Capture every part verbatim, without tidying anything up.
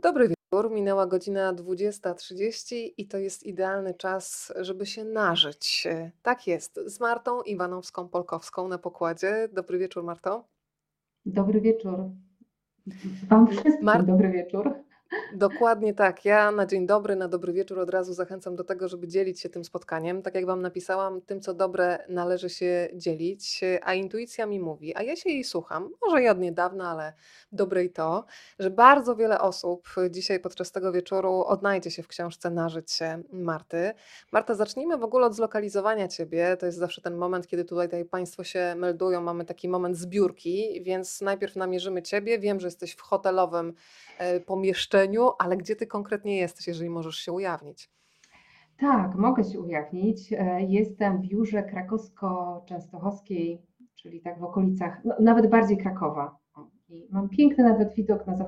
Dobry wieczór, minęła godzina dwudziesta trzydzieści i to jest idealny czas, żeby się nażyć. E, Tak jest, z Martą Iwanowską-Polkowską na pokładzie. Dobry wieczór, Marto. Dobry wieczór. Wam M- wszystkim Mar- dobry wieczór. Dokładnie tak. Ja na dzień dobry, na dobry wieczór od razu zachęcam do tego, żeby dzielić się tym spotkaniem. Tak jak Wam napisałam, tym co dobre należy się dzielić, a intuicja mi mówi, a ja się jej słucham, może i od niedawna, ale dobre i to, że bardzo wiele osób dzisiaj podczas tego wieczoru odnajdzie się w książce Nażyć się Marty. Marta, zacznijmy w ogóle od zlokalizowania Ciebie. To jest zawsze ten moment, kiedy tutaj, tutaj Państwo się meldują, mamy taki moment zbiórki, więc najpierw namierzymy Ciebie. Wiem, że jesteś w hotelowym e, pomieszczeniu, ale gdzie ty konkretnie jesteś, jeżeli możesz się ujawnić? Tak, mogę się ujawnić. E, Jestem w Jurze Krakowsko-Częstochowskiej, czyli tak w okolicach, no, nawet bardziej Krakowa. O, I mam piękny nawet widok na.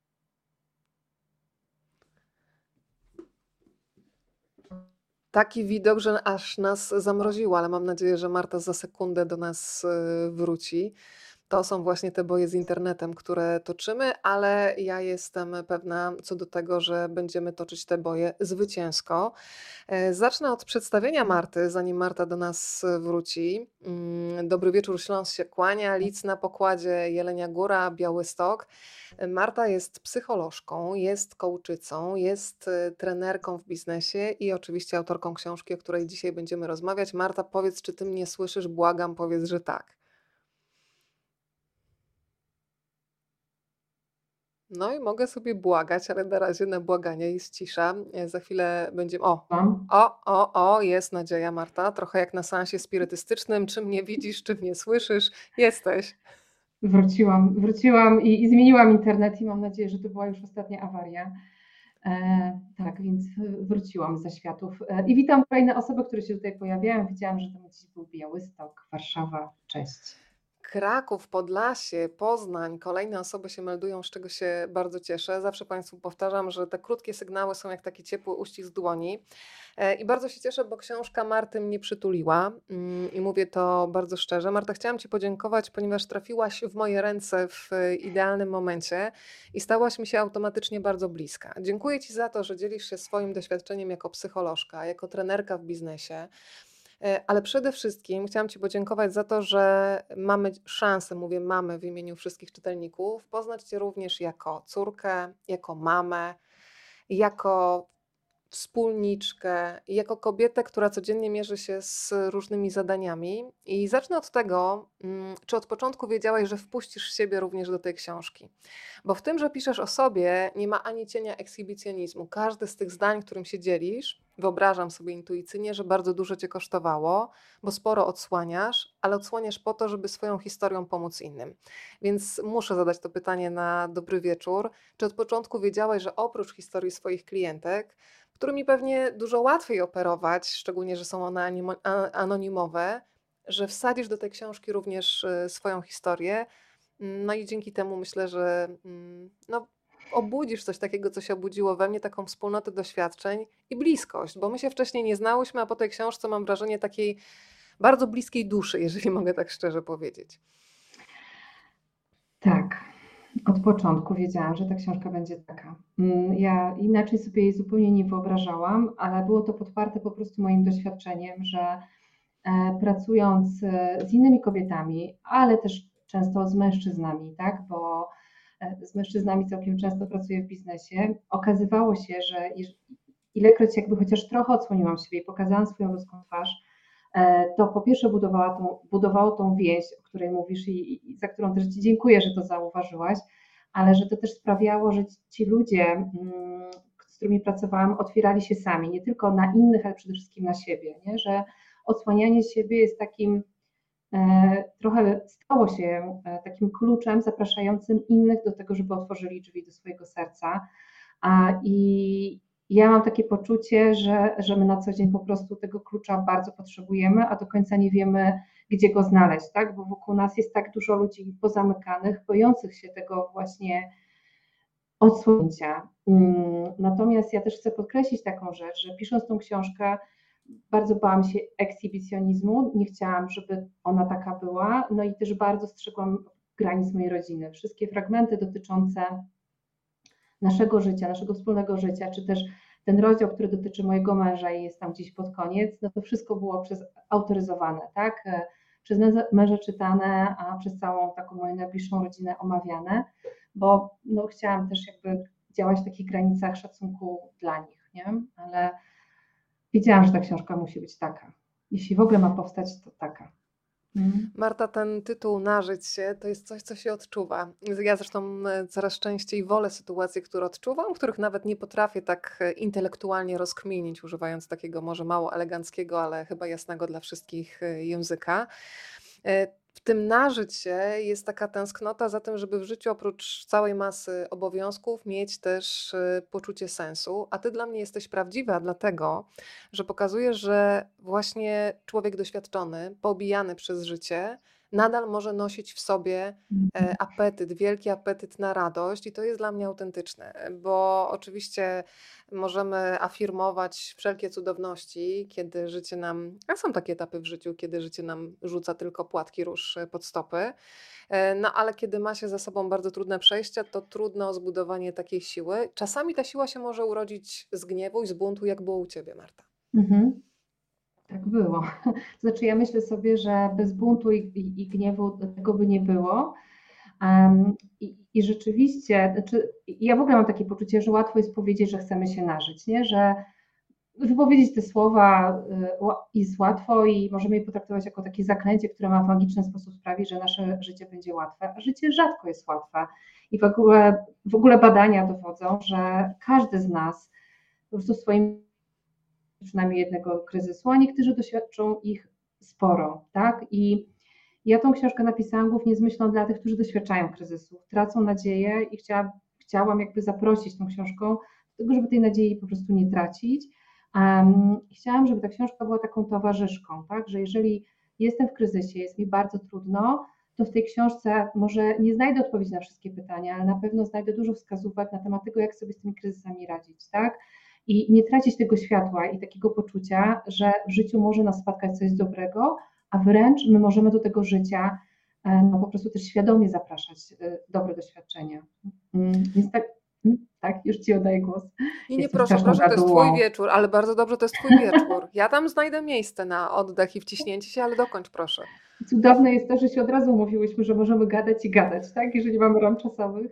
Taki widok, że aż nas zamroziło, ale mam nadzieję, że Marta za sekundę do nas e, wróci. To są właśnie te boje z internetem, które toczymy, ale ja jestem pewna co do tego, że będziemy toczyć te boje zwycięsko. E, Zacznę od przedstawienia Marty, zanim Marta do nas e, wróci. Mm, Dobry wieczór, Śląsk się kłania, Lidz na pokładzie, Jelenia Góra, Białystok. E, Marta jest psycholożką, jest coachicą, jest e, trenerką w biznesie i oczywiście autorką książki, o której dzisiaj będziemy rozmawiać. Marta, powiedz, czy ty mnie słyszysz? Błagam, powiedz, że tak. No i mogę sobie błagać, ale na razie na błaganie jest cisza. E, Za chwilę będziemy. O, Wam. o, o, o, jest nadzieja, Marta. Trochę jak na seansie spirytystycznym. Czy mnie widzisz, czy mnie słyszysz? Jesteś. Wróciłam, wróciłam i, i zmieniłam internet i mam nadzieję, że to była już ostatnia awaria. E, tak, więc wróciłam ze światów. E, I witam kolejne osoby, które się tutaj pojawiają. Widziałam, że to dziś był Białystok, Warszawa. Cześć. Kraków, Podlasie, Poznań, kolejne osoby się meldują, z czego się bardzo cieszę. Zawsze Państwu powtarzam, że te krótkie sygnały są jak taki ciepły uścisk dłoni. E, I bardzo się cieszę, bo książka Marty mnie przytuliła mm, i mówię to bardzo szczerze. Marta, chciałam Ci podziękować, ponieważ trafiłaś w moje ręce w e, idealnym momencie i stałaś mi się automatycznie bardzo bliska. Dziękuję Ci za to, że dzielisz się swoim doświadczeniem jako psycholożka, jako trenerka w biznesie. E, Ale przede wszystkim chciałam Ci podziękować za to, że mamy szansę, mówię mamy w imieniu wszystkich czytelników, poznać Cię również jako córkę, jako mamę, jako wspólniczkę, jako kobietę, która codziennie mierzy się z różnymi zadaniami. I zacznę od tego, mm, czy od początku wiedziałaś, że wpuścisz siebie również do tej książki? Bo w tym, że piszesz o sobie, nie ma ani cienia ekshibicjonizmu. Każde z tych zdań, którym się dzielisz, wyobrażam sobie intuicyjnie, że bardzo dużo cię kosztowało, bo sporo odsłaniasz, ale odsłaniasz po to, żeby swoją historią pomóc innym. Więc muszę zadać to pytanie na dobry wieczór. Czy od początku wiedziałaś, że oprócz historii swoich klientek, którymi pewnie dużo łatwiej operować, szczególnie, że są one animo- a- anonimowe, że wsadzisz do tej książki również y, swoją historię, no i dzięki temu myślę, że mm, no, obudzisz coś takiego, co się obudziło we mnie, taką wspólnotę doświadczeń i bliskość, bo my się wcześniej nie znałyśmy, a po tej książce mam wrażenie takiej bardzo bliskiej duszy, jeżeli mogę tak szczerze powiedzieć. Tak, od początku wiedziałam, że ta książka będzie taka. Mm, Ja inaczej sobie jej zupełnie nie wyobrażałam, ale było to podparte po prostu moim doświadczeniem, że e, pracując e, z innymi kobietami, ale też często z mężczyznami, tak, bo e, z mężczyznami całkiem często pracuję w biznesie, okazywało się, że jeż- ilekroć jakby chociaż trochę odsłoniłam siebie i pokazałam swoją ludzką twarz, e, to po pierwsze budowała tą, budowało tą więź, o której mówisz i, i za którą też Ci dziękuję, że to zauważyłaś, ale że to też sprawiało, że ci ludzie, mm, z którymi pracowałam, otwierali się sami, nie tylko na innych, ale przede wszystkim na siebie, nie? Że odsłanianie siebie jest takim, e, trochę stało się e, takim kluczem zapraszającym innych do tego, żeby otworzyli drzwi do swojego serca. A, I ja mam takie poczucie, że, że my na co dzień po prostu tego klucza bardzo potrzebujemy, a do końca nie wiemy, gdzie go znaleźć, tak? Bo wokół nas jest tak dużo ludzi pozamykanych, bojących się tego właśnie odsłonięcia. Mm, Natomiast ja też chcę podkreślić taką rzecz, że pisząc tą książkę, bardzo bałam się ekshibicjonizmu, nie chciałam, żeby ona taka była, no i też bardzo strzegłam granic mojej rodziny. Wszystkie fragmenty dotyczące naszego życia, naszego wspólnego życia, czy też ten rozdział, który dotyczy mojego męża i jest tam gdzieś pod koniec, no to wszystko było przez autoryzowane, tak? E, Przez męża czytane, a przez całą taką moją najbliższą rodzinę omawiane, bo no, chciałam też jakby działać w takich granicach szacunku dla nich, nie? Ale wiedziałam, że ta książka musi być taka. Jeśli w ogóle ma powstać, to taka. Mm. Marta, ten tytuł Nażyć się to jest coś, co się odczuwa. Ja zresztą e, coraz częściej wolę sytuacje, które odczuwam, których nawet nie potrafię tak e, intelektualnie rozkminić, używając takiego może mało eleganckiego, ale chyba jasnego dla wszystkich e, języka. E, W tym nażyć się jest taka tęsknota za tym, żeby w życiu oprócz całej masy obowiązków mieć też e, poczucie sensu. A ty dla mnie jesteś prawdziwa, dlatego, że pokazujesz, że właśnie człowiek doświadczony, poobijany przez życie, nadal może nosić w sobie e, apetyt, wielki apetyt na radość i to jest dla mnie autentyczne, bo oczywiście możemy afirmować wszelkie cudowności, kiedy życie nam, a są takie etapy w życiu, kiedy życie nam rzuca tylko płatki róż e, pod stopy, e, no ale kiedy ma się za sobą bardzo trudne przejścia, to trudno o zbudowanie takiej siły. Czasami ta siła się może urodzić z gniewu i z buntu, jak było u ciebie, Marta. Mhm. Tak było. To znaczy, ja myślę sobie, że bez buntu i, i, i gniewu tego by nie było. Um, i, I rzeczywiście, znaczy, ja w ogóle mam takie poczucie, że łatwo jest powiedzieć, że chcemy się nażyć, nie? Że wypowiedzieć te słowa y, jest łatwo i możemy je potraktować jako takie zaklęcie, które ma w magiczny sposób sprawić, że nasze życie będzie łatwe, a życie rzadko jest łatwe. I w ogóle, w ogóle badania dowodzą, że każdy z nas po prostu w swoim przynajmniej jednego kryzysu, a niektórzy doświadczą ich sporo, tak? I ja tą książkę napisałam głównie z myślą dla tych, którzy doświadczają kryzysów, tracą nadzieję i chciałam, chciałam jakby zaprosić tą książką do tego, żeby tej nadziei po prostu nie tracić. Um, chciałam, żeby ta książka była taką towarzyszką, tak? Że jeżeli jestem w kryzysie, jest mi bardzo trudno, to w tej książce może nie znajdę odpowiedzi na wszystkie pytania, ale na pewno znajdę dużo wskazówek na temat tego, jak sobie z tymi kryzysami radzić, tak? I nie tracić tego światła i takiego poczucia, że w życiu może nas spotkać coś dobrego, a wręcz my możemy do tego życia no, po prostu też świadomie zapraszać dobre doświadczenia. Więc tak, tak, już Ci oddaję głos. Nie, nie, Jestem proszę, straszną proszę, to jest Twój gadułą. wieczór, ale bardzo dobrze, to jest Twój wieczór. Ja tam znajdę miejsce na oddech i wciśnięcie się, ale dokończ proszę. Cudowne jest to, że się od razu umówiłyśmy, że możemy gadać i gadać, tak? I że nie mamy ram czasowych.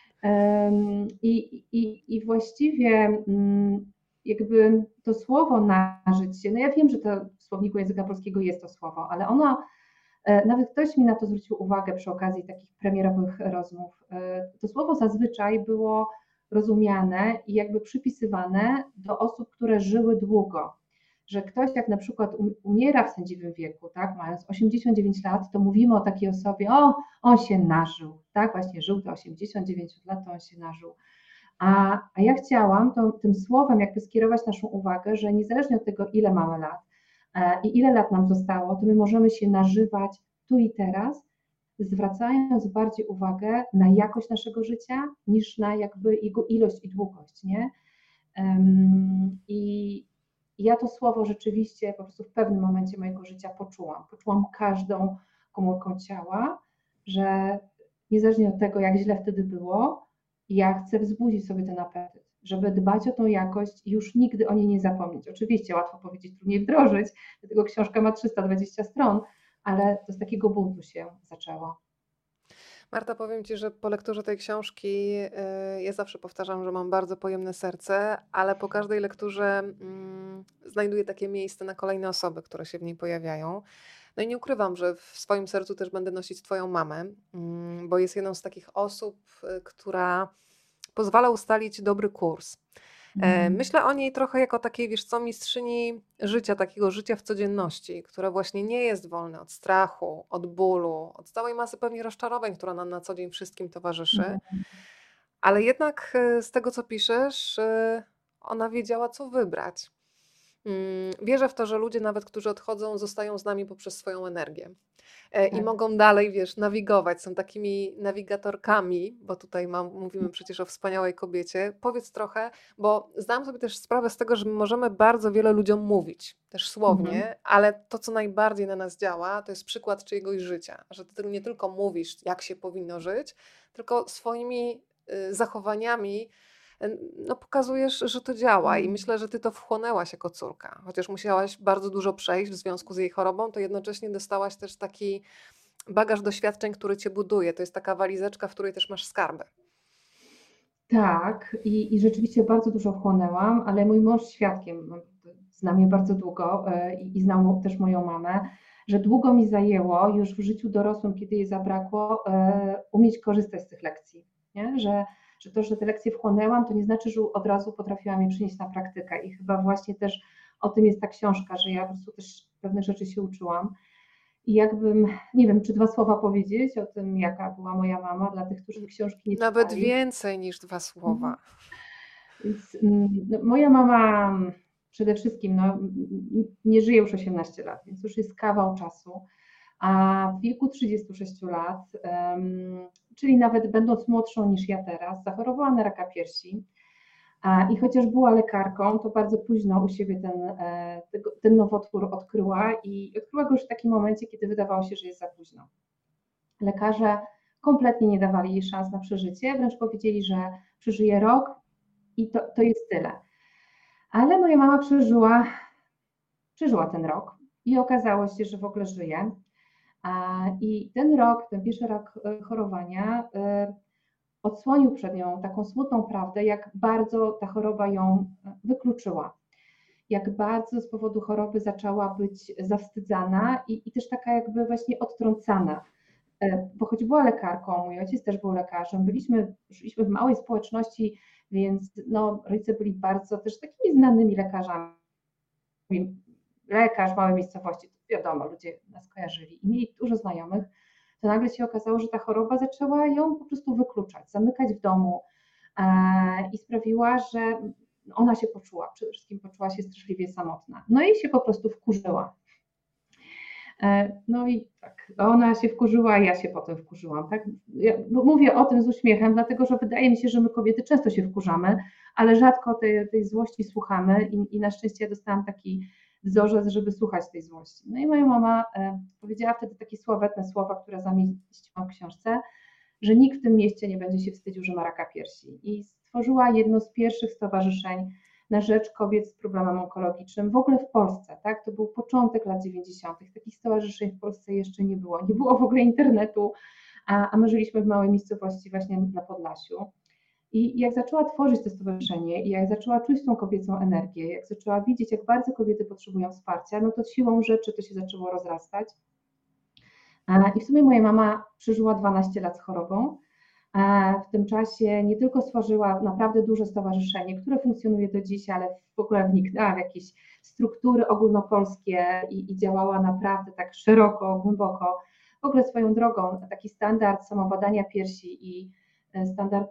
Um, i, i, I właściwie um, jakby to słowo nażyć się, no ja wiem, że to w słowniku języka polskiego jest to słowo, ale ono, e, nawet ktoś mi na to zwrócił uwagę przy okazji takich premierowych rozmów. E, to słowo zazwyczaj było rozumiane i jakby przypisywane do osób, które żyły długo. Że ktoś jak na przykład umiera w sędziwym wieku, tak, mając osiemdziesiąt dziewięć lat, to mówimy o takiej osobie, o, on się nażył, tak, właśnie żył te osiemdziesiąt dziewięć lat, to on się nażył. A, a ja chciałam to, tym słowem jakby skierować naszą uwagę, że niezależnie od tego, ile mamy lat e, i ile lat nam zostało, to my możemy się nażywać tu i teraz, zwracając bardziej uwagę na jakość naszego życia niż na jakby jego ilość i długość, nie? Um, I ja to słowo rzeczywiście po prostu w pewnym momencie mojego życia poczułam. Poczułam każdą komórką ciała, że niezależnie od tego, jak źle wtedy było, ja chcę wzbudzić sobie ten apetyt, żeby dbać o tą jakość i już nigdy o niej nie zapomnieć. Oczywiście łatwo powiedzieć, trudniej wdrożyć, dlatego książka ma trzysta dwadzieścia stron, ale to z takiego buntu się zaczęło. Marta, powiem Ci, że po lekturze tej książki y, ja zawsze powtarzam, że mam bardzo pojemne serce, ale po każdej lekturze mm, znajduję takie miejsce na kolejne osoby, które się w niej pojawiają. No i nie ukrywam, że w swoim sercu też będę nosić Twoją mamę, mm, bo jest jedną z takich osób, y, która pozwala ustalić dobry kurs. E, Myślę o niej trochę jako takiej, wiesz co, mistrzyni życia, takiego życia w codzienności, które właśnie nie jest wolne od strachu, od bólu, od całej masy pewnie rozczarowań, która nam na co dzień wszystkim towarzyszy. Ale jednak e, z tego, co piszesz, e, ona wiedziała, co wybrać. Mm, Wierzę w to, że ludzie nawet, którzy odchodzą, zostają z nami poprzez swoją energię. E, I Tak. mogą dalej, wiesz, nawigować, są takimi nawigatorkami, bo tutaj mam, mówimy przecież o wspaniałej kobiecie. Powiedz trochę, bo zdałam sobie też sprawę z tego, że my możemy bardzo wiele ludziom mówić, też słownie, Mhm. ale to, co najbardziej na nas działa, to jest przykład czyjegoś życia, że ty nie tylko mówisz, jak się powinno żyć, tylko swoimi y, zachowaniami N no pokazujesz, że to działa i Mm. myślę, że ty to wchłonęłaś jako córka. Chociaż musiałaś bardzo dużo przejść w związku z jej chorobą, to jednocześnie dostałaś też taki bagaż doświadczeń, który cię buduje. To jest taka walizeczka, w której też masz skarby. Tak, i i rzeczywiście bardzo dużo wchłonęłam, ale mój mąż świadkiem, no, zna mnie bardzo długo, e, i i znał też moją mamę, że długo mi zajęło już w życiu dorosłym, kiedy jej zabrakło, e, umieć korzystać z tych lekcji, nie? Że że to, że te lekcje wchłonęłam, to nie znaczy, że od razu potrafiłam je przynieść na praktykę i chyba właśnie też o tym jest ta książka, że ja po prostu też pewnych rzeczy się uczyłam. I jakbym nie wiem, czy dwa słowa powiedzieć o tym, jaka była moja mama dla tych, którzy N książki nie nawet czytali? więcej niż dwa Mhm. słowa. Więc, mm, no, moja mama mm, przede wszystkim, no, n n nie żyje już osiemnaście lat, więc już jest kawał czasu, a w wieku trzydziestu sześciu lat, em, czyli nawet będąc młodszą niż ja teraz, zachorowała na raka piersi, a, i chociaż była lekarką, to bardzo późno u siebie ten, e, tego ten nowotwór odkryła i odkryła go już w takim momencie, kiedy wydawało się, że jest za późno. Lekarze kompletnie nie dawali jej szans na przeżycie, wręcz powiedzieli, że przeżyje rok i to to jest tyle. Ale moja mama przeżyła przeżyła ten rok i okazało się, że w ogóle żyje. A, i ten rok, ten pierwszy rok, e, chorowania, e, odsłonił przed nią taką smutną prawdę, jak bardzo ta choroba ją, e, wykluczyła. Jak bardzo z powodu choroby zaczęła być zawstydzana i i też taka jakby właśnie odtrącana. E, bo choć była lekarką, mój ojciec też był lekarzem, byliśmy żyliśmy w małej społeczności, więc no, rodzice byli bardzo też takimi znanymi lekarzami. Lekarz małej miejscowości, to wiadomo, ludzie nas kojarzyli i mieli dużo znajomych, to nagle się okazało, że ta choroba zaczęła ją po prostu wykluczać, zamykać w domu, e, i sprawiła, że ona się poczuła, przede wszystkim poczuła się straszliwie samotna. No i się po prostu wkurzyła. E, no i tak, ona się wkurzyła, ja się potem wkurzyłam, tak? Ja mówię o tym z uśmiechem, dlatego że wydaje mi się, że my kobiety często się wkurzamy, ale rzadko tej, tej złości słuchamy i, i na szczęście ja dostałam taki wzorzec, żeby słuchać tej złości. No i moja mama e, powiedziała wtedy takie sławetne słowa, które zamieściłam w książce, że nikt w tym mieście nie będzie się wstydził, że ma raka piersi. I stworzyła jedno z pierwszych stowarzyszeń na rzecz kobiet z problemem onkologicznym w ogóle w Polsce. Tak? To był początek lat dziewięćdziesiątych. Takich stowarzyszeń w Polsce jeszcze nie było. Nie było w ogóle internetu, a, a my żyliśmy w małej miejscowości właśnie na Podlasiu. I jak zaczęła tworzyć to stowarzyszenie i jak zaczęła czuć tą kobiecą energię, jak zaczęła widzieć, jak bardzo kobiety potrzebują wsparcia, no to siłą rzeczy to się zaczęło rozrastać. I w sumie moja mama przeżyła dwanaście lat z chorobą. W tym czasie nie tylko stworzyła naprawdę duże stowarzyszenie, które funkcjonuje do dziś, ale w ogóle wniknęła w jakieś struktury ogólnopolskie i, i działała naprawdę tak szeroko, głęboko. W ogóle swoją drogą taki standard samobadania piersi i standard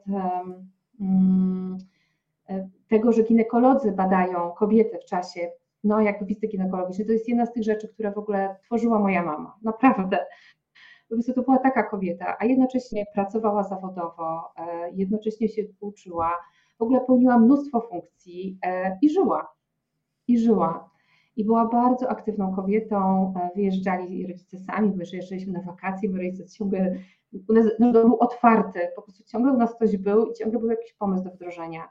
um, tego, że ginekolodzy badają kobiety w czasie, no jakby wizyty ginekologiczne, to jest jedna z tych rzeczy, które w ogóle tworzyła moja mama. Naprawdę. Po prostu to była taka kobieta, a jednocześnie pracowała zawodowo, e, jednocześnie się uczyła, w ogóle pełniła mnóstwo funkcji e, i żyła, i żyła. I była bardzo aktywną kobietą, e, wyjeżdżali rodzice sami, my wyjeżdżaliśmy na wakacje, my rodzice ciągle, u nas nasz dom był otwarty, po prostu ciągle u nas ktoś był i ciągle był jakiś pomysł do wdrożenia.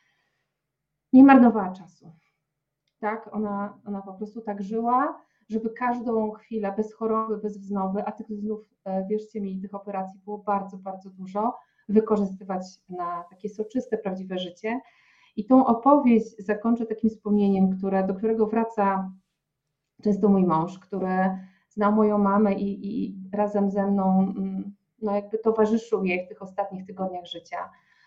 Nie marnowała czasu. Tak, ona, ona po prostu tak żyła, żeby każdą chwilę bez choroby, bez wznowy, a tych znów, wierzcie mi, tych operacji było bardzo, bardzo dużo, wykorzystywać na takie soczyste, prawdziwe życie. I tą opowieść zakończę takim wspomnieniem, które, do którego wraca często mój mąż, który znał moją mamę i, i razem ze mną no jakby towarzyszył jej w tych ostatnich tygodniach życia.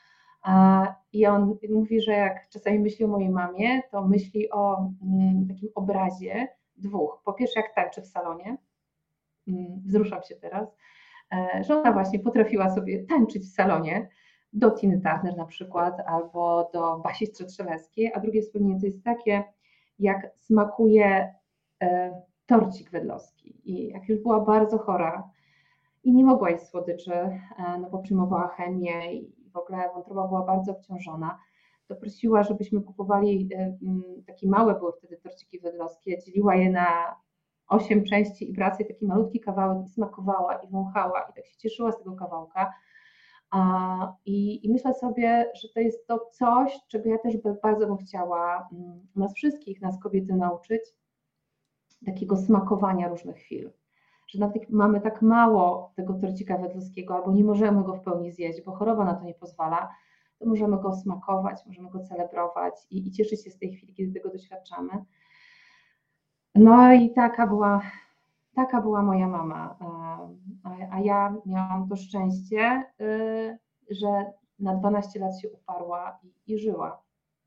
I on mówi, że jak czasami myśli o mojej mamie, to myśli o mm, takim obrazie dwóch. Po pierwsze, jak tańczy w salonie, mm, wzruszam się teraz, e, że ona właśnie potrafiła sobie tańczyć w salonie do Tiny Turner na przykład, albo do Basi Strzelewskiej, a drugie wspomnienie to jest takie, jak smakuje e, torcik wedlowski. I jak już była bardzo chora i nie mogła jeść słodyczy, e, no bo przyjmowała chemię i w ogóle wątroba była bardzo obciążona, to prosiła, żebyśmy kupowali, takie małe były wtedy torciki wedlowskie, dzieliła je na osiem części i brała sobie taki malutki kawałek i smakowała i wąchała i tak się cieszyła z tego kawałka. A, i, I myślę sobie, że to jest to coś, czego ja też by, bardzo bym chciała mm, nas wszystkich, nas kobiety nauczyć, takiego smakowania różnych chwil. Że nawet jak mamy tak mało tego torcika wedlowskiego, albo nie możemy go w pełni zjeść, bo choroba na to nie pozwala, to możemy go smakować, możemy go celebrować i, i cieszyć się z tej chwili, kiedy tego doświadczamy. No i taka była, taka była moja mama. A, a ja miałam to szczęście, y, że na dwanaście lat się uparła i, i żyła.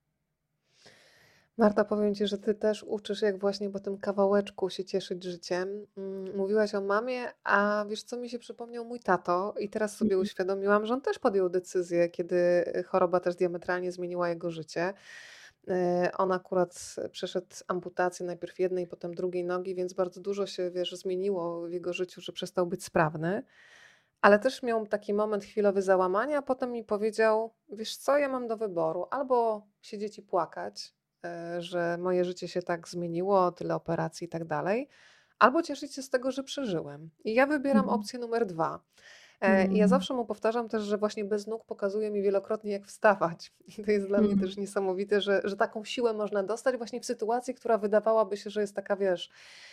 Marta, powiem Ci, że Ty też uczysz, jak właśnie po tym kawałeczku się cieszyć życiem. Mm, Mówiłaś o mamie, a wiesz co, mi się przypomniał mój tato i teraz sobie Mhm. uświadomiłam, że on też podjął decyzję, kiedy choroba też diametralnie zmieniła jego życie. E, On akurat przeszedł amputację najpierw jednej, potem drugiej nogi, więc bardzo dużo się, wiesz, zmieniło w jego życiu, że przestał być sprawny. Ale też miał taki moment chwilowy załamania, a potem mi powiedział: Wiesz co, ja mam do wyboru, albo siedzieć i płakać, e, że moje życie się tak zmieniło, tyle operacji i tak dalej, albo cieszyć się z tego, że przeżyłem. I ja wybieram Mhm. opcję numer dwa. E, I ja Mm, zawsze mu powtarzam też, że właśnie bez nóg pokazuje mi wielokrotnie, jak wstawać. I to jest dla mnie też mm, niesamowite, że, że taką siłę można dostać właśnie w sytuacji, która wydawałaby się, że jest taka, wiesz,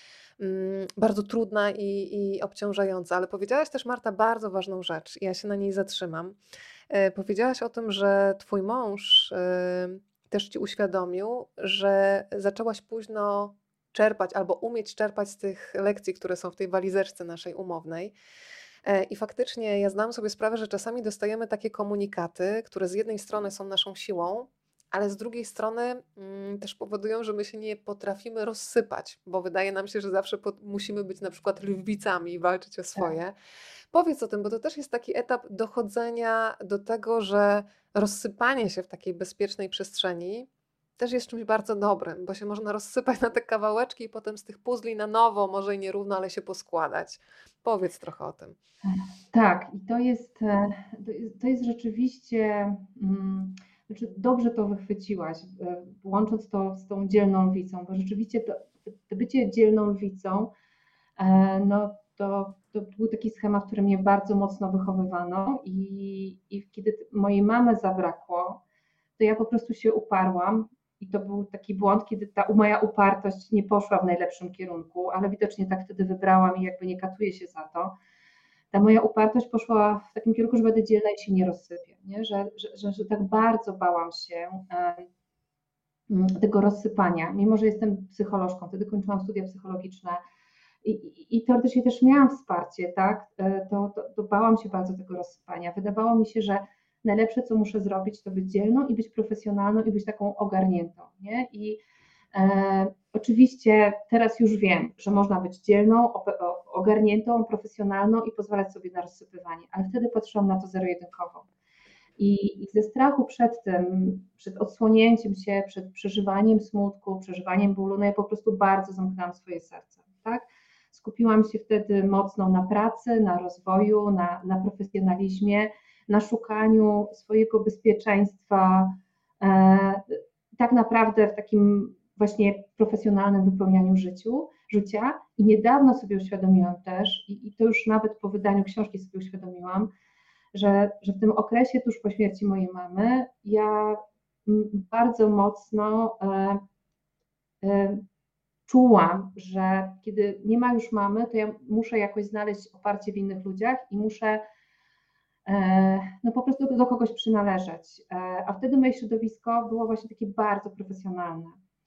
mm, bardzo trudna i, i obciążająca. Ale powiedziałaś też, Marta, bardzo ważną rzecz. I ja się na niej zatrzymam. E, Powiedziałaś o tym, że twój mąż e, też ci uświadomił, że zaczęłaś późno czerpać albo umieć czerpać z tych lekcji, które są w tej walizeczce naszej umownej. E, I faktycznie ja zdałam sobie sprawę, że czasami dostajemy takie komunikaty, które z jednej strony są naszą siłą, ale z drugiej strony mm, też powodują, że my się nie potrafimy rozsypać, bo wydaje nam się, że zawsze pot- musimy być na przykład lwicami i walczyć o tak. swoje. Powiedz o tym, bo to też jest taki etap dochodzenia do tego, że rozsypanie się w takiej bezpiecznej przestrzeni też jest czymś bardzo dobrym, bo się można rozsypać na te kawałeczki i potem z tych puzli na nowo, może i nierówno, ale się poskładać. Powiedz trochę o tym. Tak, i to jest, e, to jest, to jest rzeczywiście, mm, znaczy dobrze to wychwyciłaś, e, łącząc to z tą dzielną lwicą, bo rzeczywiście to, to bycie dzielną lwicą, e, no to, to był taki schemat, w którym mnie bardzo mocno wychowywano i, i kiedy mojej mamy zabrakło, to ja po prostu się uparłam i to był taki błąd, kiedy ta moja upartość nie poszła w najlepszym kierunku, ale widocznie tak wtedy wybrałam i jakby nie katuję się za to. Ta moja upartość poszła w takim kierunku, że będę dzielna i się nie rozsypię, nie? Że, że, że, że tak bardzo bałam się um, tego rozsypania, mimo że jestem psycholożką, wtedy kończyłam studia psychologiczne i, i, i teoretycznie też miałam wsparcie, tak? To, to, to bałam się bardzo tego rozsypania. Wydawało mi się, że najlepsze, co muszę zrobić, to być dzielną i być profesjonalną i być taką ogarniętą, nie? I E, oczywiście teraz już wiem, że można być dzielną, ogarniętą, profesjonalną i pozwalać sobie na rozsypywanie, ale wtedy patrzyłam na to zero-jedynkowo. I, I ze strachu przed tym, przed odsłonięciem się, przed przeżywaniem smutku, przeżywaniem bólu, no ja po prostu bardzo zamknęłam swoje serce, tak? Skupiłam się wtedy mocno na pracy, na rozwoju, na, na profesjonalizmie, na szukaniu swojego bezpieczeństwa, e, tak naprawdę w takim właśnie profesjonalnym wypełnianiu życiu, życia. I niedawno sobie uświadomiłam też, i, i to już nawet po wydaniu książki sobie uświadomiłam, że, że w tym okresie tuż po śmierci mojej mamy ja bardzo mocno e, e, czułam, że kiedy nie ma już mamy, to ja muszę jakoś znaleźć oparcie w innych ludziach i muszę e, no po prostu do kogoś przynależeć. E, a wtedy moje środowisko było właśnie takie bardzo profesjonalne.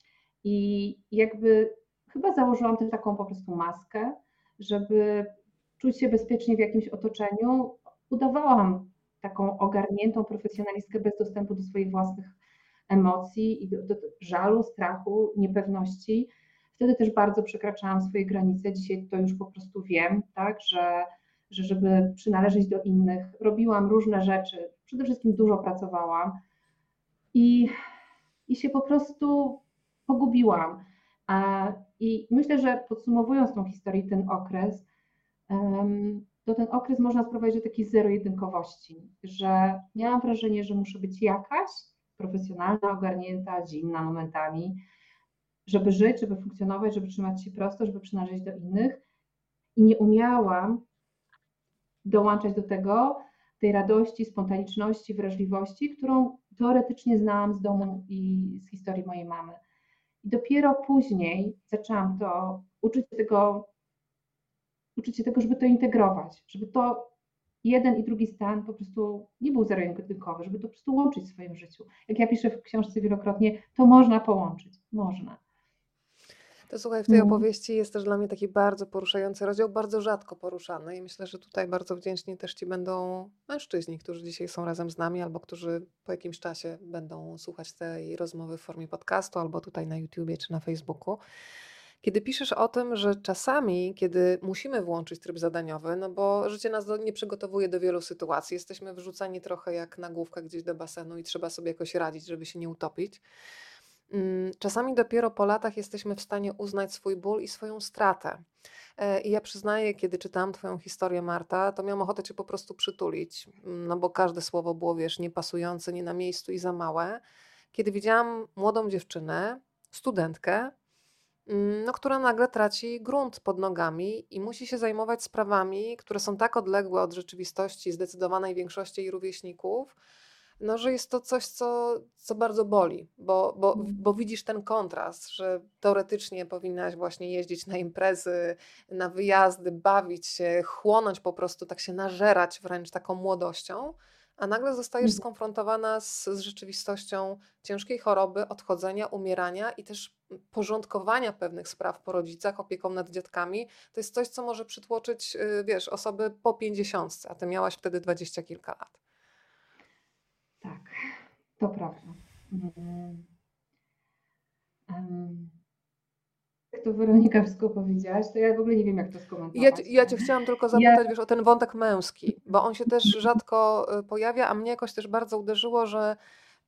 I jakby chyba założyłam też taką po prostu maskę, żeby czuć się bezpiecznie w jakimś otoczeniu. Udawałam taką ogarniętą profesjonalistkę bez dostępu do swoich własnych emocji i do, do żalu, strachu, niepewności. Wtedy też bardzo przekraczałam swoje granice. Dzisiaj to już po prostu wiem, tak, że, że żeby przynależeć do innych, robiłam różne rzeczy. Przede wszystkim dużo pracowałam i, i się po prostu pogubiłam. I myślę, że podsumowując tą historię, ten okres, to ten okres można sprowadzić do takiej zero-jedynkowości, że miałam wrażenie, że muszę być jakaś profesjonalna, ogarnięta, zimna momentami, żeby żyć, żeby funkcjonować, żeby trzymać się prosto, żeby przynależeć do innych. I nie umiałam dołączać do tego tej radości, spontaniczności, wrażliwości, którą teoretycznie znałam z domu i z historii mojej mamy. I dopiero później zaczęłam to uczyć się tego, uczyć się tego, żeby to integrować, żeby to jeden i drugi stan po prostu nie był zero-jedynkowy, żeby to po prostu łączyć w swoim życiu. Jak ja piszę w książce wielokrotnie, to można połączyć. Można. To słuchaj, w tej Mm. opowieści jest też dla mnie taki bardzo poruszający rozdział, bardzo rzadko poruszany i myślę, że tutaj bardzo wdzięczni też Ci będą mężczyźni, którzy dzisiaj są razem z nami albo którzy po jakimś czasie będą słuchać tej rozmowy w formie podcastu albo tutaj na YouTubie czy na Facebooku. Kiedy piszesz o tym, że czasami, kiedy musimy włączyć tryb zadaniowy, no bo życie nas do, nie przygotowuje do wielu sytuacji, jesteśmy wrzucani trochę jak nagłówka gdzieś do basenu i trzeba sobie jakoś radzić, żeby się nie utopić. Mm, Czasami dopiero po latach jesteśmy w stanie uznać swój ból i swoją stratę. E, I ja przyznaję, kiedy czytałam Twoją historię, Marta, to miałam ochotę Cię po prostu przytulić, mm, no bo każde słowo było, wiesz, niepasujące, nie na miejscu i za małe. Kiedy widziałam młodą dziewczynę, studentkę, mm, no, która nagle traci grunt pod nogami i musi się zajmować sprawami, które są tak odległe od rzeczywistości zdecydowanej większości jej rówieśników, no, że jest to coś, co, co bardzo boli, bo, bo, bo widzisz ten kontrast, że teoretycznie powinnaś właśnie jeździć na imprezy, na wyjazdy, bawić się, chłonąć po prostu, tak się nażerać wręcz taką młodością, a nagle zostajesz skonfrontowana z, z rzeczywistością ciężkiej choroby, odchodzenia, umierania i też porządkowania pewnych spraw po rodzicach, opieką nad dziadkami. To jest coś, co może przytłoczyć, y, wiesz, osoby po pięćdziesiątce, a ty miałaś wtedy dwadzieścia kilka lat. Tak, to prawda. Mm. Um, jak to Weronika wszystko powiedziałaś, to ja w ogóle nie wiem, jak to Ja, skomentować. ci- ja Cię chciałam tylko Ja, zapytać, wiesz, o ten wątek męski, bo on się też rzadko y, pojawia, a mnie jakoś też bardzo uderzyło, że y,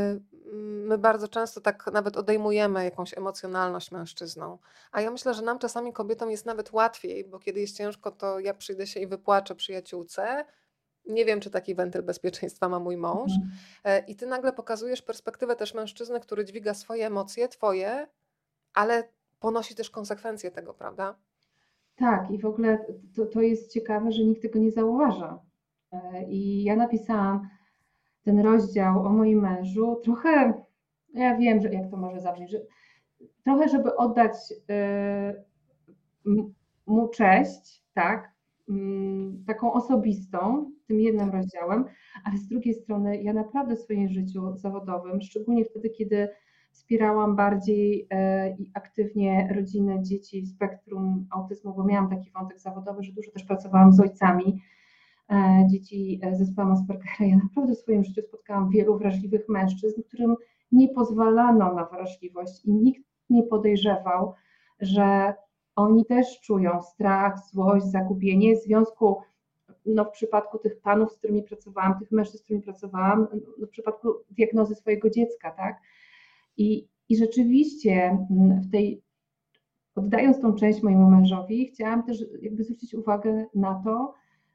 my bardzo często tak nawet odejmujemy jakąś emocjonalność mężczyzną. A ja myślę, że nam czasami kobietom jest nawet łatwiej, bo kiedy jest ciężko, to ja przyjdę się i wypłaczę przyjaciółce. Nie wiem, czy taki wentyl bezpieczeństwa ma mój mąż. E, I ty nagle pokazujesz perspektywę też mężczyzny, który dźwiga swoje emocje, twoje, ale ponosi też konsekwencje tego, prawda? tak, i w ogóle to, to jest ciekawe, że nikt tego nie zauważa. E, I ja napisałam ten rozdział o moim mężu trochę, ja wiem, że jak to może zabrzmieć, że trochę, żeby oddać y, m- mu cześć, tak, mm, taką osobistą, tym jednym Tak. rozdziałem, ale z drugiej strony ja naprawdę w swoim życiu zawodowym, szczególnie wtedy, kiedy wspierałam bardziej e, i aktywnie rodziny dzieci w spektrum autyzmu, bo miałam taki wątek zawodowy, że dużo też pracowałam z ojcami e, dzieci z zespołem Aspergera. Ja naprawdę w swoim życiu spotkałam wielu wrażliwych mężczyzn, którym nie pozwalano na wrażliwość i nikt nie podejrzewał, że oni też czują strach, złość, zagubienie w związku, no w przypadku tych panów, z którymi pracowałam, tych mężczyzn, z którymi pracowałam, no w przypadku diagnozy swojego dziecka, tak? I, i rzeczywiście w tej, oddając tą część mojemu mężowi, chciałam też jakby zwrócić uwagę na to,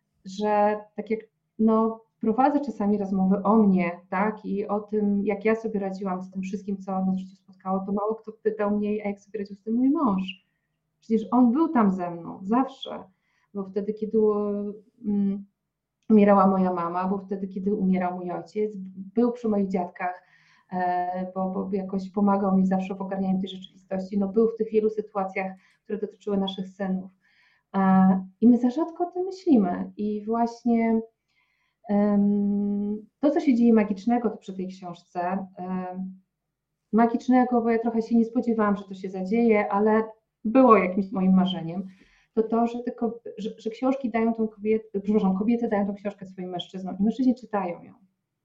że tak jak no, prowadzę czasami rozmowy o mnie, tak, i o tym, jak ja sobie radziłam z tym wszystkim, co nas w życiu spotkało, to mało kto pytał mnie, a jak sobie radził z tym mój mąż. Przecież on był tam ze mną, zawsze. Bo wtedy, kiedy um, umierała moja mama, bo wtedy, kiedy umierał mój ojciec, był przy moich dziadkach, e, bo, bo jakoś pomagał mi zawsze w ogarnianiu tej rzeczywistości. No, był w tych wielu sytuacjach, które dotyczyły naszych synów. E, I my za rzadko o tym myślimy. I właśnie um, to, co się dzieje magicznego przy tej książce, um, magicznego, bo ja trochę się nie spodziewałam, że to się zadzieje, ale było jakimś moim marzeniem, to to, że, te, że, że książki dają tą kobietę, przepraszam, kobiety dają tą książkę swoim mężczyznom i mężczyźni czytają ją.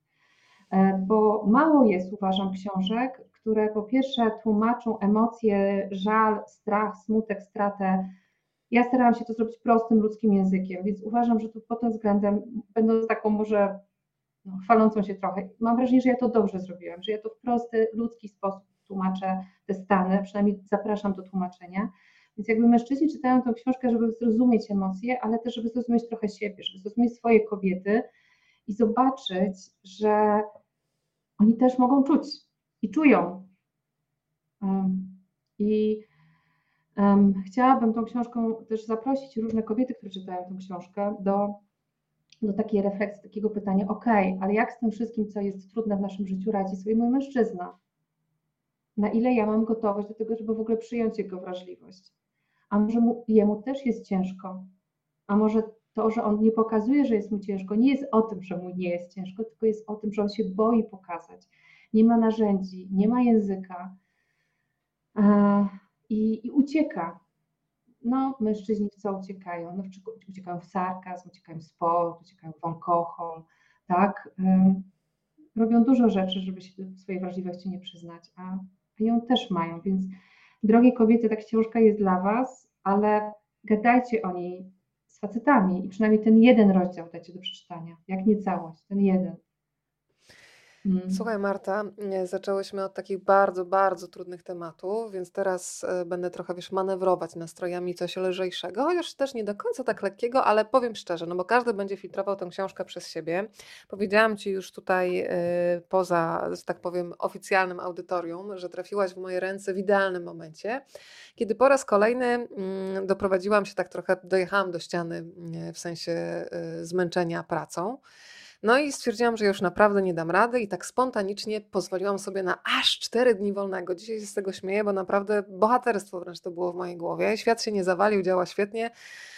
Bo mało jest, uważam, książek, które po pierwsze tłumaczą emocje, żal, strach, smutek, stratę. Ja starałam się to zrobić prostym ludzkim językiem, więc uważam, że tu pod tym względem, będąc taką może no, chwalącą się trochę, mam wrażenie, że ja to dobrze zrobiłam, że ja to w prosty, ludzki sposób tłumaczę te stany, przynajmniej zapraszam do tłumaczenia. Więc jakby mężczyźni czytają tę książkę, żeby zrozumieć emocje, ale też żeby zrozumieć trochę siebie, żeby zrozumieć swoje kobiety i zobaczyć, że oni też mogą czuć i czują. Um, I um, chciałabym tą książką też zaprosić różne kobiety, które czytają tę książkę, do do takiej refleksji, takiego pytania: okej, ale jak z tym wszystkim, co jest trudne w naszym życiu, radzi sobie mój mężczyzna? Na ile ja mam gotowość do tego, żeby w ogóle przyjąć jego wrażliwość? A może mu, jemu też jest ciężko? A może to, że on nie pokazuje, że jest mu ciężko, nie jest o tym, że mu nie jest ciężko, tylko jest o tym, że on się boi pokazać. Nie ma narzędzi, nie ma języka e, i, i ucieka. No, mężczyźni w co uciekają? No, uciekają w sarkazm, uciekają w sport, uciekają w alkohol, tak? Ym, robią dużo rzeczy, żeby się do swojej wrażliwości nie przyznać, a, a ją też mają, więc drogie kobiety, ta książka jest dla was, ale gadajcie o niej z facetami i przynajmniej ten jeden rozdział dajcie do przeczytania, jak nie całość, ten jeden. Mm. Słuchaj, Marta, nie, zaczęłyśmy od takich bardzo, bardzo trudnych tematów, więc teraz e, będę trochę, wiesz, manewrować nastrojami coś lżejszego, chociaż też nie do końca tak lekkiego, ale powiem szczerze, no bo każdy będzie filtrował tę książkę przez siebie. Powiedziałam Ci już tutaj e, poza, że tak powiem, oficjalnym audytorium, że trafiłaś w moje ręce w idealnym momencie, kiedy po raz kolejny mm, doprowadziłam się tak trochę, dojechałam do ściany mm, w sensie e, zmęczenia pracą. No i stwierdziłam, że już naprawdę nie dam rady i tak spontanicznie pozwoliłam sobie na aż cztery dni wolnego. Dzisiaj się z tego śmieję, bo naprawdę bohaterstwo wręcz to było w mojej głowie. Świat się nie zawalił, działa świetnie,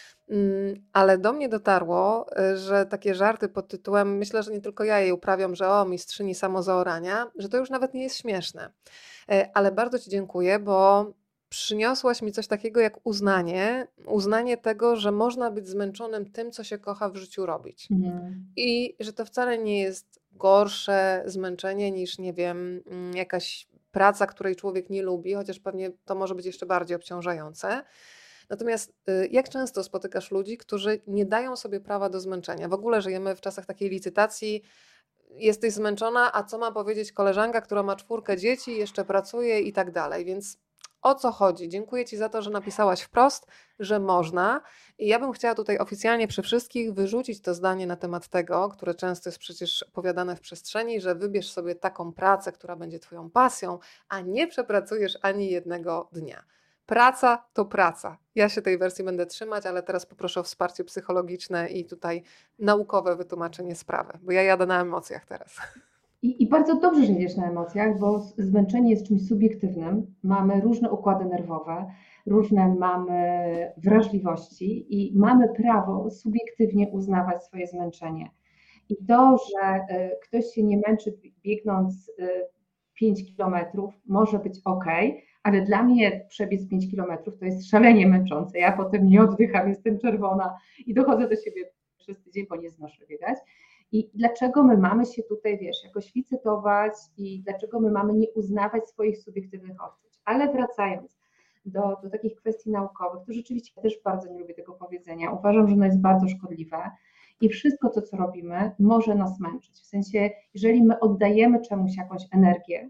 mm, ale do mnie dotarło, y, że takie żarty pod tytułem, myślę, że nie tylko ja je uprawiam, że o, mistrzyni samozaorania, że to już nawet nie jest śmieszne. E, Ale bardzo Ci dziękuję, bo przyniosłaś mi coś takiego jak uznanie, uznanie tego, że można być zmęczonym tym, co się kocha w życiu robić. Mhm. I że to wcale nie jest gorsze zmęczenie niż, nie wiem, mm, jakaś praca, której człowiek nie lubi, chociaż pewnie to może być jeszcze bardziej obciążające. Natomiast y, jak często spotykasz ludzi, którzy nie dają sobie prawa do zmęczenia? W ogóle żyjemy w czasach takiej licytacji. Jesteś zmęczona, a co ma powiedzieć koleżanka, która ma czwórkę dzieci, jeszcze pracuje i tak dalej. Więc o co chodzi? Dziękuję Ci za to, że napisałaś wprost, że można. I ja bym chciała tutaj oficjalnie przy wszystkich wyrzucić to zdanie na temat tego, które często jest przecież powiadane w przestrzeni, że wybierz sobie taką pracę, która będzie Twoją pasją, a nie przepracujesz ani jednego dnia. Praca to praca. Ja się tej wersji będę trzymać, ale teraz poproszę o wsparcie psychologiczne i tutaj naukowe wytłumaczenie sprawy, bo ja jadę na emocjach teraz. I, I bardzo dobrze, że jedziesz na emocjach, bo z- zmęczenie jest czymś subiektywnym. Mamy różne układy nerwowe, różne mamy wrażliwości i mamy prawo subiektywnie uznawać swoje zmęczenie. I to, że y, ktoś się nie męczy biegnąc y, pięć kilometrów, może być ok, ale dla mnie przebiec pięć kilometrów to jest szalenie męczące. Ja potem nie oddycham, jestem czerwona i dochodzę do siebie przez tydzień, bo nie znoszę biegać. I dlaczego my mamy się tutaj, wiesz, jakoś licytować i dlaczego my mamy nie uznawać swoich subiektywnych odczuć. Ale wracając do, do takich kwestii naukowych, to rzeczywiście też bardzo nie lubię tego powiedzenia. Uważam, że ono jest bardzo szkodliwe i wszystko to, co robimy, może nas męczyć. W sensie, jeżeli my oddajemy czemuś jakąś energię,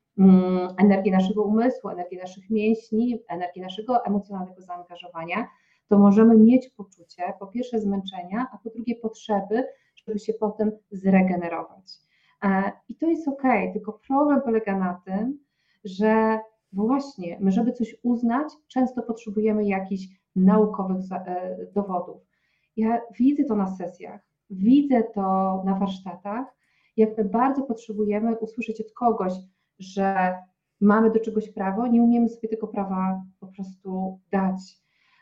mm, energię naszego umysłu, energię naszych mięśni, energię naszego emocjonalnego zaangażowania, to możemy mieć poczucie, po pierwsze zmęczenia, a po drugie potrzeby, żeby się potem zregenerować. E, I to jest ok, tylko problem polega na tym, że właśnie my, żeby coś uznać, często potrzebujemy jakichś naukowych e, dowodów. Ja widzę to na sesjach, widzę to na warsztatach, jak my bardzo potrzebujemy usłyszeć od kogoś, że mamy do czegoś prawo, nie umiemy sobie tego prawa po prostu dać.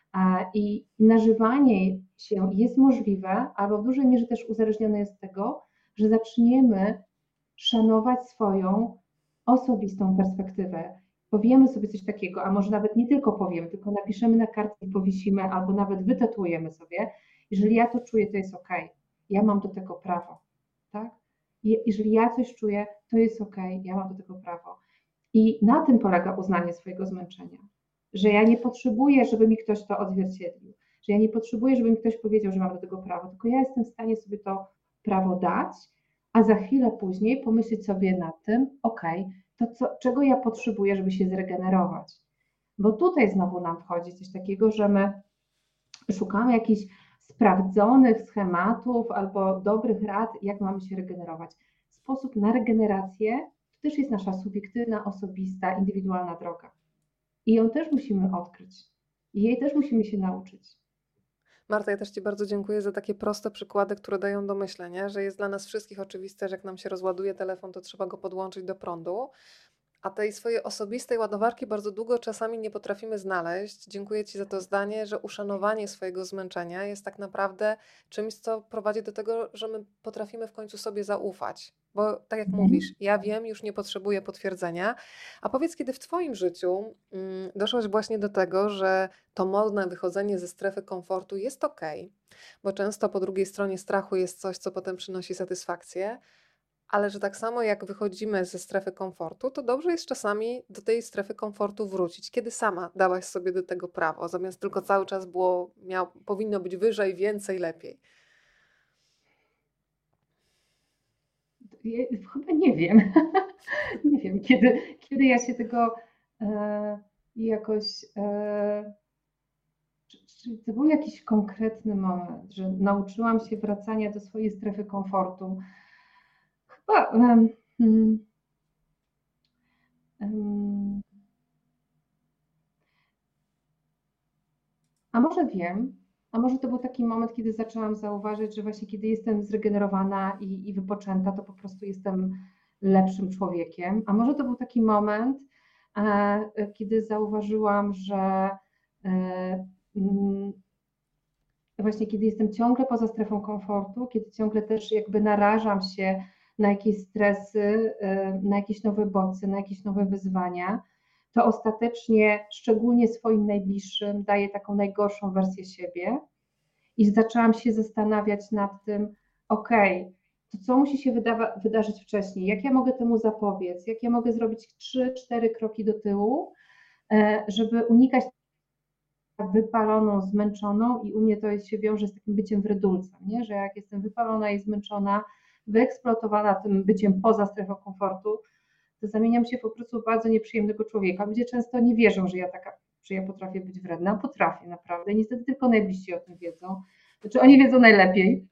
I nażywanie się jest możliwe, albo w dużej mierze też uzależnione jest od tego, że zaczniemy szanować swoją osobistą perspektywę. Powiemy sobie coś takiego, a może nawet nie tylko powiemy, tylko napiszemy na kartce i powiesimy, albo nawet wytatuujemy sobie. Jeżeli ja to czuję, to jest ok. Ja mam do tego prawo. Tak? Jeżeli ja coś czuję, to jest ok, ja mam do tego prawo. I na tym polega uznanie swojego zmęczenia, że ja nie potrzebuję, żeby mi ktoś to odzwierciedlił, że ja nie potrzebuję, żeby mi ktoś powiedział, że mam do tego prawo, tylko ja jestem w stanie sobie to prawo dać, a za chwilę później pomyśleć sobie nad tym, ok, to co, czego ja potrzebuję, żeby się zregenerować. Bo tutaj znowu nam wchodzi coś takiego, że my szukamy jakichś sprawdzonych schematów albo dobrych rad, jak mamy się regenerować. Sposób na regenerację to też jest nasza subiektywna, osobista, indywidualna droga. I ją też musimy odkryć. I jej też musimy się nauczyć. Marta, ja też Ci bardzo dziękuję za takie proste przykłady, które dają do myślenia, że jest dla nas wszystkich oczywiste, że jak nam się rozładuje telefon, to trzeba go podłączyć do prądu, a tej swojej osobistej ładowarki bardzo długo czasami nie potrafimy znaleźć. Dziękuję Ci za to zdanie, że uszanowanie swojego zmęczenia jest tak naprawdę czymś, co prowadzi do tego, że my potrafimy w końcu sobie zaufać. Bo tak jak Mhm. mówisz, ja wiem, już nie potrzebuję potwierdzenia. A powiedz, kiedy w Twoim życiu mm, doszłaś właśnie do tego, że to modne wychodzenie ze strefy komfortu jest okej, bo często po drugiej stronie strachu jest coś, co potem przynosi satysfakcję, ale że tak samo jak wychodzimy ze strefy komfortu, to dobrze jest czasami do tej strefy komfortu wrócić. Kiedy sama dałaś sobie do tego prawo, zamiast tylko cały czas było, miał, powinno być wyżej, więcej, lepiej. Ja chyba nie wiem. Nie wiem, kiedy, kiedy ja się tego e, jakoś. E, czy, czy to był jakiś konkretny moment, że nauczyłam się wracania do swojej strefy komfortu? Chyba. em, mm, em, a może wiem, a może to był taki moment, kiedy zaczęłam zauważyć, że właśnie kiedy jestem zregenerowana i, i wypoczęta, to po prostu jestem lepszym człowiekiem. A może to był taki moment, e, kiedy zauważyłam, że e, mm, właśnie kiedy jestem ciągle poza strefą komfortu, kiedy ciągle też jakby narażam się na jakieś stresy, e, na jakieś nowe bodźce, na jakieś nowe wyzwania, to ostatecznie, szczególnie swoim najbliższym, daję taką najgorszą wersję siebie i zaczęłam się zastanawiać nad tym, okej, to co musi się wydawa- wydarzyć wcześniej, jak ja mogę temu zapobiec, jak ja mogę zrobić trzy, cztery kroki do tyłu, e, żeby unikać wypaloną, zmęczoną i u mnie to jest, się wiąże z takim byciem wredulcem, nie? Że jak jestem wypalona i zmęczona, wyeksploatowana tym byciem poza strefą komfortu, to zamieniam się po prostu w bardzo nieprzyjemnego człowieka. Ludzie często nie wierzą, że ja taka, że ja potrafię być wredna, a potrafię naprawdę. Niestety tylko najbliżsi o tym wiedzą. Znaczy oni wiedzą najlepiej.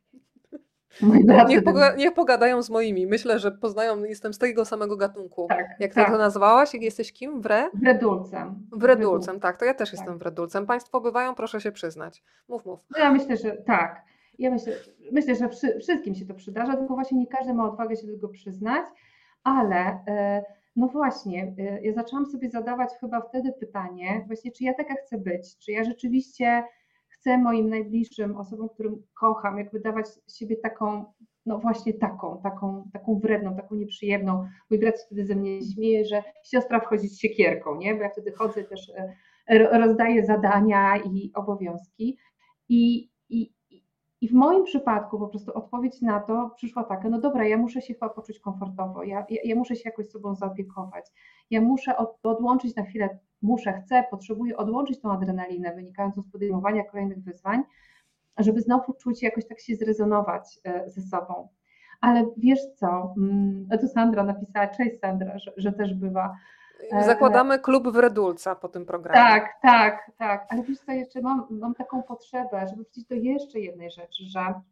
Moi No, bratcy niech, też. poga- niech pogadają z moimi. Myślę, że poznają, jestem z tego samego gatunku. Tak, Jak ty to tak. nazwałaś? Jesteś kim? Wre? Wredulcem. Wredulcem, Wredulcem, tak. To ja też tak. jestem wredulcem. Państwo bywają, proszę się przyznać. Mów, mów. No ja myślę, że tak. Ja myślę, myślę, że wszy, wszystkim się to przydarza, tylko właśnie nie każdy ma odwagę się do tego przyznać, ale e, no właśnie, e, ja zaczęłam sobie zadawać chyba wtedy pytanie, właśnie czy ja taka chcę być, czy ja rzeczywiście chcę moim najbliższym osobom, którym kocham, jakby dawać z siebie taką, no właśnie taką, taką, taką wredną, taką nieprzyjemną. Mój brat się wtedy ze mnie śmieje, że siostra wchodzi z siekierką, nie? Bo ja wtedy chodzę też, e, ro- rozdaję zadania i obowiązki. I, i, I w moim przypadku po prostu odpowiedź na to przyszła taka, no dobra, ja muszę się chyba poczuć komfortowo, ja, ja, ja muszę się jakoś sobą zaopiekować, ja muszę od, odłączyć na chwilę, muszę, chcę, potrzebuję odłączyć tą adrenalinę wynikającą z podejmowania kolejnych wyzwań, żeby znowu czuć jakoś tak się zrezonować e, ze sobą. Ale wiesz co, mm, to Sandra napisała, cześć Sandra, że, że też bywa. E, e, Zakładamy klub wredulca po tym programie. tak, tak, tak. Ale wiesz co, jeszcze mam, mam taką potrzebę, żeby wrócić do jeszcze jednej rzeczy, że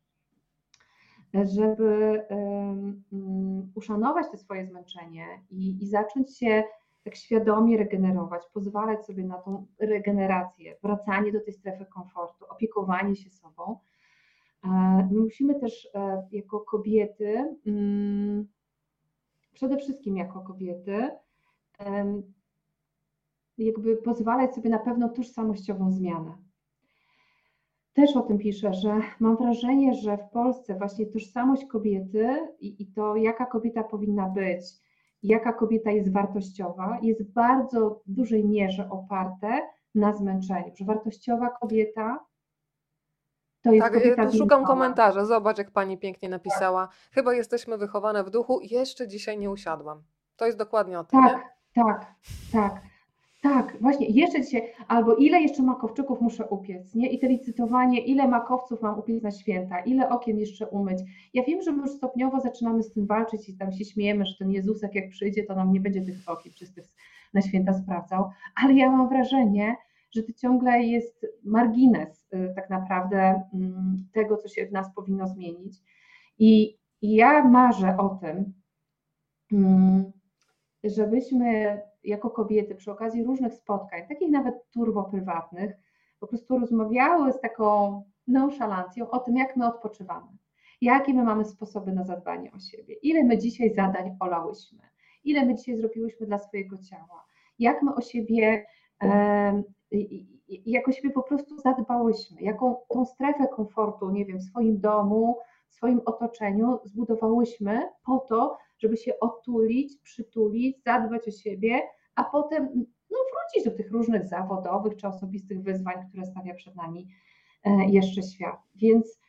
żeby um, uszanować to swoje zmęczenie i, i zacząć się tak świadomie regenerować, pozwalać sobie na tą regenerację, wracanie do tej strefy komfortu, opiekowanie się sobą. My musimy też e, jako kobiety, um, przede wszystkim jako kobiety, um, jakby pozwalać sobie na pewną tożsamościową zmianę. Też o tym piszę, że mam wrażenie, że w Polsce właśnie tożsamość kobiety i, i to, jaka kobieta powinna być, jaka kobieta jest wartościowa, jest w bardzo dużej mierze oparte na zmęczeniu. Że wartościowa kobieta to jest Tak, y, kobieta tu szukam zmęczona. komentarza. Zobacz, jak pani pięknie napisała. Chyba jesteśmy wychowane w duchu. Jeszcze dzisiaj nie usiadłam. To jest dokładnie o tym, nie? Tak, tak, tak. Tak, właśnie, jeszcze dzisiaj, albo ile jeszcze makowczyków muszę upiec, nie? I to licytowanie, ile makowców mam upiec na święta, ile okien jeszcze umyć. Ja wiem, że my już stopniowo zaczynamy z tym walczyć i tam się śmiejemy, że ten Jezusek jak przyjdzie, to nam nie będzie tych okien czystych na święta sprawdzał, ale ja mam wrażenie, że to ciągle jest margines y, tak naprawdę mm, tego, co się w nas powinno zmienić. I, i ja marzę o tym, mm, żebyśmy jako kobiety przy okazji różnych spotkań, takich nawet turbo prywatnych, po prostu rozmawiały z taką nonszalancją o tym, jak my odpoczywamy, jakie my mamy sposoby na zadbanie o siebie, ile my dzisiaj zadań olałyśmy, ile my dzisiaj zrobiłyśmy dla swojego ciała, jak my o siebie, e, jak o siebie po prostu zadbałyśmy, jaką tą strefę komfortu, nie wiem, w swoim domu, w swoim otoczeniu zbudowałyśmy po to, żeby się otulić, przytulić, zadbać o siebie, a potem no, wrócić do tych różnych zawodowych czy osobistych wyzwań, które stawia przed nami jeszcze świat. Więc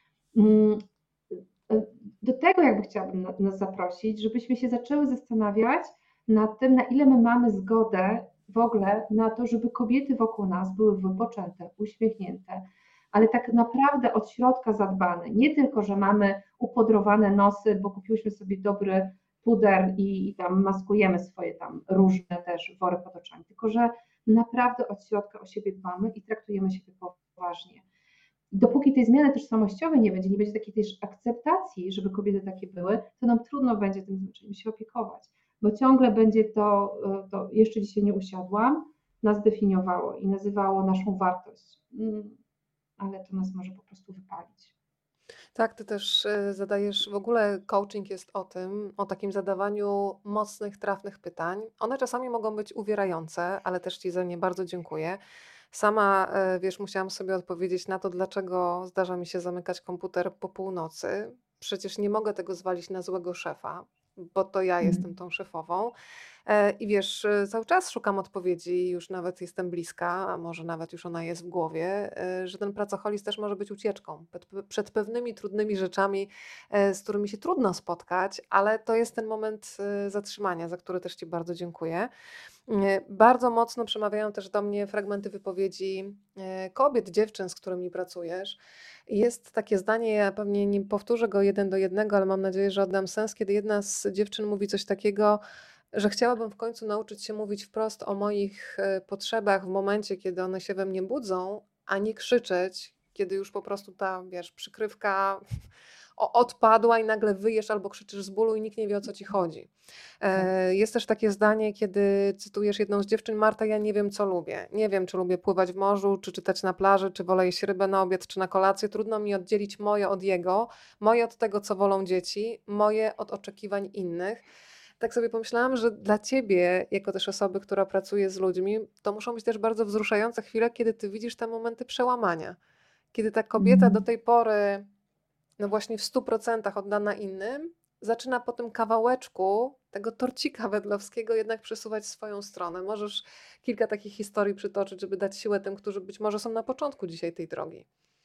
do tego jakby chciałabym nas zaprosić, żebyśmy się zaczęły zastanawiać nad tym, na ile my mamy zgodę w ogóle na to, żeby kobiety wokół nas były wypoczęte, uśmiechnięte, ale tak naprawdę od środka zadbane. Nie tylko, że mamy upodrowane nosy, bo kupiłyśmy sobie dobry puder i, i tam maskujemy swoje tam różne też wory pod oczami, tylko że naprawdę od środka o siebie dbamy i traktujemy siebie poważnie. Dopóki tej zmiany tożsamościowej nie będzie, nie będzie takiej też akceptacji, żeby kobiety takie były, to nam trudno będzie tym zwyczajem się opiekować, bo ciągle będzie to, to jeszcze dzisiaj nie usiadłam, nas definiowało i nazywało naszą wartość, ale to nas może po prostu wypalić. Tak, ty też zadajesz, w ogóle coaching jest o tym, o takim zadawaniu mocnych, trafnych pytań. One czasami mogą być uwierające, ale też ci za nie bardzo dziękuję. Sama, wiesz, musiałam sobie odpowiedzieć na to, dlaczego zdarza mi się zamykać komputer po północy. Przecież nie mogę tego zwalić na złego szefa, bo to ja jestem Mm. tą szefową. I wiesz, cały czas szukam odpowiedzi, już nawet jestem bliska, a może nawet już ona jest w głowie, że ten pracoholizm też może być ucieczką przed, przed pewnymi trudnymi rzeczami, z którymi się trudno spotkać, ale to jest ten moment zatrzymania, za który też ci bardzo dziękuję. Bardzo mocno przemawiają też do mnie fragmenty wypowiedzi kobiet, dziewczyn, z którymi pracujesz. Jest takie zdanie, ja pewnie nie powtórzę go jeden do jednego, ale mam nadzieję, że oddam sens, kiedy jedna z dziewczyn mówi coś takiego, że chciałabym w końcu nauczyć się mówić wprost o moich potrzebach w momencie, kiedy one się we mnie budzą, a nie krzyczeć, kiedy już po prostu ta, wiesz, przykrywka odpadła i nagle wyjesz albo krzyczysz z bólu i nikt nie wie, o co ci chodzi. Jest też takie zdanie, kiedy cytujesz jedną z dziewczyn: Marta, ja nie wiem, co lubię. Nie wiem, czy lubię pływać w morzu, czy czytać na plaży, czy wolę jeść rybę na obiad, czy na kolację. Trudno mi oddzielić moje od jego, moje od tego, co wolą dzieci, moje od oczekiwań innych. Tak sobie pomyślałam, że dla ciebie, jako też osoby, która pracuje z ludźmi, to muszą być też bardzo wzruszające chwile, kiedy ty widzisz te momenty przełamania. Kiedy ta kobieta Mm. do tej pory, no właśnie w stu procentach oddana innym, zaczyna po tym kawałeczku tego torcika wedlowskiego jednak przesuwać w swoją stronę. Możesz kilka takich historii przytoczyć, żeby dać siłę tym, którzy być może są na początku dzisiaj tej drogi.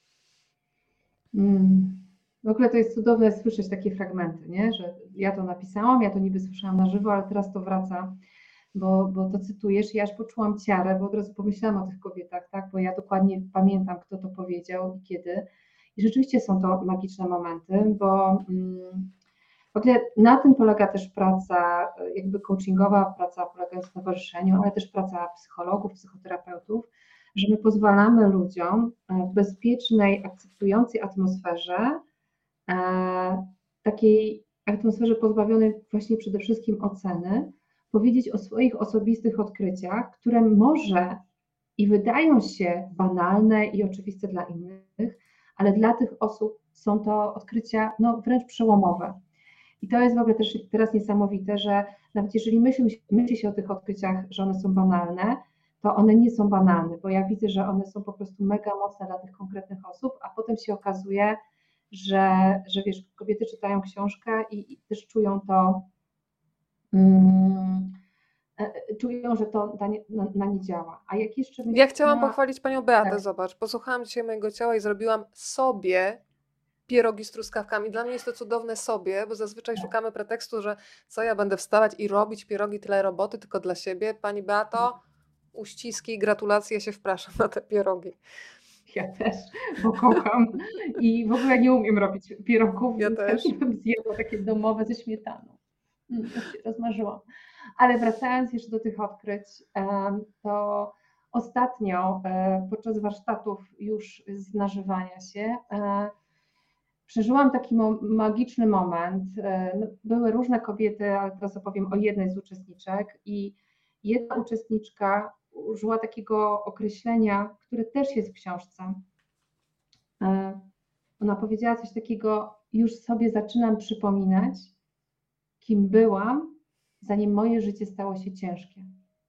Mm. W ogóle to jest cudowne słyszeć takie fragmenty, nie? Że ja to napisałam, ja to niby słyszałam na żywo, ale teraz to wraca, bo, bo to cytujesz i ja aż poczułam ciarę, bo od razu pomyślałam o tych kobietach, tak? Bo ja dokładnie pamiętam, kto to powiedział i kiedy. I rzeczywiście są to magiczne momenty, bo mm, w ogóle na tym polega też praca jakby coachingowa, praca polegająca na towarzyszeniu, ale też praca psychologów, psychoterapeutów, że my pozwalamy ludziom w bezpiecznej, akceptującej atmosferze, takiej atmosferze pozbawionej właśnie przede wszystkim oceny, powiedzieć o swoich osobistych odkryciach, które może i wydają się banalne i oczywiste dla innych, ale dla tych osób są to odkrycia no, wręcz przełomowe. I to jest w ogóle też teraz niesamowite, że nawet jeżeli myśli, myśli się o tych odkryciach, że one są banalne, to one nie są banalne, bo ja widzę, że one są po prostu mega mocne dla tych konkretnych osób, a potem się okazuje, że, że wiesz, kobiety czytają książkę i, i też czują to, um, czują, że to na nie, na, na nie działa. A jak jeszcze Ja chciałam na... pochwalić panią Beatę, tak. Zobacz, posłuchałam dzisiaj mojego ciała i zrobiłam sobie pierogi z truskawkami. Dla mnie jest to cudowne sobie, bo zazwyczaj szukamy pretekstu, że co ja będę wstawać i robić pierogi, tyle roboty, tylko dla siebie. Pani Beato, uściski, gratulacje, się wpraszam na te pierogi. Ja też, bo kocham i w ogóle nie umiem robić pierogów, Ja więc też. chętnie bym zjadła takie domowe ze śmietaną. Mm, już się rozmarzyłam. Ale wracając jeszcze do tych odkryć, to ostatnio podczas warsztatów już z nażywania się przeżyłam taki magiczny moment. Były różne kobiety, ale teraz opowiem o jednej z uczestniczek i jedna uczestniczka użyła takiego określenia, które też jest w książce. E, ona powiedziała coś takiego: „Już sobie zaczynam przypominać, kim byłam, zanim moje życie stało się ciężkie”.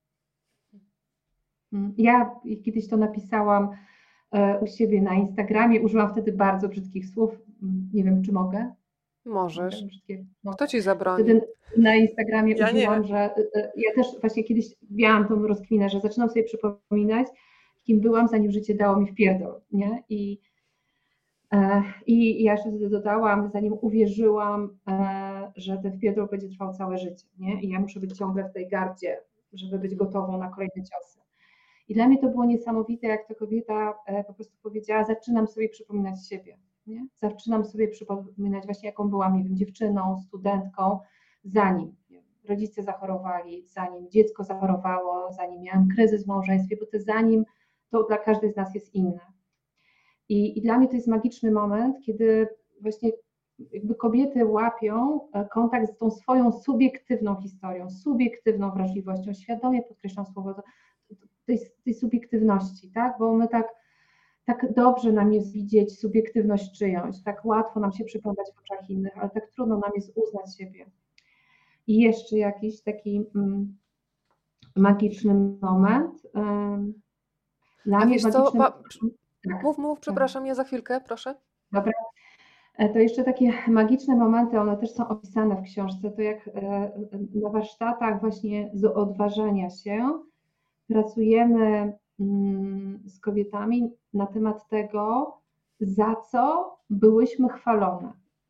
Mm, ja kiedyś to napisałam, e, u siebie na Instagramie, użyłam wtedy bardzo brzydkich słów, mm, nie wiem, czy mogę? Mogę Możesz. brzydkie? Mogę. Kto ci zabroni? Wtedy na Instagramie Ja nie. użyłam, że e, e, ja też właśnie kiedyś miałam tą rozkminę, że zaczynam sobie przypominać, kim byłam, zanim życie dało mi wpierdol, nie? I, e, i ja jeszcze wtedy dodałam, zanim uwierzyłam, e, że ten wpierdol będzie trwał całe życie, nie? I ja muszę być ciągle w tej gardzie, żeby być gotową na kolejne ciosy. I dla mnie to było niesamowite, jak ta kobieta e, po prostu powiedziała: zaczynam sobie przypominać siebie, nie? Zaczynam sobie przypominać właśnie, jaką byłam, nie wiem, dziewczyną, studentką, zanim nie wiem, rodzice zachorowali, zanim dziecko zachorowało, zanim miałam kryzys w małżeństwie, bo to zanim to dla każdej z nas jest inne. I, I dla mnie to jest magiczny moment, kiedy właśnie jakby kobiety łapią e, kontakt z tą swoją subiektywną historią, subiektywną wrażliwością, świadomie podkreślam słowo to, tej, tej subiektywności, tak? Bo my tak, tak dobrze nam jest widzieć subiektywność czyjąś, tak łatwo nam się przyglądać w oczach innych, ale tak trudno nam jest uznać siebie. I jeszcze jakiś taki mm, magiczny moment. Um, dla A mnie wiesz co, magicznym... pa, Tak, mów, mów, tak, przepraszam, ja za chwilkę, proszę. dobra. To jeszcze takie magiczne momenty, one też są opisane w książce, to jak na warsztatach właśnie z odważania się pracujemy z kobietami na temat tego, za co byłyśmy chwalone.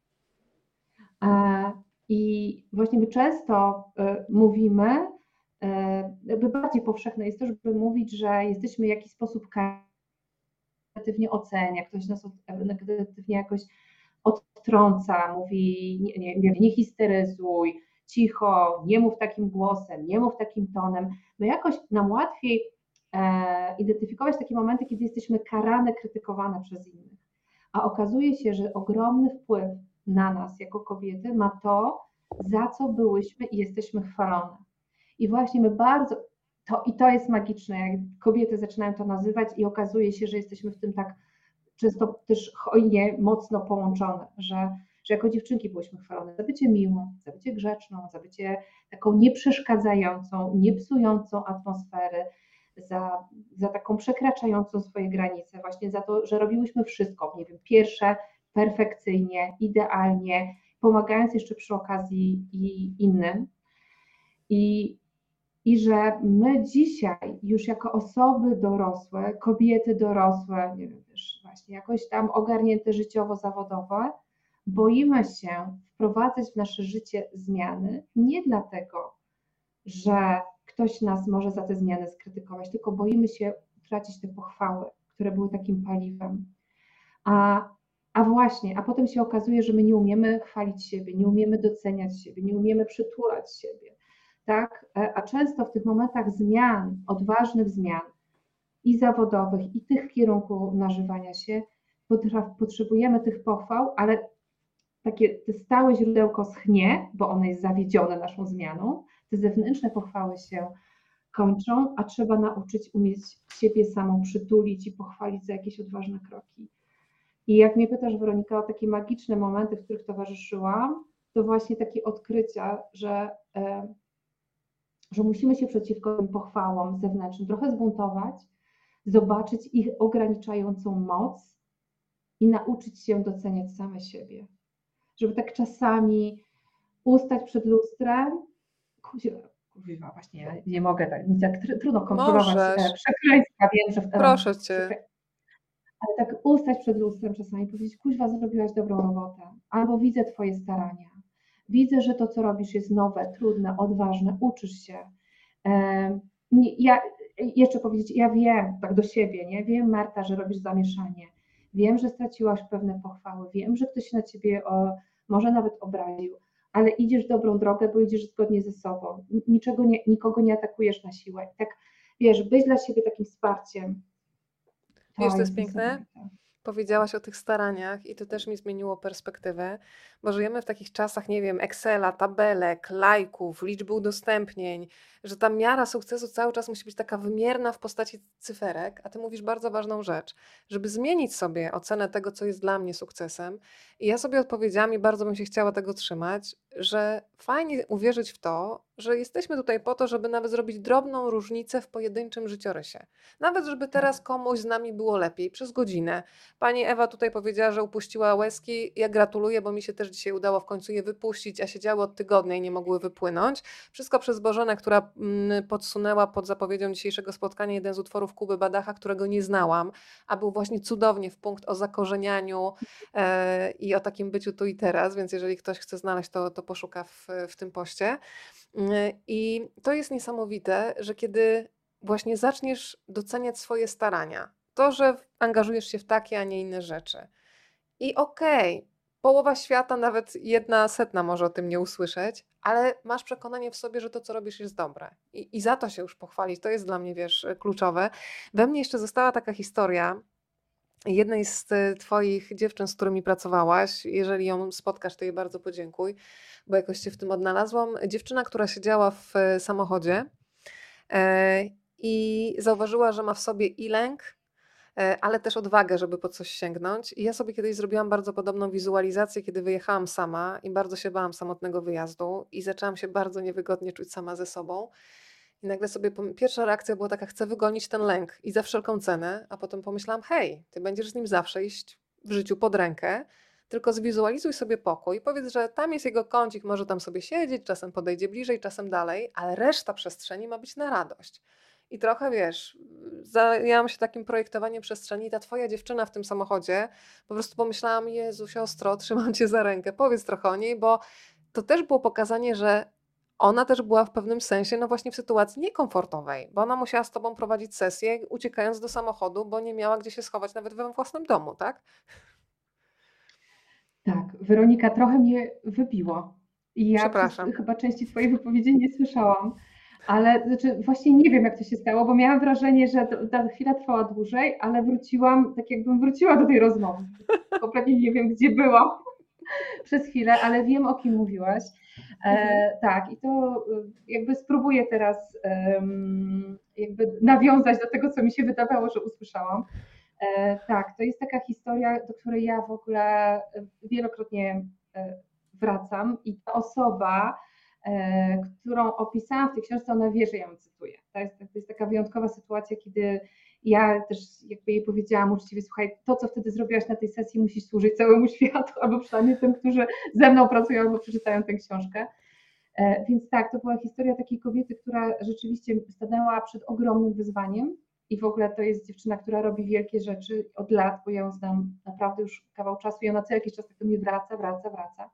I właśnie my często mówimy, jakby bardziej powszechne jest to, żeby mówić, że jesteśmy w jakiś sposób negatywnie ocenia, ktoś nas negatywnie jakoś odtrąca, mówi nie, nie, nie, nie histeryzuj, cicho, nie mów takim głosem, nie mów takim tonem. No jakoś nam łatwiej e, identyfikować takie momenty, kiedy jesteśmy karane, krytykowane przez innych. A okazuje się, że ogromny wpływ na nas jako kobiety ma to, za co byłyśmy i jesteśmy chwalone. I właśnie my bardzo, to, i to jest magiczne, jak kobiety zaczynają to nazywać i okazuje się, że jesteśmy w tym tak często też hojnie, mocno połączone, że, że jako dziewczynki byłyśmy chwalone za bycie miłą, za bycie grzeczną, za bycie taką nieprzeszkadzającą, nie psującą atmosfery, za, za taką przekraczającą swoje granice, właśnie za to, że robiłyśmy wszystko, nie wiem, pierwsze, perfekcyjnie, idealnie, pomagając jeszcze przy okazji i innym. I, I że my dzisiaj już jako osoby dorosłe, kobiety dorosłe, nie wiem, też właśnie jakoś tam ogarnięte życiowo, zawodowo, boimy się wprowadzać w nasze życie zmiany nie dlatego, że ktoś nas może za te zmiany skrytykować, tylko boimy się utracić te pochwały, które były takim paliwem. A, a właśnie, a potem się okazuje, że my nie umiemy chwalić siebie, nie umiemy doceniać siebie, nie umiemy przytulać siebie. Tak? A często w tych momentach zmian, odważnych zmian i zawodowych, i tych w kierunku nażywania się, potrzebujemy tych pochwał, ale takie te stałe źródełko schnie, bo ono jest zawiedzione naszą zmianą, te zewnętrzne pochwały się kończą, a trzeba nauczyć umieć siebie samą przytulić i pochwalić za jakieś odważne kroki. I jak mnie pytasz, Weronika, o takie magiczne momenty, w których towarzyszyłam, to właśnie takie odkrycia, że że musimy się przeciwko tym pochwałom zewnętrznym trochę zbuntować, zobaczyć ich ograniczającą moc i nauczyć się doceniać same siebie. Żeby tak czasami ustać przed lustrem, kurwa, właśnie ja nie mogę tak, mi tak trudno kontrolować Możesz. przekleństwa, wiem, że w Proszę cię. ale tak ustać przed lustrem czasami i powiedzieć: kuźwa, zrobiłaś dobrą robotę, albo widzę twoje starania, widzę, że to, co robisz, jest nowe, trudne, odważne, uczysz się. Ja jeszcze powiedzieć, ja wiem, tak do siebie, nie? Wiem, Marta, że robisz zamieszanie, wiem, że straciłaś pewne pochwały, wiem, że ktoś się na ciebie o, może nawet obraził, ale idziesz dobrą drogę, bo idziesz zgodnie ze sobą, niczego nie, nikogo nie atakujesz na siłę. Tak, wiesz, być dla siebie takim wsparciem. Wiesz, to jest piękne? powiedziałaś o tych staraniach i to też mi zmieniło perspektywę, bo żyjemy w takich czasach, nie wiem, Excela, tabelek, lajków, liczby udostępnień, że ta miara sukcesu cały czas musi być taka wymierna w postaci cyferek, a ty mówisz bardzo ważną rzecz, żeby zmienić sobie ocenę tego, co jest dla mnie sukcesem. I ja sobie odpowiedziałam i bardzo bym się chciała tego trzymać, że fajnie uwierzyć w to, że jesteśmy tutaj po to, żeby nawet zrobić drobną różnicę w pojedynczym życiorysie. Nawet żeby teraz komuś z nami było lepiej przez godzinę. Pani Ewa tutaj powiedziała, że upuściła łezki. Ja gratuluję, bo mi się też dzisiaj udało w końcu je wypuścić, a siedziały od tygodnia i nie mogły wypłynąć. Wszystko przez Bożenę, która mm, podsunęła pod zapowiedzią dzisiejszego spotkania jeden z utworów Kuby Badacha, którego nie znałam, a był właśnie cudownie w punkt o zakorzenianiu e, i o takim byciu tu i teraz, więc jeżeli ktoś chce znaleźć, to, to poszuka w, w tym poście. Mm, I to jest niesamowite, że kiedy właśnie zaczniesz doceniać swoje starania, to, że angażujesz się w takie, a nie inne rzeczy. I okej, połowa świata, nawet jedna setna może o tym nie usłyszeć, ale masz przekonanie w sobie, że to, co robisz, jest dobre. I, i za to się już pochwalić, to jest dla mnie, wiesz, kluczowe. We mnie jeszcze została taka historia jednej z e, twoich dziewczyn, z którymi pracowałaś. Jeżeli ją spotkasz, to jej bardzo podziękuj, bo jakoś się w tym odnalazłam. Dziewczyna, która siedziała w e, samochodzie e, i zauważyła, że ma w sobie i lęk, e, ale też odwagę, żeby po coś sięgnąć. I ja sobie kiedyś zrobiłam bardzo podobną wizualizację, kiedy wyjechałam sama i bardzo się bałam samotnego wyjazdu i zaczęłam się bardzo niewygodnie czuć sama ze sobą. I nagle sobie pom- pierwsza reakcja była taka, chcę wygonić ten lęk i za wszelką cenę, a potem pomyślałam, hej, ty będziesz z nim zawsze iść w życiu pod rękę, tylko zwizualizuj sobie pokój, powiedz, że tam jest jego kącik, może tam sobie siedzieć, czasem podejdzie bliżej, czasem dalej, ale reszta przestrzeni ma być na radość. I trochę wiesz, zajęłam się takim projektowaniem przestrzeni. Ta twoja dziewczyna w tym samochodzie, po prostu pomyślałam, Jezu, siostro, trzymam cię za rękę, powiedz trochę o niej, bo to też było pokazanie, że ona też była w pewnym sensie, no właśnie w sytuacji niekomfortowej, bo ona musiała z tobą prowadzić sesję, uciekając do samochodu, bo nie miała gdzie się schować nawet we własnym domu, tak? Tak, Weronika, trochę mnie wybiło. I ja przez Przepraszam. chyba części twojej wypowiedzi nie słyszałam, ale znaczy właśnie nie wiem, jak to się stało, bo miałam wrażenie, że to- ta chwila trwała dłużej, ale wróciłam, tak jakbym wróciła do tej rozmowy. Kompletnie nie wiem, gdzie byłam przez chwilę, ale wiem, o kim mówiłaś. Mhm. E, tak, i to y, jakby spróbuję teraz em, jakby nawiązać do tego, co mi się wydawało, że usłyszałam. E, tak, to jest taka historia, do której ja w ogóle wielokrotnie e, wracam i ta osoba, e, którą opisałam w tej książce, ona wie, że ja ją cytuję. To jest, to jest taka wyjątkowa sytuacja, kiedy ja też jakby jej powiedziałam uczciwie, słuchaj, to co wtedy zrobiłaś na tej sesji musi służyć całemu światu, albo przynajmniej tym, którzy ze mną pracują albo przeczytają tę książkę. E, Więc tak, to była historia takiej kobiety, która rzeczywiście stanęła przed ogromnym wyzwaniem i w ogóle to jest dziewczyna, która robi wielkie rzeczy od lat, bo ja ją znam naprawdę już kawał czasu i ona co jakiś czas tak do mnie wraca, wraca, wraca.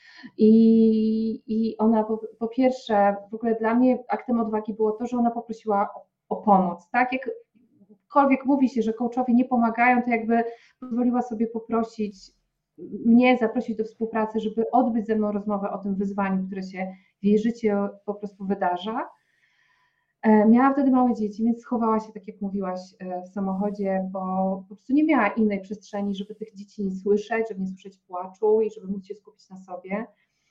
I, i ona po, po pierwsze, w ogóle dla mnie aktem odwagi było to, że ona poprosiła o, o pomoc, tak? Jakkolwiek mówi się, że coachowie nie pomagają, to jakby pozwoliła sobie poprosić mnie, zaprosić do współpracy, żeby odbyć ze mną rozmowę o tym wyzwaniu, które się w jej życiu po prostu wydarza. E, Miała wtedy małe dzieci, więc schowała się, tak jak mówiłaś, e, w samochodzie, bo po prostu nie miała innej przestrzeni, żeby tych dzieci nie słyszeć, żeby nie słyszeć płaczu i żeby móc się skupić na sobie.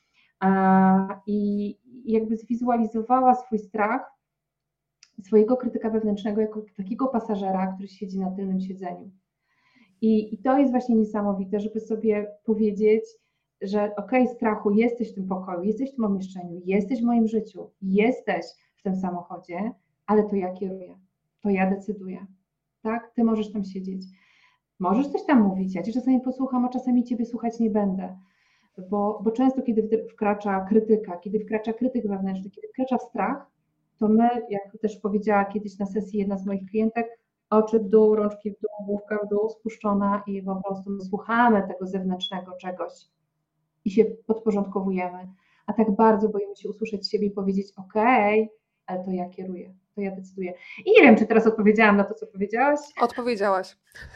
A, I jakby zwizualizowała swój strach, swojego krytyka wewnętrznego jako takiego pasażera, który siedzi na tylnym siedzeniu. I, I to jest właśnie niesamowite, żeby sobie powiedzieć, że okej, okay, strachu, jesteś w tym pokoju, jesteś w tym pomieszczeniu, jesteś w moim życiu, jesteś w tym samochodzie, ale to ja kieruję, to ja decyduję, tak? Ty możesz tam siedzieć, możesz coś tam mówić, ja cię czasami posłucham, a czasami ciebie słuchać nie będę, bo, bo często kiedy wkracza krytyka, kiedy wkracza krytyk wewnętrzny, kiedy wkracza strach, to my, jak też powiedziała kiedyś na sesji jedna z moich klientek, oczy w dół, rączki w dół, główka w dół, spuszczona i po prostu słuchamy tego zewnętrznego czegoś i się podporządkowujemy. A tak bardzo boimy się usłyszeć siebie i powiedzieć, okej, okay, ale to ja kieruję, to ja decyduję. I nie wiem, czy teraz odpowiedziałam na to, co powiedziałaś. Odpowiedziałaś.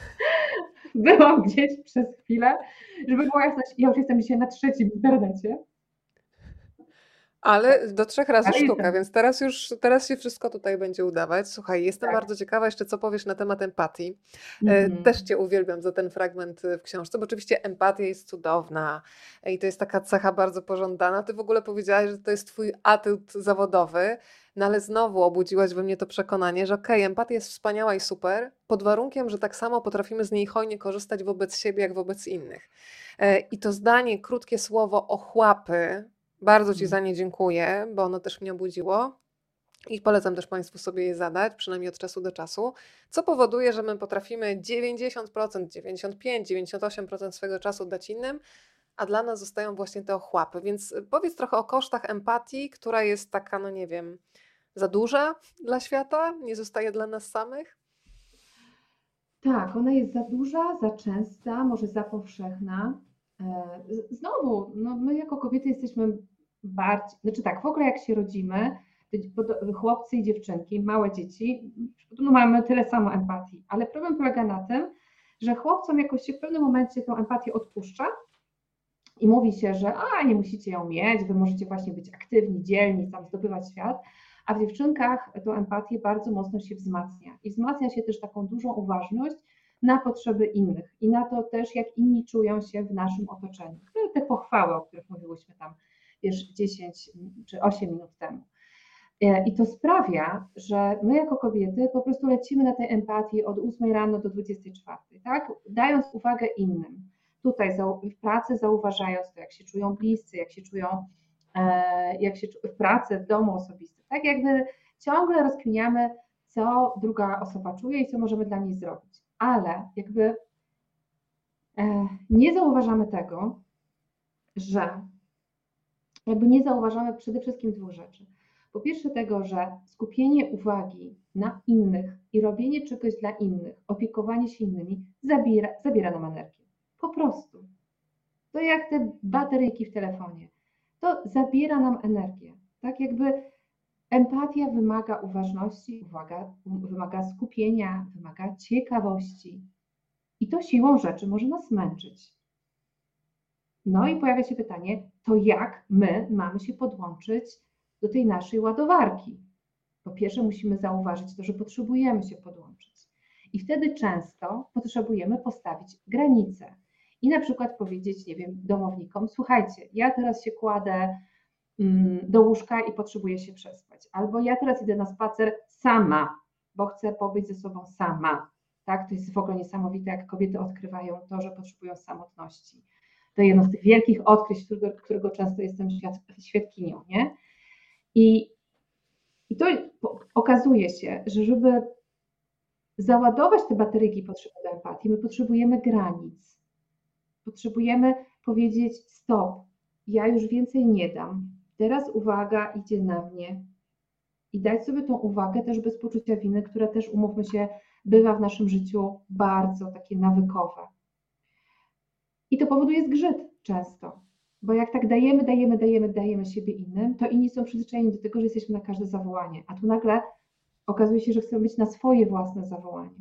Byłam gdzieś przez chwilę, żeby była jasność, ja już jestem dzisiaj na trzecim internecie. Ale do trzech razy Ale sztuka, jestem więc teraz już teraz się wszystko tutaj będzie udawać. Słuchaj, jestem tak. bardzo ciekawa jeszcze, co powiesz na temat empatii. E, Mhm. też Cię uwielbiam za ten fragment y, w książce, bo oczywiście empatia jest cudowna e, i to jest taka cecha bardzo pożądana. Ty w ogóle powiedziałaś, że to jest Twój atut zawodowy, no ale znowu obudziłaś we mnie to przekonanie, że okej, empatia jest wspaniała i super, pod warunkiem, że tak samo potrafimy z niej hojnie korzystać wobec siebie, jak wobec innych. E, I to zdanie, krótkie słowo ochłapy, bardzo Ci Mhm. za nie dziękuję, bo ono też mnie obudziło i polecam też Państwu sobie je zadać, przynajmniej od czasu do czasu, co powoduje, że my potrafimy dziewięćdziesiąt procent, dziewięćdziesiąt pięć procent, dziewięćdziesiąt osiem procent swojego czasu dać innym, a dla nas zostają właśnie te ochłapy. Więc y, powiedz trochę o kosztach empatii, która jest taka, no nie wiem, za duża dla świata, nie zostaje dla nas samych. Tak, ona jest za duża, za częsta, może za powszechna. E, z- Znowu, no my jako kobiety jesteśmy bardziej, znaczy tak, w ogóle jak się rodzimy, to dzi- podo- chłopcy i dziewczynki, małe dzieci, no mamy tyle samo empatii, ale problem polega na tym, że chłopcom jakoś się w pewnym momencie tę empatię odpuszcza i mówi się, że a nie musicie ją mieć, wy możecie właśnie być aktywni, dzielni, tam zdobywać świat, a w dziewczynkach tę empatię bardzo mocno się wzmacnia i wzmacnia się też taką dużą uważność na potrzeby innych i na to też, jak inni czują się w naszym otoczeniu. Te pochwały, o których mówiłyśmy tam, wiesz, dziesięć czy osiem minut temu. E, I to sprawia, że my jako kobiety po prostu lecimy na tej empatii od ósmej rano do dwudziestej czwartej, tak? Dając uwagę innym. Tutaj w pracy zauważając to, jak się czują bliscy, jak się czują e, jak się w pracy, w domu osobistym. Tak jakby ciągle rozkminiamy, co druga osoba czuje i co możemy dla niej zrobić. Ale jakby e, nie zauważamy tego, że jakby nie zauważamy przede wszystkim dwóch rzeczy. Po pierwsze tego, że skupienie uwagi na innych i robienie czegoś dla innych, opiekowanie się innymi zabiera, zabiera nam energię. Po prostu. To jak te bateryjki w telefonie. To zabiera nam energię. Tak jakby empatia wymaga uważności, uwaga, wymaga skupienia, wymaga ciekawości. I to siłą rzeczy może nas męczyć. No i pojawia się pytanie, to jak my mamy się podłączyć do tej naszej ładowarki? Po pierwsze musimy zauważyć to, że potrzebujemy się podłączyć. I wtedy często potrzebujemy postawić granice. I na przykład powiedzieć, nie wiem, domownikom, słuchajcie, ja teraz się kładę mm, do łóżka i potrzebuję się przespać. Albo ja teraz idę na spacer sama, bo chcę pobyć ze sobą sama. Tak, to jest w ogóle niesamowite, jak kobiety odkrywają to, że potrzebują samotności. To jedno z tych wielkich odkryć, którego, którego często jestem świad, świadkinią, nie? I, I to okazuje się, że żeby załadować te bateryjki potrzeby do empatii, my potrzebujemy granic. Potrzebujemy powiedzieć stop, ja już więcej nie dam. Teraz uwaga idzie na mnie. I dać sobie tą uwagę też bez poczucia winy, które też, umówmy się, bywa w naszym życiu bardzo takie nawykowe. I to powoduje zgrzyt często, bo jak tak dajemy, dajemy, dajemy, dajemy siebie innym, to inni są przyzwyczajeni do tego, że jesteśmy na każde zawołanie, a tu nagle okazuje się, że chcemy być na swoje własne zawołanie.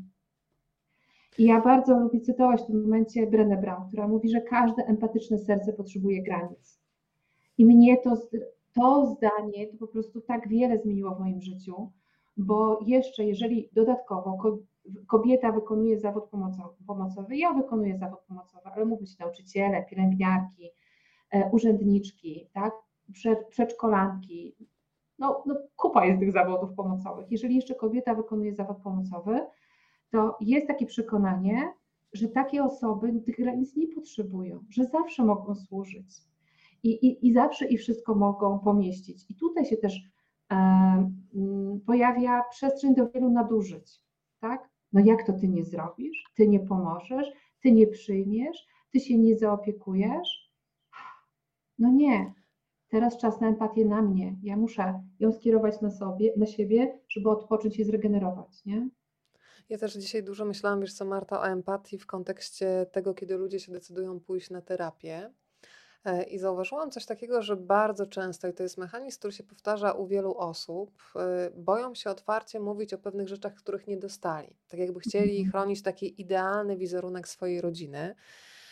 I ja bardzo lubię cytować w tym momencie Brené Brown, która mówi, że każde empatyczne serce potrzebuje granic. I mnie to, to zdanie to po prostu tak wiele zmieniło w moim życiu, bo jeszcze jeżeli dodatkowo kobieta wykonuje zawód pomocowy, ja wykonuję zawód pomocowy, ale mógłby się nauczyciele, pielęgniarki, urzędniczki, tak, przedszkolanki, no, no kupa jest tych zawodów pomocowych. Jeżeli jeszcze kobieta wykonuje zawód pomocowy, to jest takie przekonanie, że takie osoby tych granic nie potrzebują, że zawsze mogą służyć i, i, i zawsze i wszystko mogą pomieścić. I tutaj się też e, pojawia przestrzeń do wielu nadużyć, tak? No jak to ty nie zrobisz? Ty nie pomożesz? Ty nie przyjmiesz? Ty się nie zaopiekujesz? No nie. Teraz czas na empatię na mnie. Ja muszę ją skierować na sobie, na siebie, żeby odpocząć i zregenerować, nie? Ja też dzisiaj dużo myślałam, wiesz co, Marta, o empatii w kontekście tego, kiedy ludzie się decydują pójść na terapię. E, I zauważyłam coś takiego, że bardzo często, i to jest mechanizm, który się powtarza u wielu osób, e, boją się otwarcie mówić o pewnych rzeczach, których nie dostali. Tak jakby chcieli Mhm. chronić taki idealny wizerunek swojej rodziny.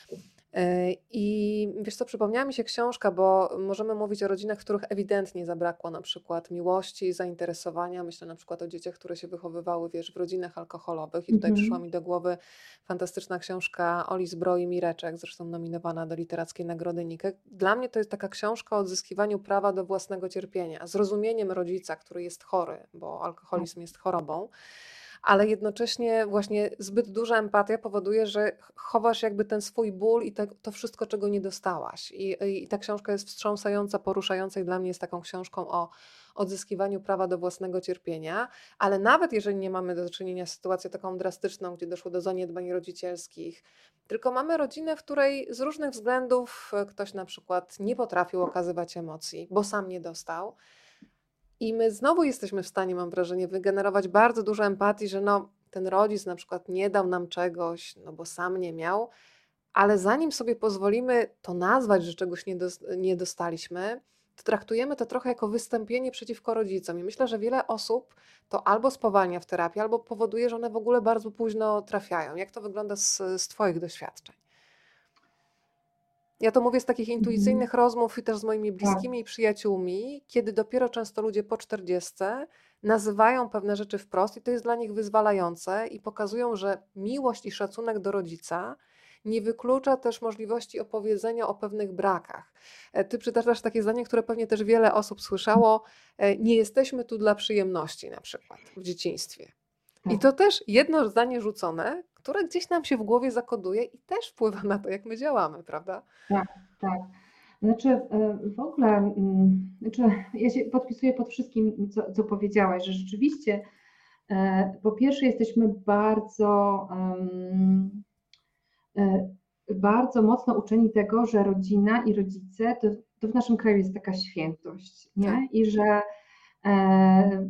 Yy, I wiesz co, przypomniała mi się książka, bo możemy mówić o rodzinach, w których ewidentnie zabrakło na przykład miłości, zainteresowania. Myślę na przykład o dzieciach, które się wychowywały, wiesz, w rodzinach alkoholowych. I tutaj przyszła Mhm. mi do głowy fantastyczna książka Oli Zbroi Mireczek, zresztą nominowana do Literackiej Nagrody Nikę. Dla mnie to jest taka książka o odzyskiwaniu prawa do własnego cierpienia, zrozumieniem rodzica, który jest chory, bo Tak. alkoholizm jest chorobą, ale jednocześnie właśnie zbyt duża empatia powoduje, że ch- chowasz jakby ten swój ból i te, to wszystko, czego nie dostałaś. I, I ta książka jest wstrząsająca, poruszająca i dla mnie jest taką książką o odzyskiwaniu prawa do własnego cierpienia, ale nawet jeżeli nie mamy do czynienia z sytuacją taką drastyczną, gdzie doszło do zaniedbań rodzicielskich, tylko mamy rodzinę, w której z różnych względów e, ktoś na przykład nie potrafił okazywać emocji, bo sam nie dostał, i my znowu jesteśmy w stanie, mam wrażenie, wygenerować bardzo dużo empatii, że no, ten rodzic na przykład nie dał nam czegoś, no bo sam nie miał, ale zanim sobie pozwolimy to nazwać, że czegoś nie, dos- nie dostaliśmy, to traktujemy to trochę jako wystąpienie przeciwko rodzicom. I myślę, że wiele osób to albo spowalnia w terapii, albo powoduje, że one w ogóle bardzo późno trafiają. Jak to wygląda z, z Twoich doświadczeń? Ja to mówię z takich Mhm. intuicyjnych rozmów i też z moimi Tak. bliskimi i przyjaciółmi, kiedy dopiero często ludzie po czterdziestce nazywają pewne rzeczy wprost i to jest dla nich wyzwalające i pokazują, że miłość i szacunek do rodzica nie wyklucza też możliwości opowiedzenia o pewnych brakach. E, Ty przytaczasz takie zdanie, które pewnie też wiele osób słyszało: e, nie jesteśmy tu dla przyjemności na przykład w dzieciństwie. I Tak. to też jedno zdanie rzucone, które gdzieś nam się w głowie zakoduje i też wpływa na to, jak my działamy, prawda? Tak, tak. Znaczy, e, w ogóle, mm, znaczy, ja się podpisuję pod wszystkim, co, co powiedziałaś, że rzeczywiście, e, po pierwsze, jesteśmy bardzo, em, e, bardzo mocno uczeni tego, że rodzina i rodzice to, to w naszym kraju jest taka świętość, Tak. nie? I że e,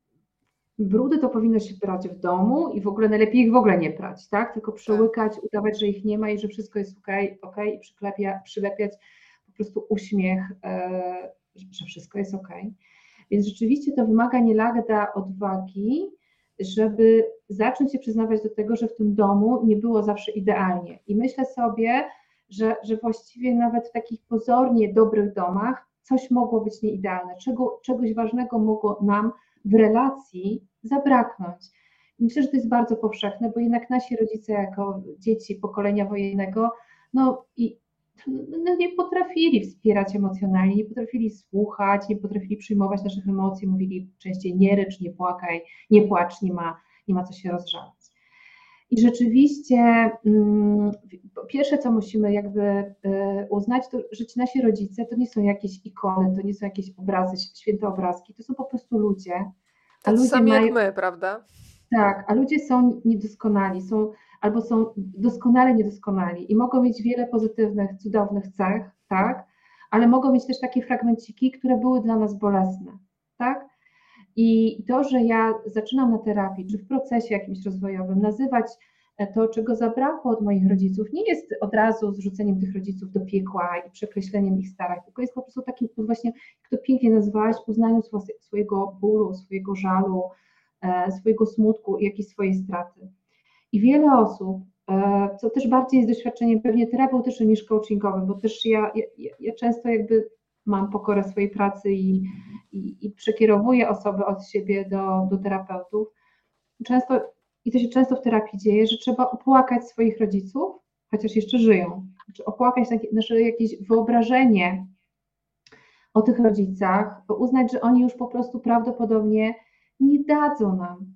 brudy to powinno się brać w domu i w ogóle najlepiej ich w ogóle nie prać, tak? Tylko Tak. przełykać, udawać, że ich nie ma i że wszystko jest okej, okej i przyklepia, przylepiać po prostu uśmiech, e, że wszystko jest okej. Więc rzeczywiście to wymaga nie lada odwagi, żeby zacząć się przyznawać do tego, że w tym domu nie było zawsze idealnie. I myślę sobie, że, że właściwie nawet w takich pozornie dobrych domach coś mogło być nieidealne, czego, czegoś ważnego mogło nam w relacji zabraknąć. I myślę, że to jest bardzo powszechne, bo jednak nasi rodzice jako dzieci pokolenia wojennego, no i no nie potrafili wspierać emocjonalnie, nie potrafili słuchać, nie potrafili przyjmować naszych emocji, mówili częściej nie rycz, nie płakaj, nie płacz, nie ma, nie ma co się rozżalać. I rzeczywiście mm, pierwsze, co musimy jakby y, uznać, to że ci nasi rodzice to nie są jakieś ikony, to nie są jakieś obrazy, święte obrazki, to są po prostu ludzie, a Tacy ludzie sami jak mają, my, prawda? tak, a ludzie są niedoskonali, są albo są doskonale niedoskonali i mogą mieć wiele pozytywnych, cudownych cech, tak, ale mogą mieć też takie fragmenciki, które były dla nas bolesne, tak? I to, że ja zaczynam na terapii, czy w procesie jakimś rozwojowym nazywać to, czego zabrakło od moich rodziców, nie jest od razu zrzuceniem tych rodziców do piekła i przekreśleniem ich starań, tylko jest po prostu takim właśnie, jak to pięknie nazwałaś, uznaniem swojego bólu, swojego żalu, e, swojego smutku i jakiejś swojej straty. I wiele osób, e, co też bardziej jest doświadczeniem pewnie terapeutycznym niż coachingowym, bo też ja, ja, ja często jakby mam pokorę swojej pracy i, i, i przekierowuję osoby od siebie do, do terapeutów. Często, i to się często w terapii dzieje, że trzeba opłakać swoich rodziców, chociaż jeszcze żyją. Znaczy opłakać takie, nasze jakieś wyobrażenie o tych rodzicach, uznać, że oni już po prostu prawdopodobnie nie dadzą nam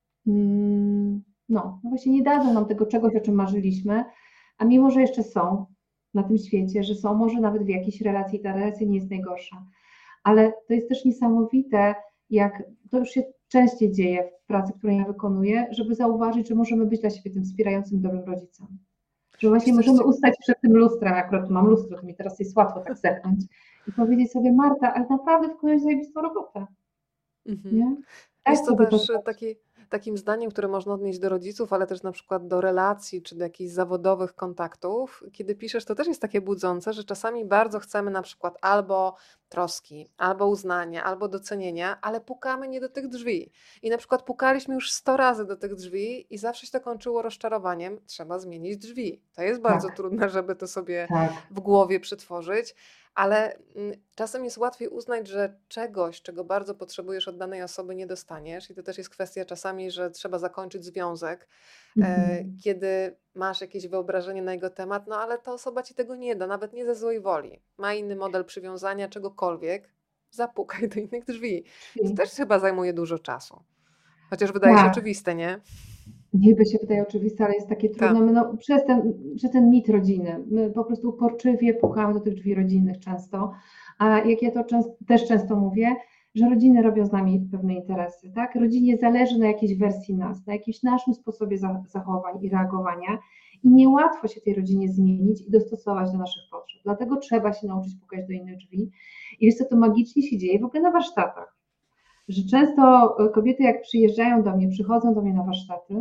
Mm, no, no właśnie nie dadzą nam tego czegoś, o czym marzyliśmy, a mimo, że jeszcze są na tym świecie, że są może nawet w jakiejś relacji, i ta relacja nie jest najgorsza. Ale to jest też niesamowite, jak to już się częściej dzieje w pracy, którą ja wykonuję, żeby zauważyć, że możemy być dla siebie tym wspierającym dobrym rodzicem. Że Wiesz, właśnie co możemy jeszcze... ustać przed tym lustrem, akurat tu mam lustro, to mi teraz jest łatwo tak zerknąć i powiedzieć sobie, Marta, ale naprawdę wykonujesz zajebistą robotę, Mhm. nie? Wiesz Daj co, sobie to też y, znać. taki, takim zdaniem, które można odnieść do rodziców, ale też na przykład do relacji, czy do jakichś zawodowych kontaktów, kiedy piszesz, to też jest takie budzące, że czasami bardzo chcemy na przykład albo troski, albo uznania, albo docenienia, ale pukamy nie do tych drzwi. I na przykład pukaliśmy już sto razy do tych drzwi i zawsze się to kończyło rozczarowaniem, trzeba zmienić drzwi. To jest bardzo Tak, trudne, żeby to sobie tak. w głowie przetworzyć, ale mm, czasem jest łatwiej uznać, że czegoś, czego bardzo potrzebujesz od danej osoby, nie dostaniesz. I to też jest kwestia czasami, że trzeba zakończyć związek, e, Mhm. kiedy masz jakieś wyobrażenie na jego temat, no ale ta osoba ci tego nie da, nawet nie ze złej woli. Ma inny model przywiązania, czegokolwiek, zapukaj do innych drzwi. To Drzwi. też chyba zajmuje dużo czasu. Chociaż wydaje się Tak. oczywiste, nie? Niby się wydaje oczywiste, ale jest takie trudne. Tak. My, no, przez ten, przez ten mit rodziny. My po prostu uporczywie pukamy do tych drzwi rodzinnych często. A jak ja to często, też często mówię, że rodziny robią z nami pewne interesy, tak? Rodzinie zależy na jakiejś wersji nas, na jakimś naszym sposobie zachowań i reagowania i niełatwo się tej rodzinie zmienić i dostosować do naszych potrzeb. Dlatego trzeba się nauczyć pukać do innych drzwi. I wiesz co, to magicznie się dzieje w ogóle na warsztatach. Że często kobiety jak przyjeżdżają do mnie, przychodzą do mnie na warsztaty,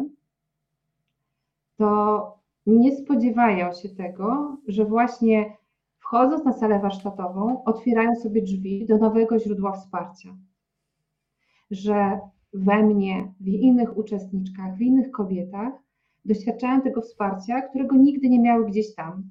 to nie spodziewają się tego, że właśnie wchodząc na salę warsztatową, otwierają sobie drzwi do nowego źródła wsparcia. Że we mnie, w innych uczestniczkach, w innych kobietach doświadczają tego wsparcia, którego nigdy nie miały gdzieś tam.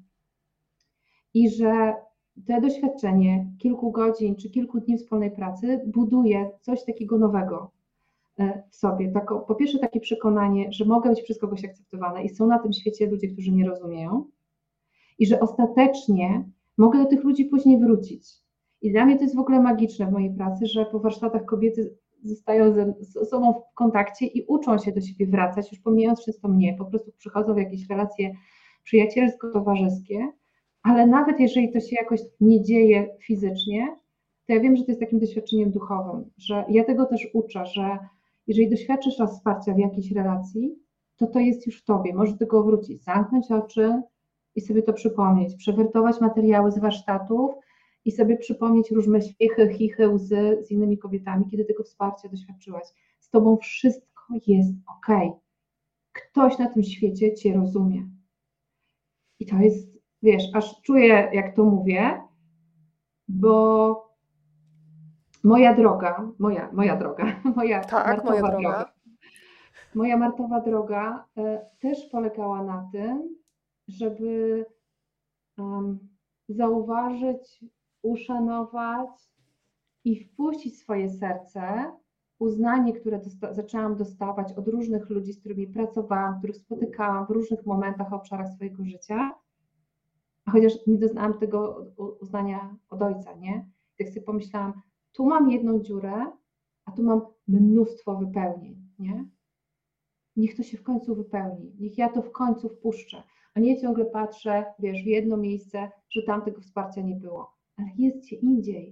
I że to doświadczenie kilku godzin czy kilku dni wspólnej pracy buduje coś takiego nowego w sobie. Tako, po pierwsze takie przekonanie, że mogę być przez kogoś akceptowana i są na tym świecie ludzie, którzy mnie rozumieją i że ostatecznie mogę do tych ludzi później wrócić. I dla mnie to jest w ogóle magiczne w mojej pracy, że po warsztatach kobiety zostają ze, z sobą w kontakcie i uczą się do siebie wracać, już pomijając często mnie, po prostu przychodzą w jakieś relacje przyjacielsko-towarzyskie, ale nawet jeżeli to się jakoś nie dzieje fizycznie, to ja wiem, że to jest takim doświadczeniem duchowym, że ja tego też uczę, że jeżeli doświadczysz raz wsparcia w jakiejś relacji, to to jest już w tobie, możesz do tego wrócić, zamknąć oczy i sobie to przypomnieć, przewertować materiały z warsztatów i sobie przypomnieć różne śmiechy, chichy, łzy z innymi kobietami, kiedy tego wsparcia doświadczyłaś. Z tobą wszystko jest okej. Ktoś na tym świecie cię rozumie. I to jest, wiesz, aż czuję, jak to mówię, bo moja droga, moja, moja droga, moja Tak, moja martowa droga, droga. moja martowa droga też polegała na tym, żeby um, zauważyć, uszanować i wpuścić w swoje serce uznanie, które dosta- zaczęłam dostawać od różnych ludzi, z którymi pracowałam, których spotykałam w różnych momentach, obszarach swojego życia, a chociaż nie doznałam tego uznania od ojca, nie? Tak sobie pomyślałam, tu mam jedną dziurę, a tu mam mnóstwo wypełnień, nie? Niech to się w końcu wypełni, niech ja to w końcu wpuszczę, a nie ciągle patrzę, wiesz, w jedno miejsce, że tam tego wsparcia nie było, ale jest gdzie indziej.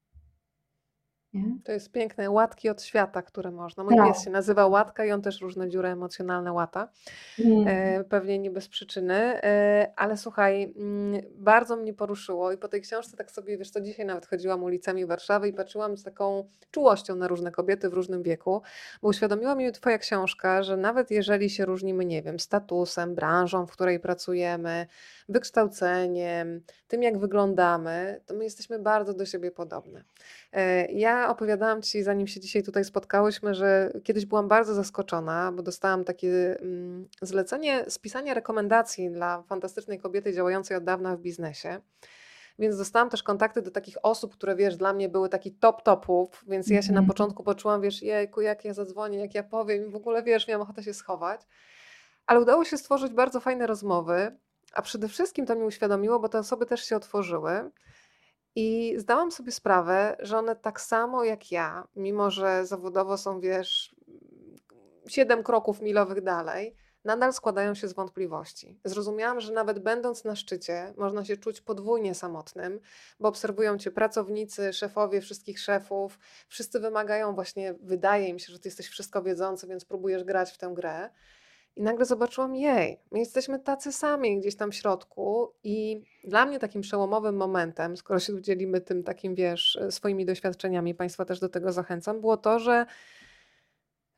Nie? To jest piękne, łatki od świata, które można. Mój Tak. pies się nazywa Łatka i on też różne dziury emocjonalne łata. Mm. E, pewnie nie bez przyczyny, e, ale słuchaj, mm, bardzo mnie poruszyło i po tej książce tak sobie, wiesz co, dzisiaj nawet chodziłam ulicami Warszawy i patrzyłam z taką czułością na różne kobiety w różnym wieku, bo uświadomiła mi twoja książka, że nawet jeżeli się różnimy, nie wiem, statusem, branżą, w której pracujemy, wykształceniem, tym jak wyglądamy, to my jesteśmy bardzo do siebie podobne. E, Ja opowiadałam ci, zanim się dzisiaj tutaj spotkałyśmy, że kiedyś byłam bardzo zaskoczona, bo dostałam takie mm, zlecenie spisania rekomendacji dla fantastycznej kobiety działającej od dawna w biznesie. Więc dostałam też kontakty do takich osób, które, wiesz, dla mnie były taki top topów, więc ja się na Mhm. początku poczułam, wiesz, jejku, jak ja zadzwonię, jak ja powiem i w ogóle, wiesz, miałam ochotę się schować. Ale udało się stworzyć bardzo fajne rozmowy, a przede wszystkim to mi uświadomiło, bo te osoby też się otworzyły. I zdałam sobie sprawę, że one tak samo jak ja, mimo że zawodowo są, wiesz, siedem kroków milowych dalej, nadal składają się z wątpliwości. Zrozumiałam, że nawet będąc na szczycie, można się czuć podwójnie samotnym, bo obserwują cię pracownicy, szefowie wszystkich szefów, wszyscy wymagają właśnie, wydaje im się, że ty jesteś wszystko wiedzący, więc próbujesz grać w tę grę. I nagle zobaczyłam, jej, my jesteśmy tacy sami gdzieś tam w środku i dla mnie takim przełomowym momentem, skoro się dzielimy tym takim, wiesz, swoimi doświadczeniami, Państwa też do tego zachęcam, było to, że,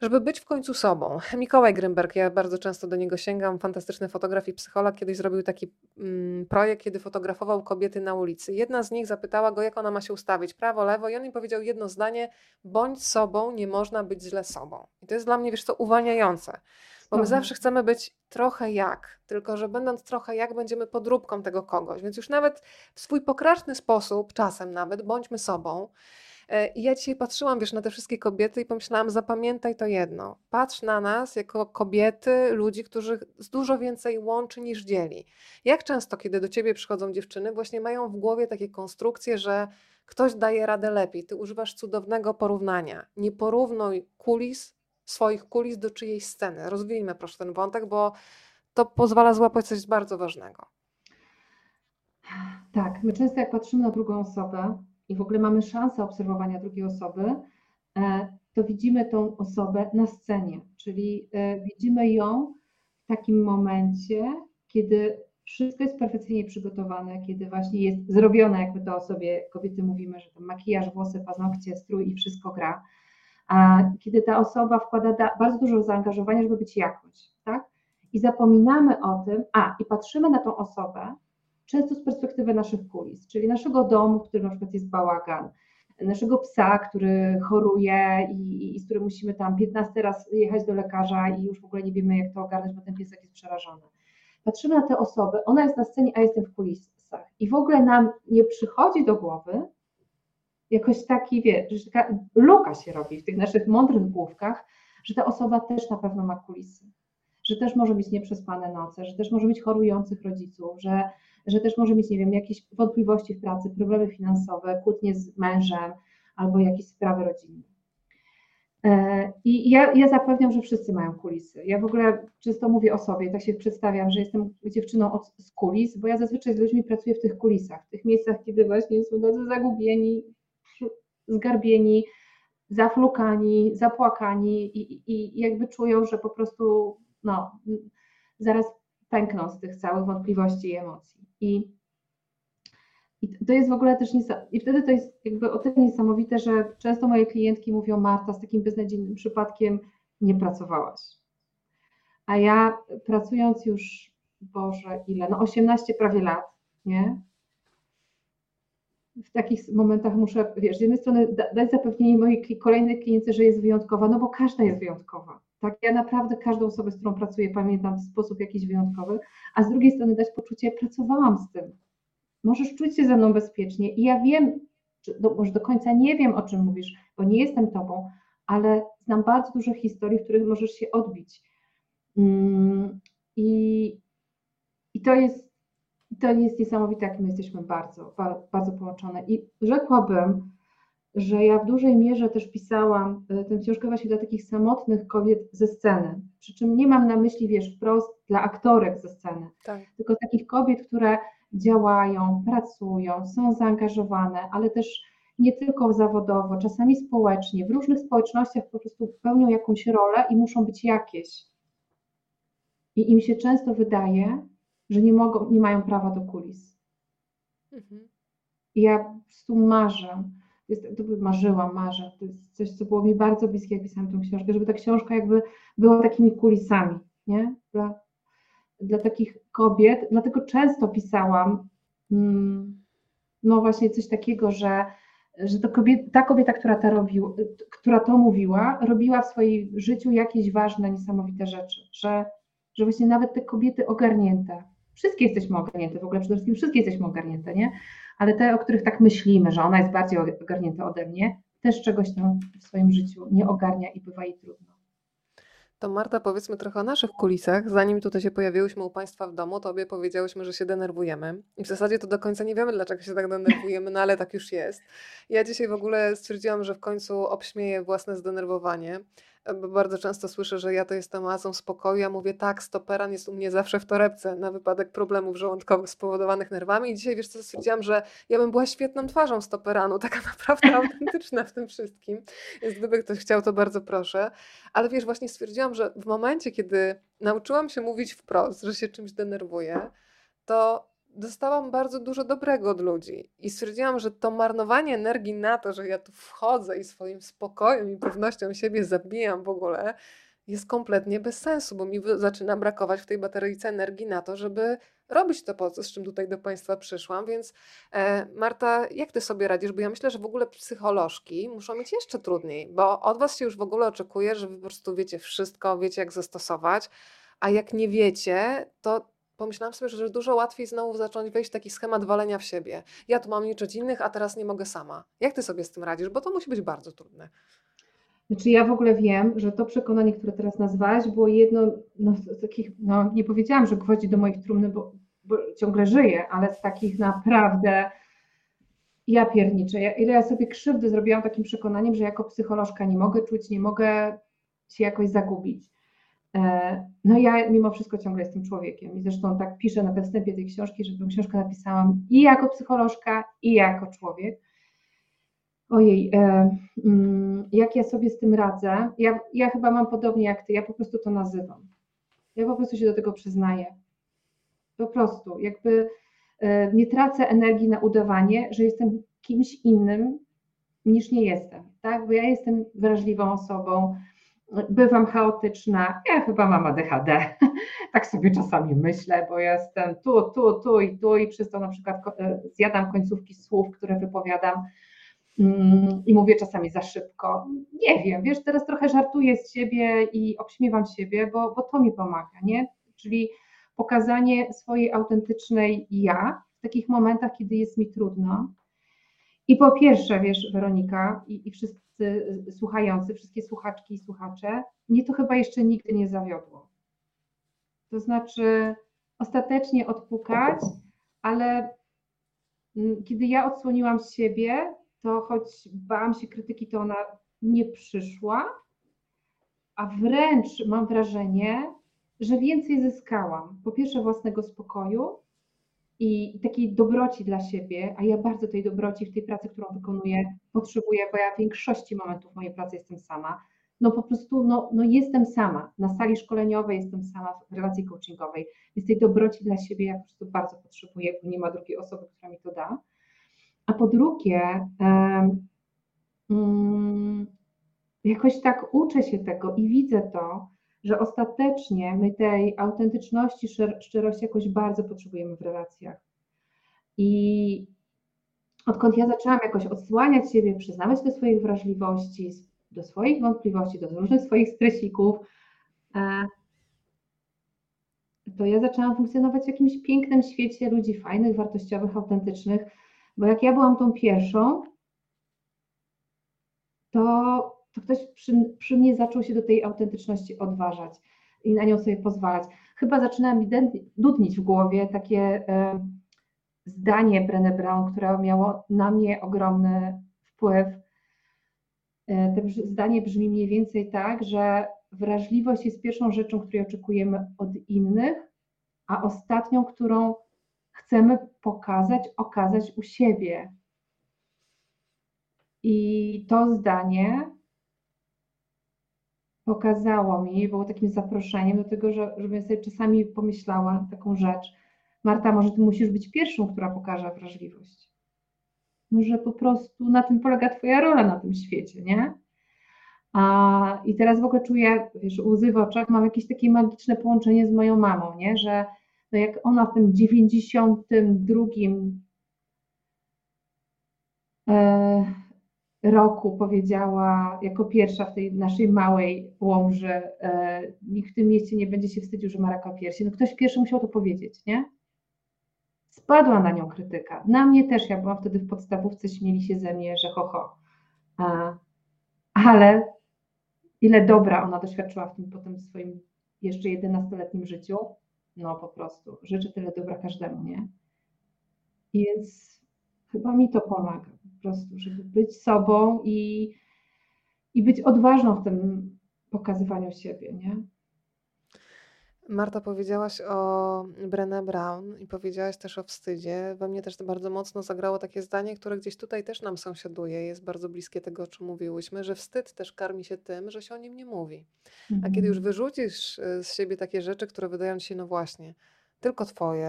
Żeby być w końcu sobą. Mikołaj Grynberg, ja bardzo często do niego sięgam, fantastyczny fotograf i psycholog, kiedyś zrobił taki mm, projekt, kiedy fotografował kobiety na ulicy. Jedna z nich zapytała go, jak ona ma się ustawić, prawo, lewo, i on jej powiedział jedno zdanie: bądź sobą, nie można być źle sobą. I to jest dla mnie, wiesz co, uwalniające, bo my Super. zawsze chcemy być trochę jak, tylko że będąc trochę jak, będziemy podróbką tego kogoś, więc już nawet w swój pokraczny sposób, czasem nawet, bądźmy sobą. E, I ja dzisiaj patrzyłam, wiesz, na te wszystkie kobiety i pomyślałam, zapamiętaj to jedno. Patrz na nas jako kobiety, ludzi, których z dużo więcej łączy niż dzieli. Jak często, kiedy do ciebie przychodzą dziewczyny, właśnie mają w głowie takie konstrukcje, że ktoś daje radę lepiej. Ty używasz cudownego porównania. Nie porównuj kulis, swoich kulis do czyjejś sceny. Rozwijmy proszę ten wątek, bo to pozwala złapać coś bardzo ważnego. Tak, my często jak patrzymy na drugą osobę i w ogóle mamy szansę obserwowania drugiej osoby, e, to widzimy tą osobę na scenie, czyli e, widzimy ją w takim momencie, kiedy wszystko jest perfekcyjnie przygotowane, kiedy właśnie jest zrobione, jak my to o sobie kobiety mówimy, że to makijaż, włosy, paznokcie, strój i wszystko gra, a kiedy ta osoba wkłada da, bardzo dużo zaangażowania, żeby być jakąś, tak? I zapominamy o tym, a i patrzymy na tą osobę często z perspektywy naszych kulis, czyli naszego domu, w którym na przykład jest bałagan, naszego psa, który choruje i, i z którym musimy tam piętnasty raz jechać do lekarza i już w ogóle nie wiemy, jak to ogarnąć, bo ten piesek jest przerażony. Patrzymy na tę osobę, ona jest na scenie, a jestem w kulisach i w ogóle nam nie przychodzi do głowy jakoś taki, wie, że taka luka się robi w tych naszych mądrych główkach, że ta osoba też na pewno ma kulisy, że też może mieć nieprzespane noce, że też może mieć chorujących rodziców, że, że też może mieć, nie wiem, jakieś wątpliwości w pracy, problemy finansowe, kłótnie z mężem albo jakieś sprawy rodzinne. I ja, ja zapewniam, że wszyscy mają kulisy. Ja w ogóle często mówię o sobie, tak się przedstawiam, że jestem dziewczyną od, z kulis, bo ja zazwyczaj z ludźmi pracuję w tych kulisach, w tych miejscach, kiedy właśnie są tacy zagubieni, zgarbieni, zaflukani, zapłakani i, i, i jakby czują, że po prostu no, zaraz pękną z tych całych wątpliwości i emocji. I, i to jest w ogóle też niesamowite. I wtedy to jest jakby o tyle niesamowite, że często moje klientki mówią: Marta, z takim beznadziejnym przypadkiem nie pracowałaś. A ja pracując już, Boże, ile? No osiemnaście prawie lat, nie? W takich momentach muszę, wiesz, z jednej strony dać zapewnienie mojej kolejnej klientce, że jest wyjątkowa, no bo każda jest wyjątkowa. Tak, ja naprawdę każdą osobę, z którą pracuję, pamiętam w sposób jakiś wyjątkowy, a z drugiej strony dać poczucie, pracowałam z tym. Możesz czuć się ze mną bezpiecznie i ja wiem, do, może do końca nie wiem, o czym mówisz, bo nie jestem tobą, ale znam bardzo dużo historii, w których możesz się odbić. Mm, i, I to jest To jest niesamowite, jak my jesteśmy bardzo, bardzo połączone. I rzekłabym, że ja w dużej mierze też pisałam tę książkę właśnie dla takich samotnych kobiet ze sceny. Przy czym nie mam na myśli, wiesz, wprost dla aktorek ze sceny, tak. Tylko takich kobiet, które działają, pracują, są zaangażowane, ale też nie tylko zawodowo, czasami społecznie, w różnych społecznościach po prostu pełnią jakąś rolę i muszą być jakieś. I im się często wydaje, że nie mogą, nie mają prawa do kulis. Mhm. I ja po prostu marzę, jest, to by marzyłam, marzę, to jest coś, co było mi bardzo bliskie, jak pisałam tę książkę, żeby ta książka jakby była takimi kulisami, nie? Dla, dla takich kobiet, dlatego często pisałam, mm, no właśnie coś takiego, że, że to kobieta, ta kobieta, która to, robił, która to mówiła, robiła w swoim życiu jakieś ważne, niesamowite rzeczy, że, że właśnie nawet te kobiety ogarnięte, wszystkie jesteśmy ogarnięte, w ogóle przede wszystkim wszystkie jesteśmy ogarnięte, nie? Ale te, o których tak myślimy, że ona jest bardziej ogarnięta ode mnie, też czegoś tam w swoim życiu nie ogarnia i bywa jej trudno. To Marta, powiedzmy trochę o naszych kulisach. Zanim tutaj się pojawiłyśmy u Państwa w domu, to obie powiedziałyśmy, że się denerwujemy. I w zasadzie to do końca nie wiemy, dlaczego się tak denerwujemy, no ale tak już jest. Ja dzisiaj w ogóle stwierdziłam, że w końcu obśmieję własne zdenerwowanie, bo bardzo często słyszę, że ja to jestem oazą spokoju. Ja mówię: tak, stoperan jest u mnie zawsze w torebce na wypadek problemów żołądkowych spowodowanych nerwami. I dzisiaj, wiesz co, stwierdziłam, że ja bym była świetną twarzą stoperanu, taka naprawdę autentyczna w tym wszystkim. Więc gdyby ktoś chciał, to bardzo proszę. Ale wiesz, właśnie stwierdziłam, że w momencie, kiedy nauczyłam się mówić wprost, że się czymś denerwuję, to dostałam bardzo dużo dobrego od ludzi i stwierdziłam, że to marnowanie energii na to, że ja tu wchodzę i swoim spokojem i pewnością siebie zabijam w ogóle, jest kompletnie bez sensu, bo mi wy- zaczyna brakować w tej bateryjce energii na to, żeby robić to, po co, z czym tutaj do Państwa przyszłam. Więc e, Marta, jak Ty sobie radzisz? Bo ja myślę, że w ogóle psycholożki muszą mieć jeszcze trudniej, bo od Was się już w ogóle oczekuje, że Wy po prostu wiecie wszystko, wiecie jak zastosować, a jak nie wiecie, to pomyślałam sobie, że dużo łatwiej znowu zacząć wejść w taki schemat walenia w siebie. Ja tu mam liczyć innych, a teraz nie mogę sama. Jak Ty sobie z tym radzisz? Bo to musi być bardzo trudne. Znaczy ja w ogóle wiem, że to przekonanie, które teraz nazwałaś, było jedno no, z takich, no nie powiedziałam, że gwoździ do moich trumny, bo, bo ciągle żyję, ale z takich naprawdę, ja pierniczę, ja, ile ja sobie krzywdy zrobiłam takim przekonaniem, że jako psycholożka nie mogę czuć, nie mogę się jakoś zagubić. E, No ja mimo wszystko ciągle jestem człowiekiem i zresztą tak piszę na wstępie tej książki, że tę książkę napisałam i jako psycholożka, i jako człowiek. Ojej, e, mm, jak ja sobie z tym radzę? Ja, ja chyba mam podobnie jak ty, ja po prostu to nazywam. Ja po prostu się do tego przyznaję. Po prostu, jakby e, nie tracę energii na udawanie, że jestem kimś innym niż nie jestem, tak? Bo ja jestem wrażliwą osobą, bywam chaotyczna, ja chyba mam A D H D, tak sobie czasami myślę, bo jestem tu, tu, tu i tu i przez to na przykład ko- e, zjadam końcówki słów, które wypowiadam mm, i mówię czasami za szybko. Nie wiem, wiesz, teraz trochę żartuję z siebie i obśmiewam siebie, bo, bo to mi pomaga, nie? Czyli pokazanie swojej autentycznej ja w takich momentach, kiedy jest mi trudno. I po pierwsze, wiesz, Weronika i, i wszyscy słuchający, wszystkie słuchaczki i słuchacze, mnie to chyba jeszcze nigdy nie zawiodło. To znaczy ostatecznie odpukać, ale mm, kiedy ja odsłoniłam z siebie, to choć bałam się krytyki, to ona nie przyszła, a wręcz mam wrażenie, że więcej zyskałam. Po pierwsze własnego spokoju i, i takiej dobroci dla siebie, a ja bardzo tej dobroci w tej pracy, którą wykonuję, potrzebuję, bo ja w większości momentów mojej pracy jestem sama. No po prostu no, no jestem sama. Na sali szkoleniowej jestem sama, w relacji coachingowej. Więc tej dobroci dla siebie ja po prostu bardzo potrzebuję, bo nie ma drugiej osoby, która mi to da. A po drugie, um, jakoś tak uczę się tego i widzę to, że ostatecznie my tej autentyczności, szczerości jakoś bardzo potrzebujemy w relacjach. I odkąd ja zaczęłam jakoś odsłaniać siebie, przyznawać do swoich wrażliwości, do swoich wątpliwości, do różnych swoich stresików, to ja zaczęłam funkcjonować w jakimś pięknym świecie ludzi fajnych, wartościowych, autentycznych, bo jak ja byłam tą pierwszą, to, to ktoś przy, przy mnie zaczął się do tej autentyczności odważać i na nią sobie pozwalać. Chyba zaczyna mi dudnić w głowie takie e, zdanie Brené Brown, które miało na mnie ogromny wpływ. E, to zdanie brzmi mniej więcej tak, że wrażliwość jest pierwszą rzeczą, której oczekujemy od innych, a ostatnią, którą chcemy pokazać, okazać u siebie. I to zdanie pokazało mi, było takim zaproszeniem do tego, że, żebym sobie czasami pomyślała taką rzecz. Marta, może ty musisz być pierwszą, która pokaże wrażliwość. Może po prostu na tym polega twoja rola na tym świecie, nie? A, I teraz w ogóle czuję, wiesz, łzy w oczach, mam jakieś takie magiczne połączenie z moją mamą, nie? Że no jak ona w tym dziewięćdziesiątym drugim e, roku powiedziała jako pierwsza w tej naszej małej Łomży, e, nikt w tym mieście nie będzie się wstydził, że ma raka piersi. No ktoś pierwszy musiał to powiedzieć, nie? Spadła na nią krytyka. Na mnie też, ja byłam wtedy w podstawówce, śmieli się ze mnie, że ho, ho. A, ale ile dobra ona doświadczyła w tym potem swoim jeszcze jedenastoletnim życiu, no po prostu. Życzę tyle dobra każdemu, nie? Więc chyba mi to pomaga po prostu, żeby być sobą i, i być odważną w tym pokazywaniu siebie, nie? Marta, powiedziałaś o Brené Brown i powiedziałaś też o wstydzie. We mnie też to bardzo mocno zagrało takie zdanie, które gdzieś tutaj też nam sąsiaduje, jest bardzo bliskie tego, o czym mówiłyśmy, że wstyd też karmi się tym, że się o nim nie mówi. A kiedy już Mhm. wyrzucisz y, z siebie takie rzeczy, które wydają ci się, no właśnie, tylko twoje,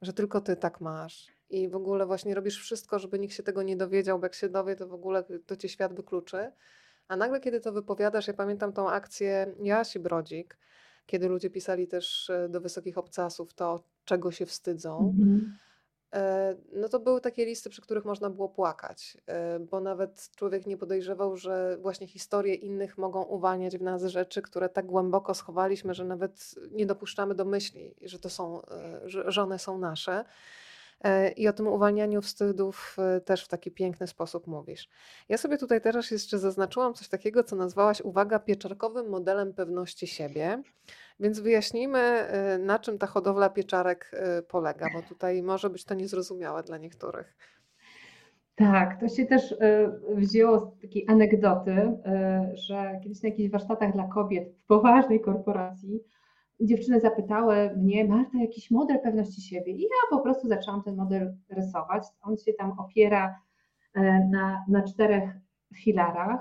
że tylko ty tak masz i w ogóle właśnie robisz wszystko, żeby nikt się tego nie dowiedział, bo jak się dowie, to w ogóle to cię świat wykluczy. A nagle, kiedy to wypowiadasz, ja pamiętam tą akcję Joasi Brodzik, kiedy ludzie pisali też e, do wysokich obcasów to, czego się wstydzą. Mhm. E, No to były takie listy, przy których można było płakać, e, bo nawet człowiek nie podejrzewał, że właśnie historie innych mogą uwalniać w nas rzeczy, które tak głęboko schowaliśmy, że nawet nie dopuszczamy do myśli, że to są, e, że że one są nasze. E, I o tym uwalnianiu wstydów e, też w taki piękny sposób mówisz. Ja sobie tutaj teraz jeszcze zaznaczyłam coś takiego, co nazwałaś, uwaga, pieczarkowym modelem pewności siebie. Więc wyjaśnijmy, y, na czym ta hodowla pieczarek y, polega, bo tutaj może być to niezrozumiałe dla niektórych. Tak, to się też y, wzięło z takiej anegdoty, y, że kiedyś na jakichś warsztatach dla kobiet w poważnej korporacji dziewczyny zapytały mnie: Marta, jakiś model pewności siebie? I ja po prostu zaczęłam ten model rysować. On się tam opiera y, na, na czterech filarach,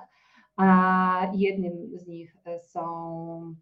a jednym z nich są,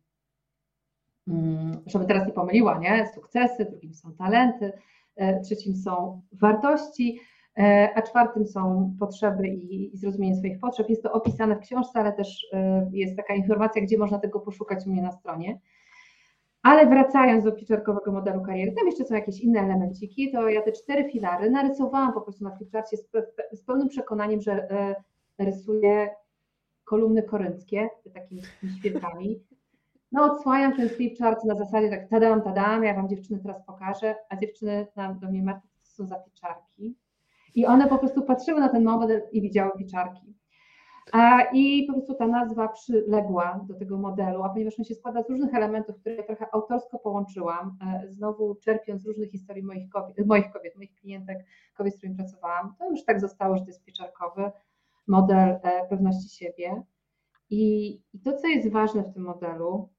mm, żebym teraz nie pomyliła, nie? Sukcesy, drugim są talenty, e, trzecim są wartości, e, a czwartym są potrzeby i, i zrozumienie swoich potrzeb. Jest to opisane w książce, ale też e, jest taka informacja, gdzie można tego poszukać u mnie na stronie. Ale wracając do pieczarkowego modelu kariery, tam jeszcze są jakieś inne elemenciki, to ja te cztery filary narysowałam po prostu na flipcharcie z, pe- z pełnym przekonaniem, że e, rysuję kolumny korynckie, te takimi świecami. No odsłaniam ten flipchart na zasadzie tak tadam, tadam, ja wam dziewczyny teraz pokażę, a dziewczyny tam do mnie: Marta, to są za pieczarki. I one po prostu patrzyły na ten model i widziały pieczarki. A, I po prostu ta nazwa przyległa do tego modelu, a ponieważ on się składa z różnych elementów, które ja trochę autorsko połączyłam, e, znowu czerpiąc z różnych historii moich kobiet, moich kobiet, moich klientek, kobiet, z którymi pracowałam, to już tak zostało, że to jest pieczarkowy model e, pewności siebie. I, I to, co jest ważne w tym modelu,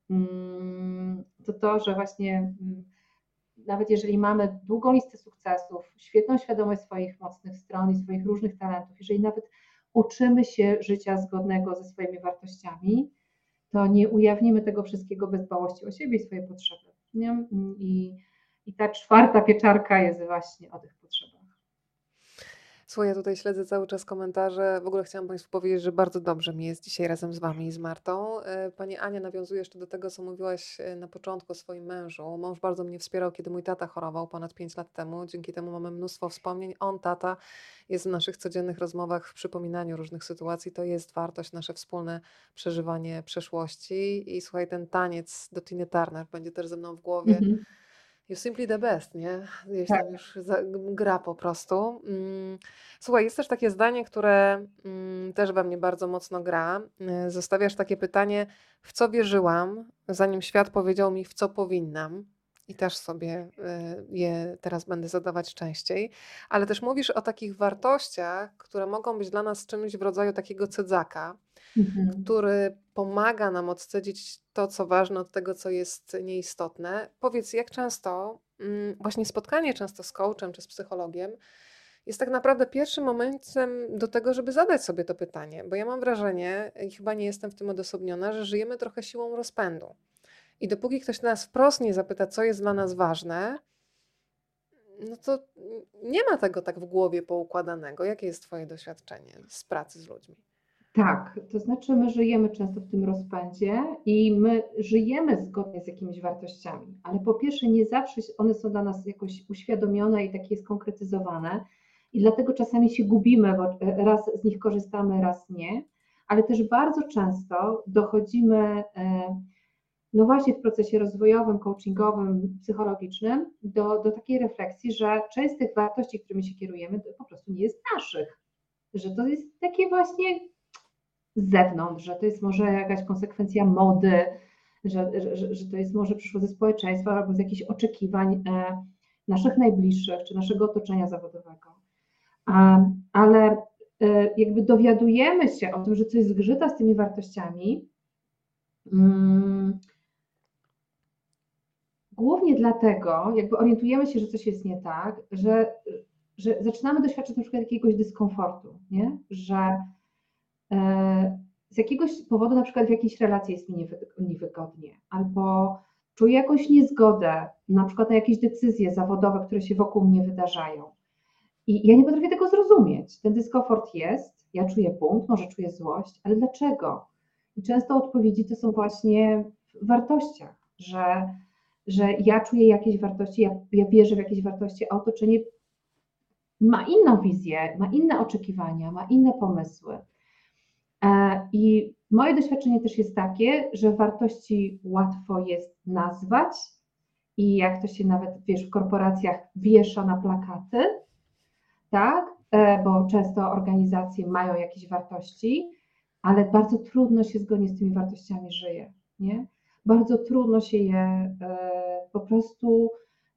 mm, to to, że właśnie mm, nawet jeżeli mamy długą listę sukcesów, świetną świadomość swoich mocnych stron i swoich różnych talentów, jeżeli nawet uczymy się życia zgodnego ze swoimi wartościami, to nie ujawnimy tego wszystkiego bez dbałości o siebie i swoje potrzeby. Nie? I, I ta czwarta pieczarka jest właśnie o tych potrzebach. Słuchaj, ja tutaj śledzę cały czas komentarze. W ogóle chciałam Państwu powiedzieć, że bardzo dobrze mi jest dzisiaj razem z Wami i z Martą. E, Pani Ania nawiązuje jeszcze do tego, co mówiłaś e, na początku o swoim mężu. Mąż bardzo mnie wspierał, kiedy mój tata chorował ponad pięć lat temu. Dzięki temu mamy mnóstwo wspomnień. On, tata, jest w naszych codziennych rozmowach, w przypominaniu różnych sytuacji. To jest wartość, nasze wspólne przeżywanie przeszłości. I słuchaj, ten taniec do Tiny Turner będzie też ze mną w głowie. Mhm. You're simply the best, nie? Gdzieś Tak. tam już za, gra po prostu. Mm, Słuchaj, jest też takie zdanie, które mm, też we mnie bardzo mocno gra. Y, Zostawiasz takie pytanie, w co wierzyłam, zanim świat powiedział mi, w co powinnam. I też sobie y, je teraz będę zadawać częściej. Ale też mówisz o takich wartościach, które mogą być dla nas czymś w rodzaju takiego cedzaka, Mhm. który pomaga nam odcedzić to, co ważne, od tego, co jest nieistotne. Powiedz, jak często mm, właśnie spotkanie często z coachem czy z psychologiem jest tak naprawdę pierwszym momentem do tego, żeby zadać sobie to pytanie, bo ja mam wrażenie, i chyba nie jestem w tym odosobniona, że żyjemy trochę siłą rozpędu. I dopóki ktoś nas wprost nie zapyta, co jest dla nas ważne, no to nie ma tego tak w głowie poukładanego. Jakie jest Twoje doświadczenie z pracy z ludźmi? Tak, to znaczy my żyjemy często w tym rozpędzie i my żyjemy zgodnie z jakimiś wartościami, ale po pierwsze nie zawsze one są dla nas jakoś uświadomione i takie skonkretyzowane i dlatego czasami się gubimy, bo raz z nich korzystamy, raz nie, ale też bardzo często dochodzimy, e, no właśnie w procesie rozwojowym, coachingowym, psychologicznym do, do takiej refleksji, że część z tych wartości, którymi się kierujemy, to po prostu nie jest naszych, że to jest takie właśnie z zewnątrz, że to jest może jakaś konsekwencja mody, że, że, że to jest może przyszło ze społeczeństwa albo z jakichś oczekiwań e, naszych najbliższych czy naszego otoczenia zawodowego. A, ale e, jakby dowiadujemy się o tym, że coś zgrzyta z tymi wartościami, mm, głównie dlatego, jakby orientujemy się, że coś jest nie tak, że, że zaczynamy doświadczać na przykład jakiegoś dyskomfortu, nie? Że z jakiegoś powodu na przykład w jakiejś relacji jest mi niewygodnie, albo czuję jakąś niezgodę na przykład na jakieś decyzje zawodowe, które się wokół mnie wydarzają. I ja nie potrafię tego zrozumieć. Ten dyskomfort jest, ja czuję bunt, może czuję złość, ale dlaczego? I często odpowiedzi to są właśnie w wartościach, że, że ja czuję jakieś wartości, ja, ja wierzę w jakieś wartości, a otoczenie ma inną wizję, ma inne oczekiwania, ma inne pomysły. I moje doświadczenie też jest takie, że wartości łatwo jest nazwać i jak to się nawet, wiesz, w korporacjach wiesza na plakaty, tak, bo często organizacje mają jakieś wartości, ale bardzo trudno się zgodnie z tymi wartościami żyje, nie? Bardzo trudno się je po prostu,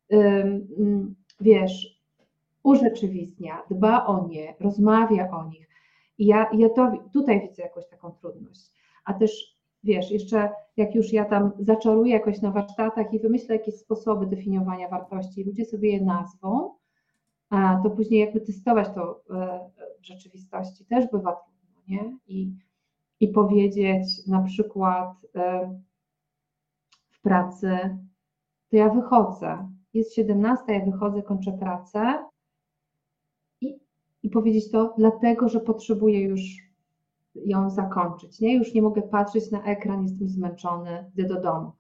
wiesz, urzeczywistnia, dba o nie, rozmawia o nich. I ja, ja to, tutaj widzę jakąś taką trudność. A też, wiesz, jeszcze jak już ja tam zaczaruję jakoś na warsztatach i wymyślę jakieś sposoby definiowania wartości, ludzie sobie je nazwą, a to później jakby testować to w rzeczywistości też bywa trudno, nie? I, i powiedzieć na przykład w pracy, to ja wychodzę, jest siedemnasta, ja wychodzę, kończę pracę i, i powiedzieć to dlatego, że potrzebuję już ją zakończyć, nie? Już nie mogę patrzeć na ekran, jestem zmęczony, idę do domu.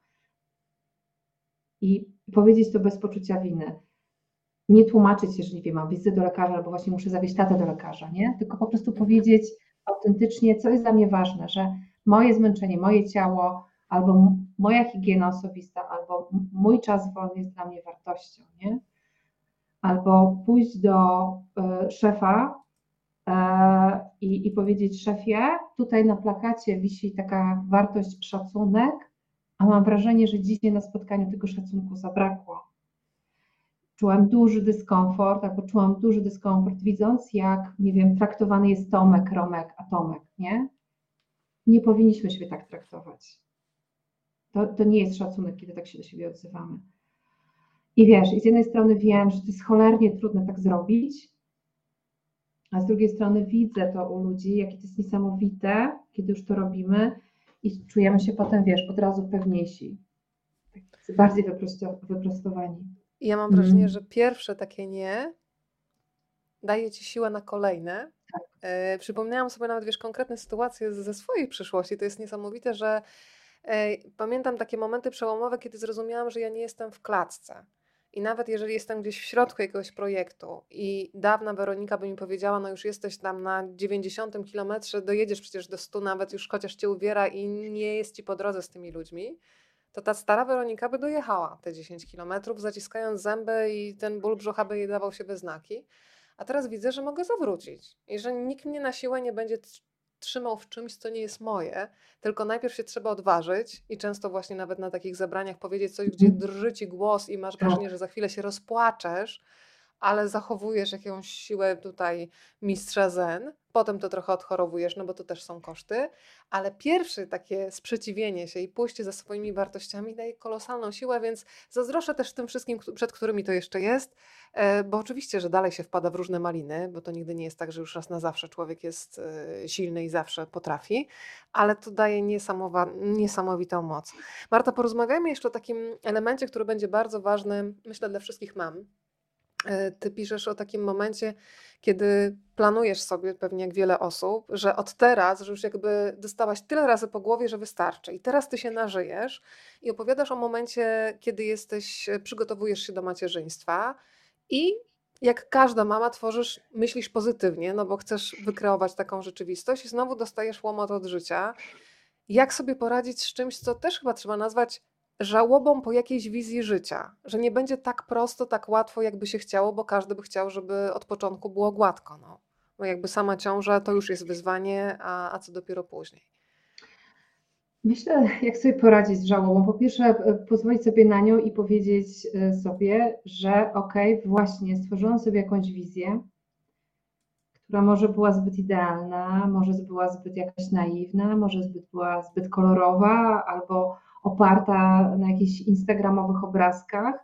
I powiedzieć to bez poczucia winy. Nie tłumaczyć się, że nie wiem, mam wizytę do lekarza, albo właśnie muszę zawieźć tatę do lekarza, nie? Tylko po prostu powiedzieć autentycznie, co jest dla mnie ważne, że moje zmęczenie, moje ciało, albo moja higiena osobista, albo mój czas wolny jest dla mnie wartością, nie? Albo pójść do y, szefa y, i, i powiedzieć, szefie, tutaj na plakacie wisi taka wartość szacunek, a mam wrażenie, że dzisiaj na spotkaniu tego szacunku zabrakło. Czułam duży dyskomfort, albo czułam duży dyskomfort, widząc, jak, nie wiem, traktowany jest Tomek, Romek, a Tomek, nie? Nie powinniśmy siebie tak traktować. To, to nie jest szacunek, kiedy tak się do siebie odzywamy. I wiesz, i z jednej strony wiem, że to jest cholernie trudne tak zrobić, a z drugiej strony widzę to u ludzi, jakie to jest niesamowite, kiedy już to robimy i czujemy się potem, wiesz, od razu pewniejsi, bardziej wyprostowani. I ja mam wrażenie, mm. że pierwsze takie nie daje ci siłę na kolejne. Tak. E, przypomniałam sobie nawet, wiesz, konkretne sytuacje ze swojej przyszłości. To jest niesamowite, że e, pamiętam takie momenty przełomowe, kiedy zrozumiałam, że ja nie jestem w klatce. I nawet jeżeli jestem gdzieś w środku jakiegoś projektu i dawna Weronika by mi powiedziała, no już jesteś tam na dziewięćdziesiątym kilometrze, dojedziesz przecież do stu nawet już chociaż cię uwiera i nie jest ci po drodze z tymi ludźmi, to ta stara Weronika by dojechała te dziesięć kilometrów, zaciskając zęby i ten ból brzucha by jej dawał się we znaki. A teraz widzę, że mogę zawrócić i że nikt mnie na siłę nie będzie trzymał w czymś, co nie jest moje, tylko najpierw się trzeba odważyć i często właśnie nawet na takich zebraniach powiedzieć coś, gdzie drży ci głos i masz wrażenie, że za chwilę się rozpłaczesz, ale zachowujesz jakąś siłę tutaj mistrza zen, potem to trochę odchorowujesz, no bo to też są koszty, ale pierwsze takie sprzeciwienie się i pójście za swoimi wartościami daje kolosalną siłę, więc zazdroszczę też tym wszystkim, przed którymi to jeszcze jest, bo oczywiście, że dalej się wpada w różne maliny, bo to nigdy nie jest tak, że już raz na zawsze człowiek jest silny i zawsze potrafi, ale to daje niesamowa- niesamowitą moc. Marta, porozmawiajmy jeszcze o takim elemencie, który będzie bardzo ważny, myślę, dla wszystkich mam. Ty piszesz o takim momencie, kiedy planujesz sobie, pewnie jak wiele osób, że od teraz, że już jakby dostałaś tyle razy po głowie, że wystarczy i teraz ty się nażyjesz i opowiadasz o momencie, kiedy jesteś, przygotowujesz się do macierzyństwa i jak każda mama tworzysz, myślisz pozytywnie, no bo chcesz wykreować taką rzeczywistość i znowu dostajesz łomot od życia. Jak sobie poradzić z czymś, co też chyba trzeba nazwać żałobą po jakiejś wizji życia, że nie będzie tak prosto, tak łatwo, jakby się chciało, bo każdy by chciał, żeby od początku było gładko. No. Bo jakby sama ciąża to już jest wyzwanie, a, a co dopiero później. Myślę, jak sobie poradzić z żałobą. Po pierwsze, pozwolić sobie na nią i powiedzieć sobie, że okej, okay, właśnie stworzyłam sobie jakąś wizję, która może była zbyt idealna, może była zbyt jakaś naiwna, może zbyt była zbyt kolorowa albo oparta na jakichś instagramowych obrazkach.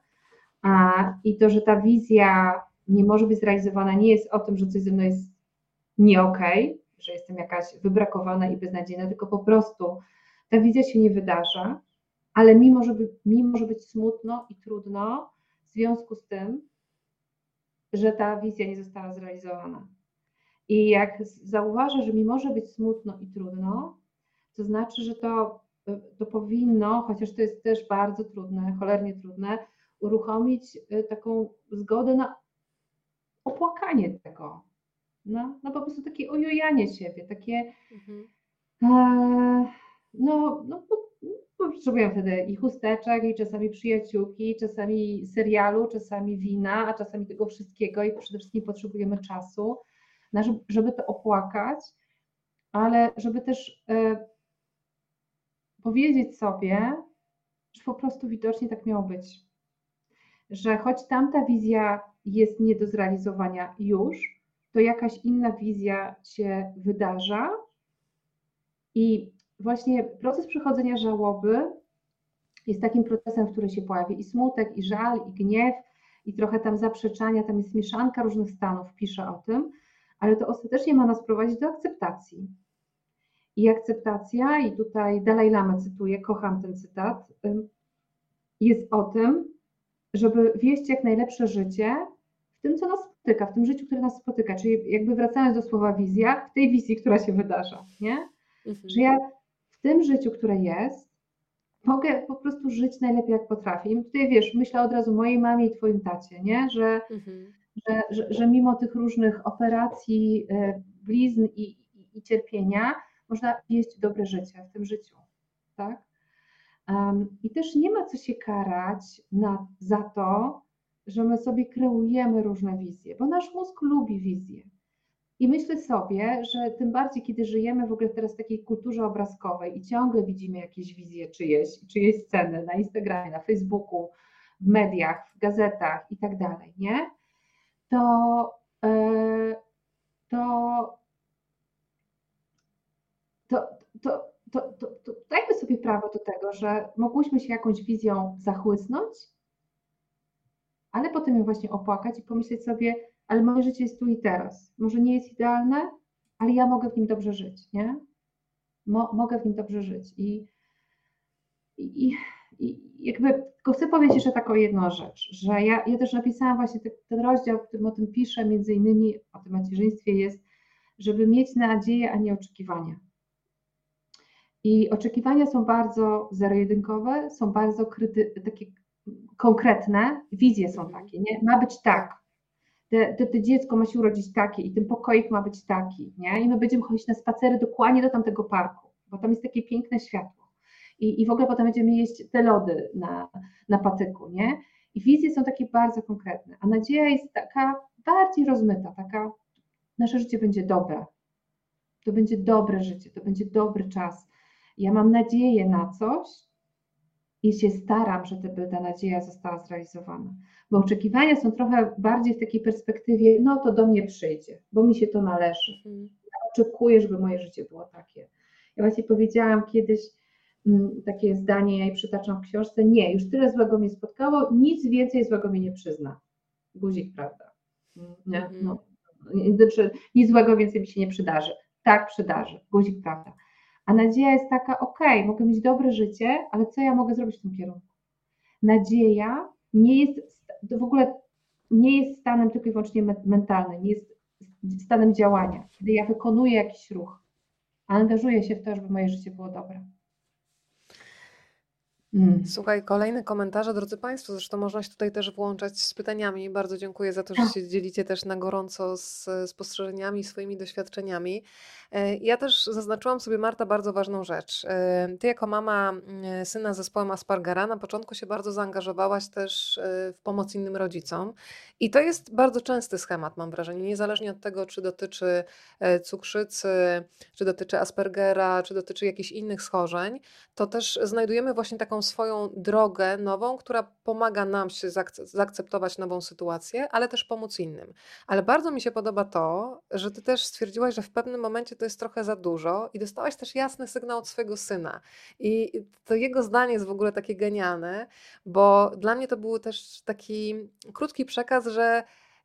I to, że ta wizja nie może być zrealizowana, nie jest o tym, że coś ze mną jest nie okej, okay, że jestem jakaś wybrakowana i beznadziejna, tylko po prostu ta wizja się nie wydarza, ale mimo że, by, mimo, że być smutno i trudno w związku z tym, że ta wizja nie została zrealizowana. I jak zauważę, że mi może być smutno i trudno, to znaczy, że to, to powinno, chociaż to jest też bardzo trudne, cholernie trudne, uruchomić taką zgodę na opłakanie tego. No, no po prostu takie ojojanie siebie, takie mhm. e, no, no potrzebuję wtedy i chusteczek, i czasami przyjaciółki, czasami serialu, czasami wina, a czasami tego wszystkiego i przede wszystkim potrzebujemy czasu, na, żeby to opłakać, ale żeby też e, powiedzieć sobie, że po prostu widocznie tak miało być. Że choć tamta wizja jest nie do zrealizowania już, to jakaś inna wizja się wydarza i właśnie proces przechodzenia żałoby jest takim procesem, w którym się pojawi i smutek, i żal, i gniew, i trochę tam zaprzeczania, tam jest mieszanka różnych stanów, piszę o tym, ale to ostatecznie ma nas prowadzić do akceptacji. I akceptacja, i tutaj Dalaj Lamę cytuję, kocham ten cytat, jest o tym, żeby wieść jak najlepsze życie w tym, co nas spotyka, w tym życiu, które nas spotyka, czyli jakby wracając do słowa wizja, w tej wizji, która się wydarza, nie? Mhm. Że ja w tym życiu, które jest, mogę po prostu żyć najlepiej, jak potrafię. I tutaj wiesz, myślę od razu mojej mamie i twoim tacie, nie? Że, mhm. że, że, że mimo tych różnych operacji, blizn i, i, i cierpienia, można wieść dobre życie w tym życiu, tak? Um, I też nie ma co się karać na, za to, że my sobie kreujemy różne wizje, bo nasz mózg lubi wizje. I myślę sobie, że tym bardziej, kiedy żyjemy w ogóle teraz w takiej kulturze obrazkowej i ciągle widzimy jakieś wizje czyjeś, czyjeś sceny na Instagramie, na Facebooku, w mediach, w gazetach i tak dalej, nie? To, yy, to, to, to, to, to, to dajmy sobie prawo do tego, że mogłyśmy się jakąś wizją zachłysnąć, ale potem ją właśnie opłakać i pomyśleć sobie, ale moje życie jest tu i teraz. Może nie jest idealne, ale ja mogę w nim dobrze żyć, nie? Mo, mogę w nim dobrze żyć. I, i, i jakby tylko chcę powiedzieć jeszcze taką jedną rzecz, że ja, ja też napisałam właśnie ten, ten rozdział, w którym o tym piszę, między innymi o tym macierzyństwie jest, żeby mieć nadzieję, a nie oczekiwania. I oczekiwania są bardzo zero-jedynkowe, są bardzo kryty, takie konkretne, wizje są takie, nie? Ma być tak. Te, te, te dziecko ma się urodzić takie i ten pokoik ma być taki, nie? I my będziemy chodzić na spacery dokładnie do tamtego parku, bo tam jest takie piękne światło. I, i w ogóle potem będziemy jeść te lody na, na patyku, nie? I wizje są takie bardzo konkretne, a nadzieja jest taka bardziej rozmyta, taka nasze życie będzie dobre. To będzie dobre życie, to będzie dobry czas. Ja mam nadzieję na coś i się staram, żeby ta nadzieja została zrealizowana. Bo oczekiwania są trochę bardziej w takiej perspektywie, no to do mnie przyjdzie, bo mi się to należy. Ja oczekuję, żeby moje życie było takie. Ja właśnie powiedziałam kiedyś m, takie zdanie, ja je przytaczam w książce, nie, już tyle złego mnie spotkało, nic więcej złego mnie nie przyzna. Guzik, prawda? Nie? No, znaczy, nic złego więcej mi się nie przydarzy. Tak, przydarzy. Guzik, prawda. A nadzieja jest taka, okej, okay, mogę mieć dobre życie, ale co ja mogę zrobić w tym kierunku? Nadzieja nie jest, to w ogóle nie jest stanem tylko i wyłącznie mentalnym, nie jest stanem działania. Kiedy ja wykonuję jakiś ruch, angażuję się w to, żeby moje życie było dobre. Mm. Słuchaj, kolejne komentarze, drodzy Państwo, zresztą można się tutaj też włączać z pytaniami. Bardzo dziękuję za to, że się dzielicie też na gorąco z spostrzeżeniami, swoimi doświadczeniami. Ja też zaznaczyłam sobie, Marta, bardzo ważną rzecz. Ty jako mama syna z zespołem Aspergera na początku się bardzo zaangażowałaś też w pomoc innym rodzicom i to jest bardzo częsty schemat, mam wrażenie, niezależnie od tego, czy dotyczy cukrzycy, czy dotyczy Aspergera, czy dotyczy jakichś innych schorzeń, to też znajdujemy właśnie taką swoją drogę nową, która pomaga nam się zaakceptować nową sytuację, ale też pomóc innym. Ale bardzo mi się podoba to, że ty też stwierdziłaś, że w pewnym momencie to jest trochę za dużo i dostałaś też jasny sygnał od swojego syna. I to jego zdanie jest w ogóle takie genialne, bo dla mnie to był też taki krótki przekaz, że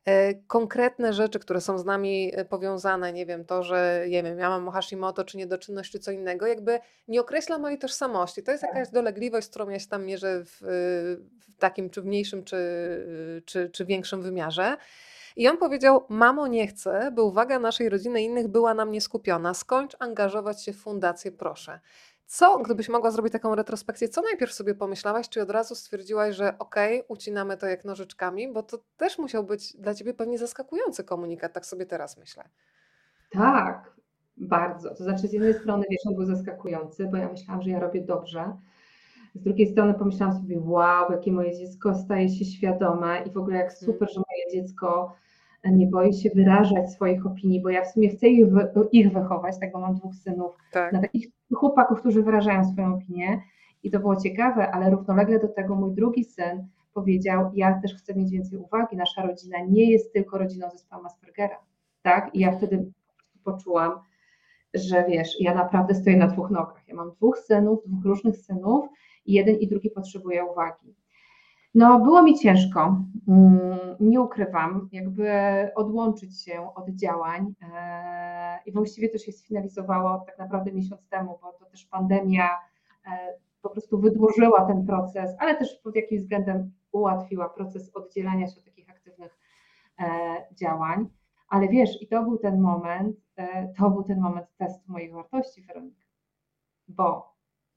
e, konkretne rzeczy, które są z nami e, powiązane, nie wiem, to, że nie wiem, ja mam Hashimoto, czy niedoczynność, czy co innego, jakby nie określa mojej tożsamości. To jest jakaś dolegliwość, z którą ja się tam mierzę w, w takim czy w mniejszym, czy, czy, czy większym wymiarze. I on powiedział: mamo, nie chcę, by uwaga naszej rodziny i innych była na mnie skupiona. Skończ angażować się w fundację, proszę. Co, gdybyś mogła zrobić taką retrospekcję, co najpierw sobie pomyślałaś, czy od razu stwierdziłaś, że okej, ucinamy to jak nożyczkami, bo to też musiał być dla ciebie pewnie zaskakujący komunikat, tak sobie teraz myślę. Tak, bardzo. To znaczy, z jednej strony, wiesz, on był zaskakujący, bo ja myślałam, że ja robię dobrze. Z drugiej strony pomyślałam sobie, wow, jakie moje dziecko staje się świadome i w ogóle jak Mhm. super, że moje dziecko nie boi się wyrażać swoich opinii, bo ja w sumie chcę ich, wy, ich wychować, tak, bo mam dwóch synów, Tak. na takich chłopaków, którzy wyrażają swoją opinię i to było ciekawe, ale równolegle do tego mój drugi syn powiedział: ja też chcę mieć więcej uwagi, nasza rodzina nie jest tylko rodziną zespołu Aspergera, tak, i ja Mhm. wtedy poczułam, że wiesz, ja naprawdę stoję na dwóch nogach. Ja mam dwóch synów, dwóch różnych synów i jeden i drugi potrzebuje uwagi. No, było mi ciężko, nie ukrywam, jakby odłączyć się od działań i właściwie to się sfinalizowało tak naprawdę miesiąc temu, bo to też pandemia po prostu wydłużyła ten proces, ale też pod jakimś względem ułatwiła proces oddzielania się od takich aktywnych działań. Ale wiesz, i to był ten moment, to był ten moment testu moich wartości, Weronika, bo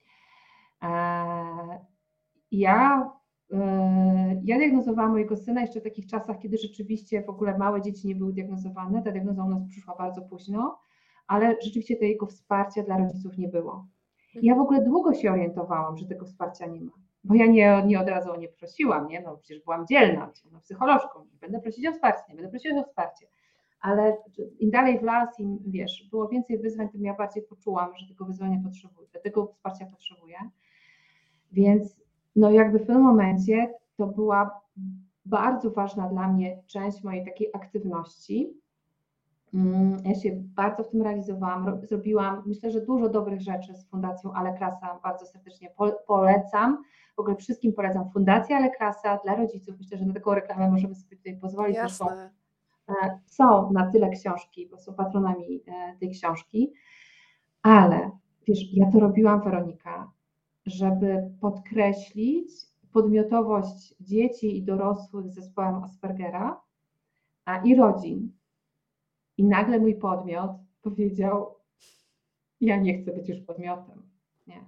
ja, ja diagnozowałam mojego syna jeszcze w takich czasach, kiedy rzeczywiście w ogóle małe dzieci nie były diagnozowane. Ta diagnoza u nas przyszła bardzo późno, ale rzeczywiście tego wsparcia dla rodziców nie było. Ja w ogóle długo się orientowałam, że tego wsparcia nie ma, bo ja nie, nie od razu o nie prosiłam, nie? No przecież byłam dzielna, no, psycholożką, nie będę prosić o wsparcie, nie będę prosić o wsparcie. Ale im dalej w las, im wiesz, było więcej wyzwań, tym ja bardziej poczułam, że tego wyzwania potrzebuję, tego wsparcia potrzebuję. Więc no jakby w tym momencie to była bardzo ważna dla mnie część mojej takiej aktywności. Ja się bardzo w tym realizowałam, zrobiłam myślę, że dużo dobrych rzeczy z Fundacją Ale Klasa, bardzo serdecznie polecam. W ogóle wszystkim polecam Fundację Ale Klasa dla rodziców. Myślę, że na taką reklamę możemy sobie tutaj pozwolić. Zresztą Jasne. są na tyle książki, bo są patronami tej książki, ale wiesz, ja to robiłam, Weronika, żeby podkreślić podmiotowość dzieci i dorosłych z zespołem Aspergera, a i rodzin. I nagle mój podmiot powiedział: ja nie chcę być już podmiotem. Nie.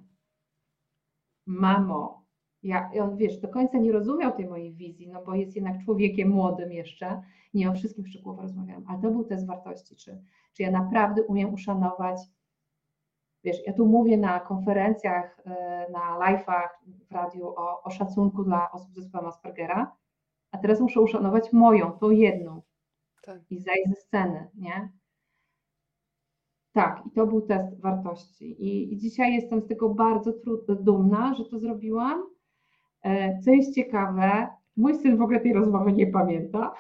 Mamo, ja, i on, wiesz, do końca nie rozumiał tej mojej wizji, no bo jest jednak człowiekiem młodym jeszcze, nie o wszystkim szczegółowo rozmawiałam, ale to był test wartości, czy, czy ja naprawdę umiem uszanować, wiesz, ja tu mówię na konferencjach, na live'ach w radiu o, o szacunku dla osób z zespołem Aspergera, a teraz muszę uszanować moją, tą jedną, Tak. i zejść ze sceny, nie? Tak, i to był test wartości. I, i dzisiaj jestem z tego bardzo dumna, że to zrobiłam. Co jest ciekawe, mój syn w ogóle tej rozmowy nie pamięta.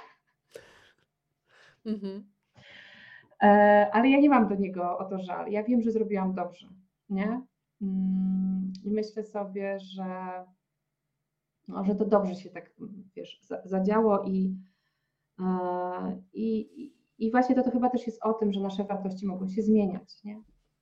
Mhm. Ale ja nie mam do niego o to żal. Ja wiem, że zrobiłam dobrze, nie? I myślę sobie, że, no, że to dobrze się tak, wiesz, zadziało i, i, i właśnie to, to chyba też jest o tym, że nasze wartości mogą się zmieniać, nie?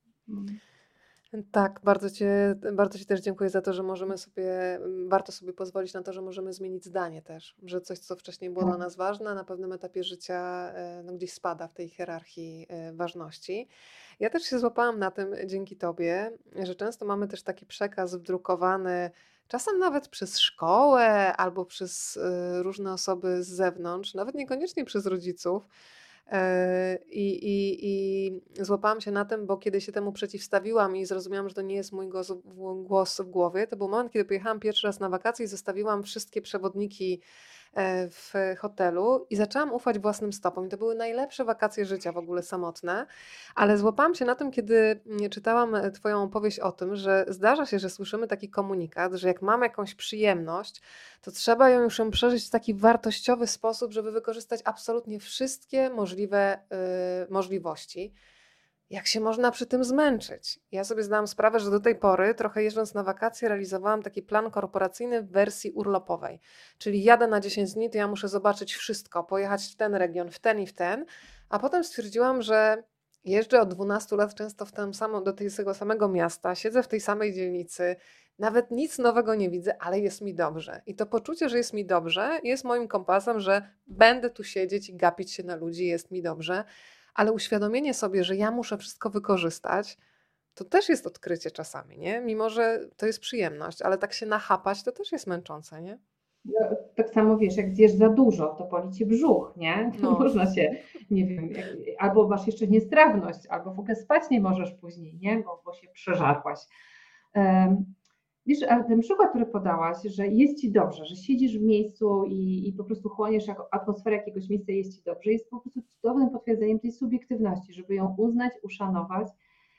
Tak, bardzo cię, bardzo ci też dziękuję za to, że możemy sobie, warto sobie pozwolić na to, że możemy zmienić zdanie też, że coś, co wcześniej było dla nas ważne, na pewnym etapie życia no, gdzieś spada w tej hierarchii ważności. Ja też się złapałam na tym dzięki tobie, że często mamy też taki przekaz wdrukowany, czasem nawet przez szkołę albo przez różne osoby z zewnątrz, nawet niekoniecznie przez rodziców. I, i, I złapałam się na tym, bo kiedy się temu przeciwstawiłam i zrozumiałam, że to nie jest mój głos, głos w głowie, to był moment, kiedy pojechałam pierwszy raz na wakacje i zostawiłam wszystkie przewodniki w hotelu i zaczęłam ufać własnym stopom. I to były najlepsze wakacje życia w ogóle samotne, ale złapałam się na tym, kiedy czytałam twoją opowieść o tym, że zdarza się, że słyszymy taki komunikat, że jak mamy jakąś przyjemność, to trzeba ją już ją przeżyć w taki wartościowy sposób, żeby wykorzystać absolutnie wszystkie możliwe y, możliwości. Jak się można przy tym zmęczyć? Ja sobie zdałam sprawę, że do tej pory, trochę jeżdżąc na wakacje, realizowałam taki plan korporacyjny w wersji urlopowej. Czyli jadę na dziesięć dni, to ja muszę zobaczyć wszystko, pojechać w ten region, w ten i w ten. A potem stwierdziłam, że jeżdżę od dwunastu lat często w tym samym, do tego samego miasta, siedzę w tej samej dzielnicy, nawet nic nowego nie widzę, ale jest mi dobrze. I to poczucie, że jest mi dobrze, jest moim kompasem, że będę tu siedzieć i gapić się na ludzi, jest mi dobrze. Ale uświadomienie sobie, że ja muszę wszystko wykorzystać, to też jest odkrycie czasami, nie? Mimo że to jest przyjemność, ale tak się nachapać, to też jest męczące, nie? No, tak samo wiesz, jak zjesz za dużo, to boli ci brzuch, nie? No. Można się, nie wiem, jak, albo masz jeszcze niestrawność, albo w ogóle spać nie możesz później, nie? Bo, bo się przeżarłaś. Um, wiesz, ale ten przykład, który podałaś, że jest ci dobrze, że siedzisz w miejscu i, i po prostu chłoniesz jako atmosferę jakiegoś miejsca i jest ci dobrze, jest po prostu cudownym potwierdzeniem tej subiektywności, żeby ją uznać, uszanować.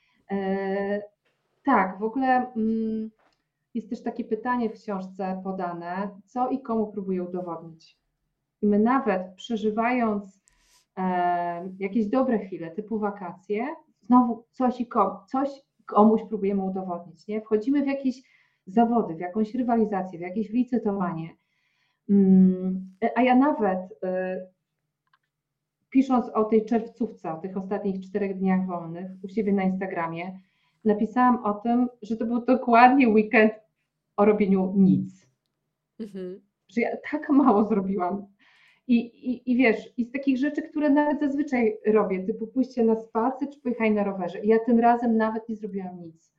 E, tak, w ogóle... Mm, jest też takie pytanie w książce podane, co i komu próbuję udowodnić. I my nawet przeżywając e, jakieś dobre chwile, typu wakacje, znowu coś i kom, coś komuś próbujemy udowodnić. Nie? Wchodzimy w jakieś zawody, w jakąś rywalizację, w jakieś licytowanie. Mm, a ja nawet e, pisząc o tej czerwcówce, o tych ostatnich czterech dniach wolnych u siebie na Instagramie, napisałam o tym, że to był dokładnie weekend o robieniu nic. Mhm. Że ja tak mało zrobiłam. I, i, I wiesz, i z takich rzeczy, które nawet zazwyczaj robię, typu pójście na spacer czy pojechanie na rowerze. Ja tym razem nawet nie zrobiłam nic.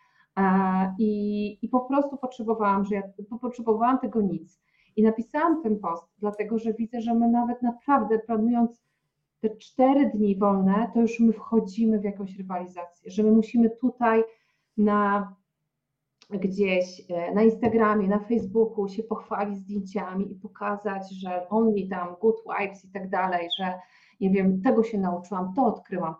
A, i, I po prostu potrzebowałam, że ja potrzebowałam tego nic. I napisałam ten post, dlatego że widzę, że my nawet naprawdę planując te cztery dni wolne, to już my wchodzimy w jakąś rywalizację, że my musimy tutaj na gdzieś na Instagramie, na Facebooku się pochwalić zdjęciami i pokazać, że only tam good vibes i tak dalej, że nie wiem, tego się nauczyłam, to odkryłam.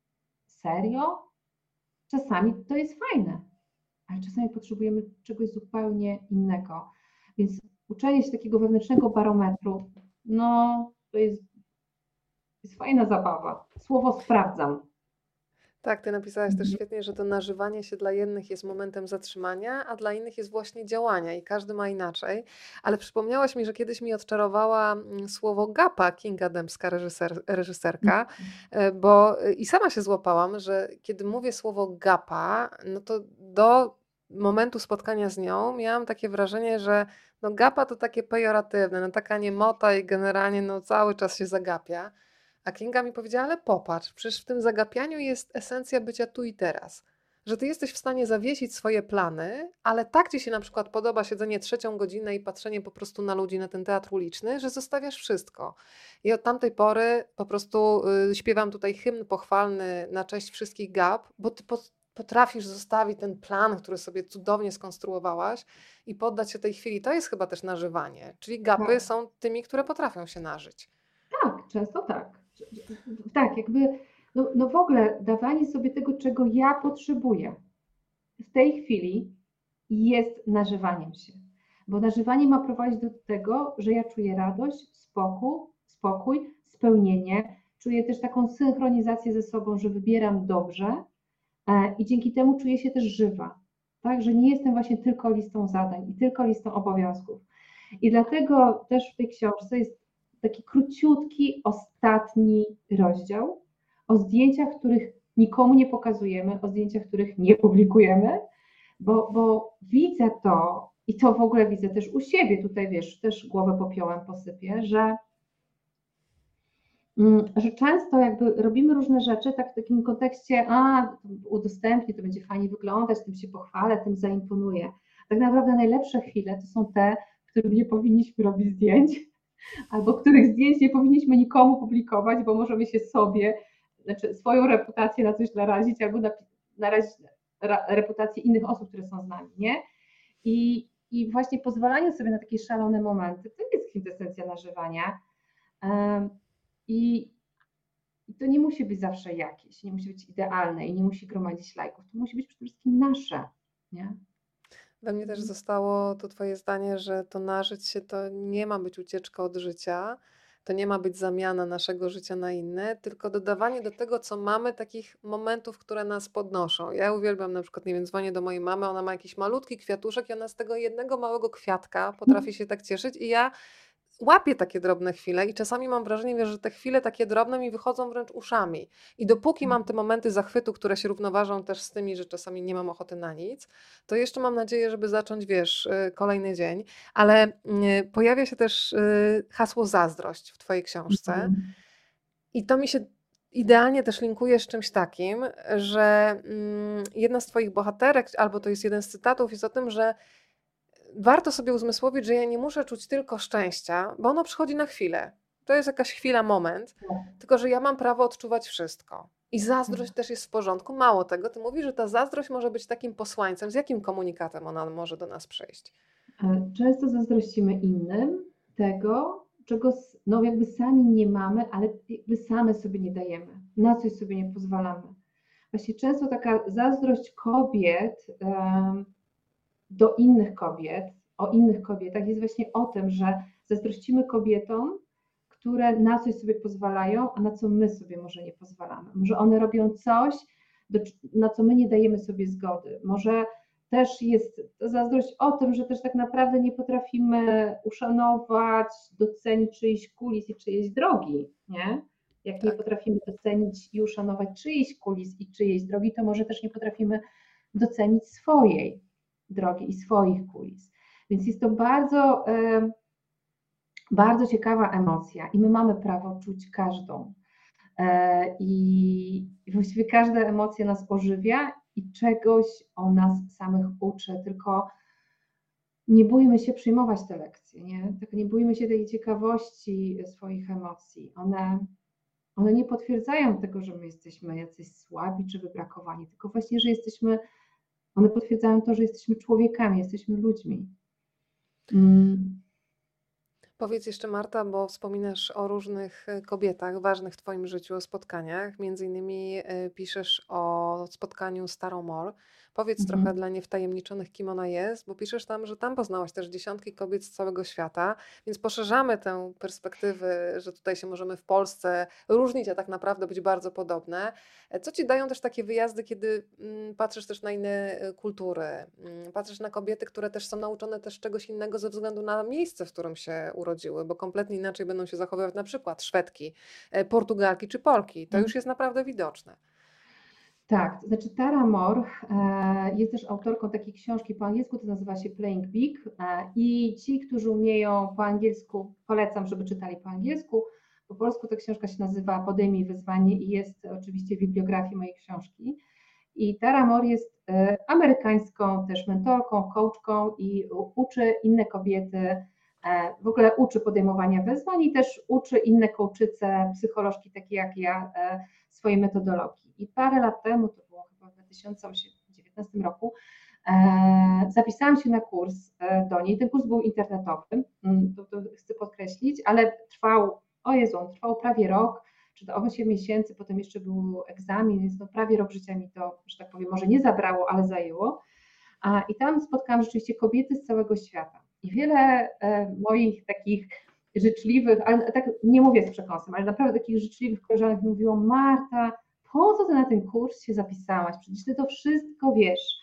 Serio? Czasami to jest fajne, ale czasami potrzebujemy czegoś zupełnie innego. Więc uczenie się takiego wewnętrznego barometru, no to jest, jest fajna zabawa. Słowo sprawdzam. Tak, ty napisałaś też Mhm. świetnie, że to nażywanie się dla jednych jest momentem zatrzymania, a dla innych jest właśnie działania i każdy ma inaczej. Ale przypomniałaś mi, że kiedyś mi odczarowała mm, słowo gapa Kinga Dębska, reżyser, reżyserka, e, bo e, i sama się złapałam, że kiedy mówię słowo gapa, no to do momentu spotkania z nią miałam takie wrażenie, że no gapa to takie pejoratywne, no taka niemota i generalnie no cały czas się zagapia. A Kinga mi powiedziała, ale popatrz, przecież w tym zagapianiu jest esencja bycia tu i teraz. Że ty jesteś w stanie zawiesić swoje plany, ale tak ci się na przykład podoba siedzenie trzecią godzinę i patrzenie po prostu na ludzi, na ten teatr uliczny, że zostawiasz wszystko. I od tamtej pory po prostu y, śpiewam tutaj hymn pochwalny na cześć wszystkich gap, bo ty po, potrafisz zostawić ten plan, który sobie cudownie skonstruowałaś i poddać się tej chwili. To jest chyba też nażywanie. Czyli gapy Tak, są tymi, które potrafią się nażyć. tak, często tak. Tak, jakby, no, no w ogóle dawanie sobie tego, czego ja potrzebuję w tej chwili jest nażywaniem się. Bo nażywanie ma prowadzić do tego, że ja czuję radość, spokój, spokój, spełnienie. Czuję też taką synchronizację ze sobą, że wybieram dobrze e, i dzięki temu czuję się też żywa. Tak, że nie jestem właśnie tylko listą zadań i tylko listą obowiązków. I dlatego też w tej książce jest taki króciutki, ostatni rozdział o zdjęciach, których nikomu nie pokazujemy, o zdjęciach, których nie publikujemy, bo, bo widzę to i to w ogóle widzę też u siebie, tutaj wiesz, też głowę popiołem posypię, że, mm, że często jakby robimy różne rzeczy tak w takim kontekście, a udostępnię, to będzie fajnie wyglądać, tym się pochwalę, tym zaimponuję. Tak naprawdę najlepsze chwile to są te, w których nie powinniśmy robić zdjęć, albo których zdjęć nie powinniśmy nikomu publikować, bo możemy się sobie, znaczy swoją reputację na coś narazić, albo na, narazić ra, reputację innych osób, które są z nami, nie? I, I właśnie pozwalanie sobie na takie szalone momenty, to jest kwintesencja nażywania. Um, i, I to nie musi być zawsze jakieś, nie musi być idealne i nie musi gromadzić lajków, to musi być przede wszystkim nasze, nie? We mnie też zostało to twoje zdanie, że to nażyć się to nie ma być ucieczka od życia, to nie ma być zamiana naszego życia na inne, tylko dodawanie do tego, co mamy, takich momentów, które nas podnoszą. Ja uwielbiam na przykład, nie wiem, dzwonię do mojej mamy, ona ma jakiś malutki kwiatuszek i ona z tego jednego małego kwiatka potrafi się tak cieszyć i ja łapię takie drobne chwile i czasami mam wrażenie, wiesz, że te chwile takie drobne mi wychodzą wręcz uszami. I dopóki mam te momenty zachwytu, które się równoważą też z tymi, że czasami nie mam ochoty na nic, to jeszcze mam nadzieję, żeby zacząć, wiesz, y, kolejny dzień. Ale y, pojawia się też y, hasło zazdrość w twojej książce Mhm. i to mi się idealnie też linkuje z czymś takim, że mm, jedna z twoich bohaterek, albo to jest jeden z cytatów, jest o tym, że warto sobie uzmysłowić, że ja nie muszę czuć tylko szczęścia, bo ono przychodzi na chwilę. To jest jakaś chwila, moment, tylko że ja mam prawo odczuwać wszystko. I zazdrość też jest w porządku. Mało tego, ty mówisz, że ta zazdrość może być takim posłańcem. Z jakim komunikatem ona może do nas przyjść? E, Często zazdrościmy innym tego, czego s- no jakby sami nie mamy, ale jakby same sobie nie dajemy, na coś sobie nie pozwalamy. Właśnie często taka zazdrość kobiet em, do innych kobiet, o innych kobietach jest właśnie o tym, że zazdrościmy kobietom, które na coś sobie pozwalają, a na co my sobie może nie pozwalamy. Może one robią coś, do, na co my nie dajemy sobie zgody. Może też jest zazdrość o tym, że też tak naprawdę nie potrafimy uszanować, docenić czyjejś kulis i czyjejś drogi, nie? Jak nie Tak. potrafimy docenić i uszanować czyjejś kulis i czyjejś drogi, to może też nie potrafimy docenić swojej drogi i swoich kulis. Więc jest to bardzo, bardzo ciekawa emocja i my mamy prawo czuć każdą. I właściwie każda emocja nas ożywia i czegoś o nas samych uczy, tylko nie bójmy się przyjmować te lekcje, nie? Tak nie bójmy się tej ciekawości swoich emocji. One, one nie potwierdzają tego, że my jesteśmy jacyś słabi czy wybrakowani, tylko właśnie, że jesteśmy, one potwierdzają to, że jesteśmy człowiekami, jesteśmy ludźmi. Mm. Powiedz jeszcze, Marta, bo wspominasz o różnych e, kobietach ważnych w twoim życiu, o spotkaniach. Między innymi e, piszesz o spotkaniu z Tarą Moore. Powiedz trochę Mhm. dla niewtajemniczonych, kim ona jest, bo piszesz tam, że tam poznałaś też dziesiątki kobiet z całego świata, więc poszerzamy tę perspektywę, że tutaj się możemy w Polsce różnić, a tak naprawdę być bardzo podobne. E, Co ci dają też takie wyjazdy, kiedy mm, patrzysz też na inne e, kultury, mm, patrzysz na kobiety, które też są nauczone też czegoś innego ze względu na miejsce, w którym się urodziły, bo kompletnie inaczej będą się zachowywać na przykład Szwedki, e, Portugalki czy Polki. To już jest naprawdę widoczne. Tak, to znaczy Tara Moore e, jest też autorką takiej książki po angielsku, to nazywa się Playing Big e, i ci, którzy umieją po angielsku, polecam, żeby czytali po angielsku. Po polsku ta książka się nazywa Podejmij wyzwanie i jest oczywiście w bibliografii mojej książki. I Tara Moore jest e, amerykańską też mentorką, coachką i u- uczy inne kobiety, e, w ogóle uczy podejmowania wyzwań i też uczy inne coachice, psycholożki takie jak ja, e, swojej metodologii. I parę lat temu, to było chyba w dwa tysiące dziewiętnastym roku, e, zapisałam się na kurs e, do niej. Ten kurs był internetowy, mm, to, to chcę podkreślić, ale trwał, o Jezu, on trwał prawie rok, czy to osiem miesięcy, potem jeszcze był egzamin, więc no prawie rok życia mi to, że tak powiem, może nie zabrało, ale zajęło. A, I tam spotkałam rzeczywiście kobiety z całego świata. I wiele e, moich takich życzliwych, ale tak nie mówię z przekąsem, ale naprawdę takich życzliwych koleżanek mówiło: Marta, po co ty na ten kurs się zapisałaś? Przecież ty to wszystko wiesz.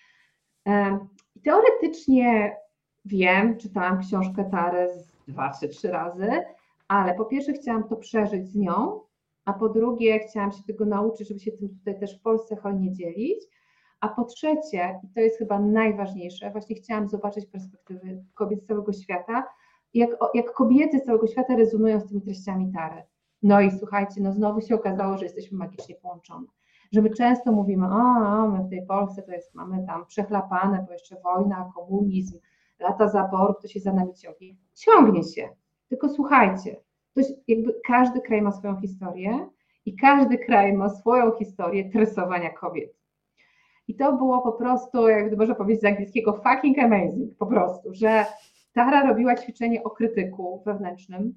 E, I teoretycznie wiem, czytałam książkę Tary z dwa czy trzy razy, ale po pierwsze chciałam to przeżyć z nią, a po drugie chciałam się tego nauczyć, żeby się tym tutaj też w Polsce hojnie dzielić, a po trzecie, i to jest chyba najważniejsze, właśnie chciałam zobaczyć perspektywy kobiet z całego świata, jak, jak kobiety z całego świata rezonują z tymi treściami Tary. No i słuchajcie, no znowu się okazało, że jesteśmy magicznie połączone. Że my często mówimy: a, my w tej Polsce to jest, mamy tam przechlapane, bo jeszcze wojna, komunizm, lata zaboru, to się za nami ciągnie. Ciągnie się, tylko słuchajcie, to jest jakby każdy kraj ma swoją historię i każdy kraj ma swoją historię tresowania kobiet. I to było po prostu, jak można powiedzieć z angielskiego, fucking amazing, po prostu, że Tara robiła ćwiczenie o krytyku wewnętrznym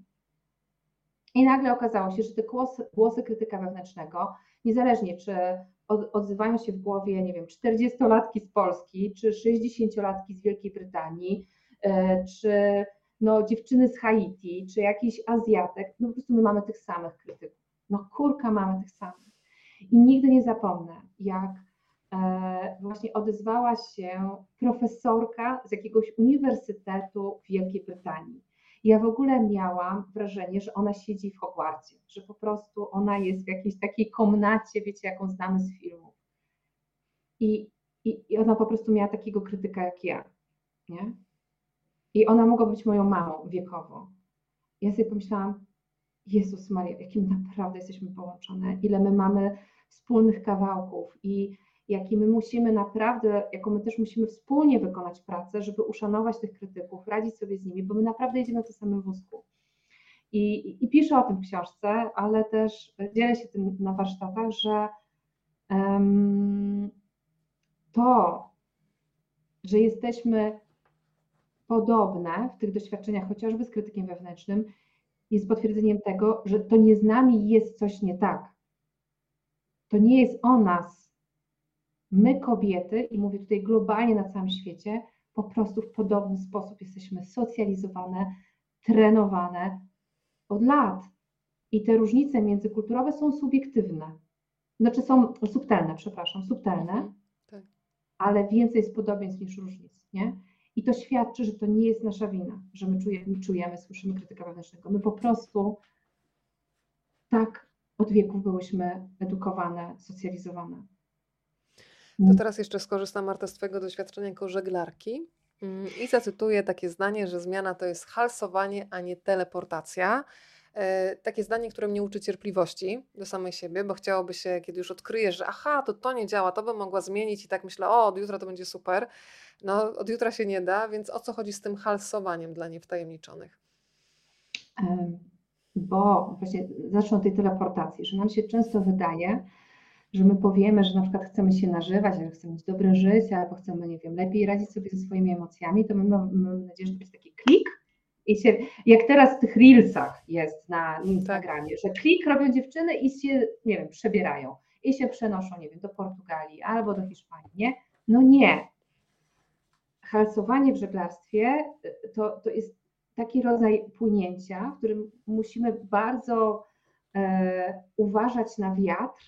i nagle okazało się, że te głosy, głosy krytyka wewnętrznego, niezależnie czy odzywają się w głowie, nie wiem, czterdziestolatki z Polski, czy sześćdziesięciolatki z Wielkiej Brytanii, czy no dziewczyny z Haiti, czy jakiś Azjatek, no po prostu my mamy tych samych krytyków. No kurka, mamy tych samych. I nigdy nie zapomnę, jak e, właśnie odezwała się profesorka z jakiegoś uniwersytetu w Wielkiej Brytanii. Ja w ogóle miałam wrażenie, że ona siedzi w Hogwarcie, że po prostu ona jest w jakiejś takiej komnacie, wiecie, jaką znamy z filmów. I, i, i ona po prostu miała takiego krytyka jak ja, nie? I ona mogła być moją mamą wiekowo. Ja sobie pomyślałam, Jezus Maria, jakim naprawdę jesteśmy połączone, ile my mamy wspólnych kawałków i jaki my musimy naprawdę, jaką my też musimy wspólnie wykonać pracę, żeby uszanować tych krytyków, radzić sobie z nimi, bo my naprawdę jedziemy w tym samym wózku. I, i, i piszę o tym w książce, ale też dzielę się tym na warsztatach, że um, to, że jesteśmy podobne w tych doświadczeniach, chociażby z krytykiem wewnętrznym, jest potwierdzeniem tego, że to nie z nami jest coś nie tak. To nie jest o nas. My kobiety, i mówię tutaj globalnie na całym świecie, po prostu w podobny sposób jesteśmy socjalizowane, trenowane od lat. I te różnice międzykulturowe są subiektywne. Znaczy są subtelne, przepraszam, subtelne, Mhm, tak. ale więcej jest podobieństw niż różnic, nie? I to świadczy, że to nie jest nasza wina, że my czujemy, czujemy słyszymy krytyka wewnętrznego. My po prostu tak od wieków byłyśmy edukowane, socjalizowane. To teraz jeszcze skorzystam, Marta, z Twojego doświadczenia jako żeglarki mm, i zacytuję takie zdanie, że zmiana to jest halsowanie, a nie teleportacja. E, takie zdanie, które mnie uczy cierpliwości do samej siebie, bo chciałoby się, kiedy już odkryjesz, że aha, to to nie działa, to bym mogła zmienić i tak myślę, o, od jutra to będzie super. No, od jutra się nie da, więc o co chodzi z tym halsowaniem dla niewtajemniczonych? Em, Bo właśnie zacznę od tej teleportacji, że nam się często wydaje, że my powiemy, że na przykład chcemy się nażywać, że chcemy mieć dobre życie, albo chcemy, nie wiem, lepiej radzić sobie ze swoimi emocjami, to my mamy, mamy nadzieję, że to będzie taki klik i się, jak teraz w tych reelsach jest na Instagramie, że klik robią dziewczyny i się, nie wiem, przebierają i się przenoszą, nie wiem, do Portugalii albo do Hiszpanii, nie? No nie. Halsowanie w żeglarstwie to, to jest taki rodzaj płynięcia, w którym musimy bardzo e, uważać na wiatr,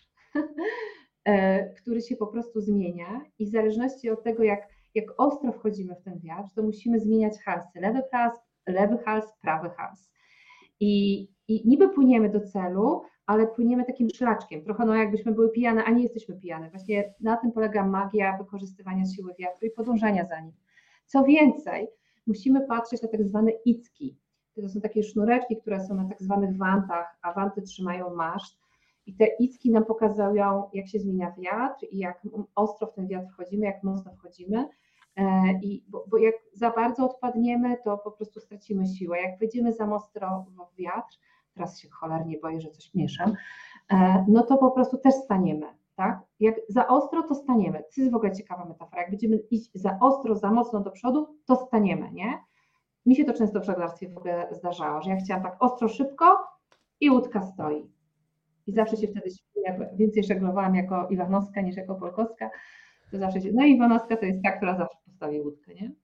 e, który się po prostu zmienia i w zależności od tego, jak, jak ostro wchodzimy w ten wiatr, to musimy zmieniać halsy. Lewy hals, lewy hals, prawy hals. I, I niby płyniemy do celu, ale płyniemy takim szlaczkiem, trochę no jakbyśmy były pijane, a nie jesteśmy pijane. Właśnie na tym polega magia wykorzystywania siły wiatru i podążania za nim. Co więcej, musimy patrzeć na tak zwane icki. To są takie sznureczki, które są na tak zwanych wantach, a wanty trzymają maszt. I te icki nam pokazują, jak się zmienia wiatr i jak ostro w ten wiatr wchodzimy, jak mocno wchodzimy. I, bo, bo jak za bardzo odpadniemy, to po prostu stracimy siłę. Jak wejdziemy za mocno w wiatr, teraz się cholernie boję, że coś mieszam, no to po prostu też staniemy. Tak? Jak za ostro, to staniemy. To jest w ogóle ciekawa metafora. Jak będziemy iść za ostro, za mocno do przodu, to staniemy, nie? Mi się to często w żeglarstwie w ogóle zdarzało, że ja chciałam tak ostro, szybko i łódka stoi. I zawsze się wtedy śmieję, więcej żeglowałam jako Iwanowska niż jako Polkowska. To zawsze się... No i Iwanowska to jest ta, która zawsze postawi łódkę, nie?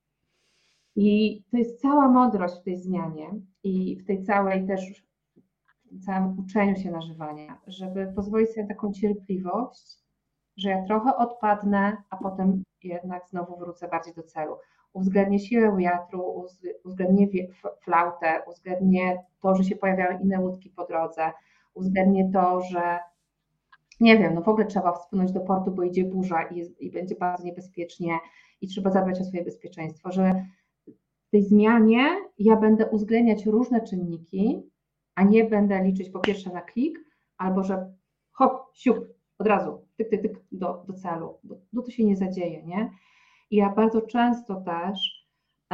I to jest cała mądrość w tej zmianie i w tej całej też całym uczeniu się nażywania, żeby pozwolić sobie na taką cierpliwość, że ja trochę odpadnę, a potem jednak znowu wrócę bardziej do celu. Uwzględnię siłę wiatru, uwzględnię flautę, uwzględnię to, że się pojawiają inne łódki po drodze, uwzględnię to, że nie wiem, no w ogóle trzeba wspłynąć do portu, bo idzie burza i, jest, i będzie bardzo niebezpiecznie i trzeba zadbać o swoje bezpieczeństwo, że w tej zmianie ja będę uwzględniać różne czynniki, a nie będę liczyć po pierwsze na klik, albo że hop, siup, od razu, tyk, tyk, tyk do, do celu, bo, bo to się nie zadzieje, nie? I ja bardzo często też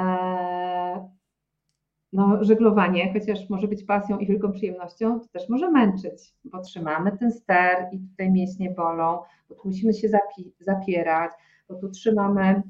e, no, żeglowanie, chociaż może być pasją i wielką przyjemnością, to też może męczyć, bo trzymamy ten ster i tutaj mięśnie bolą, bo tu musimy się zapi- zapierać, bo tu trzymamy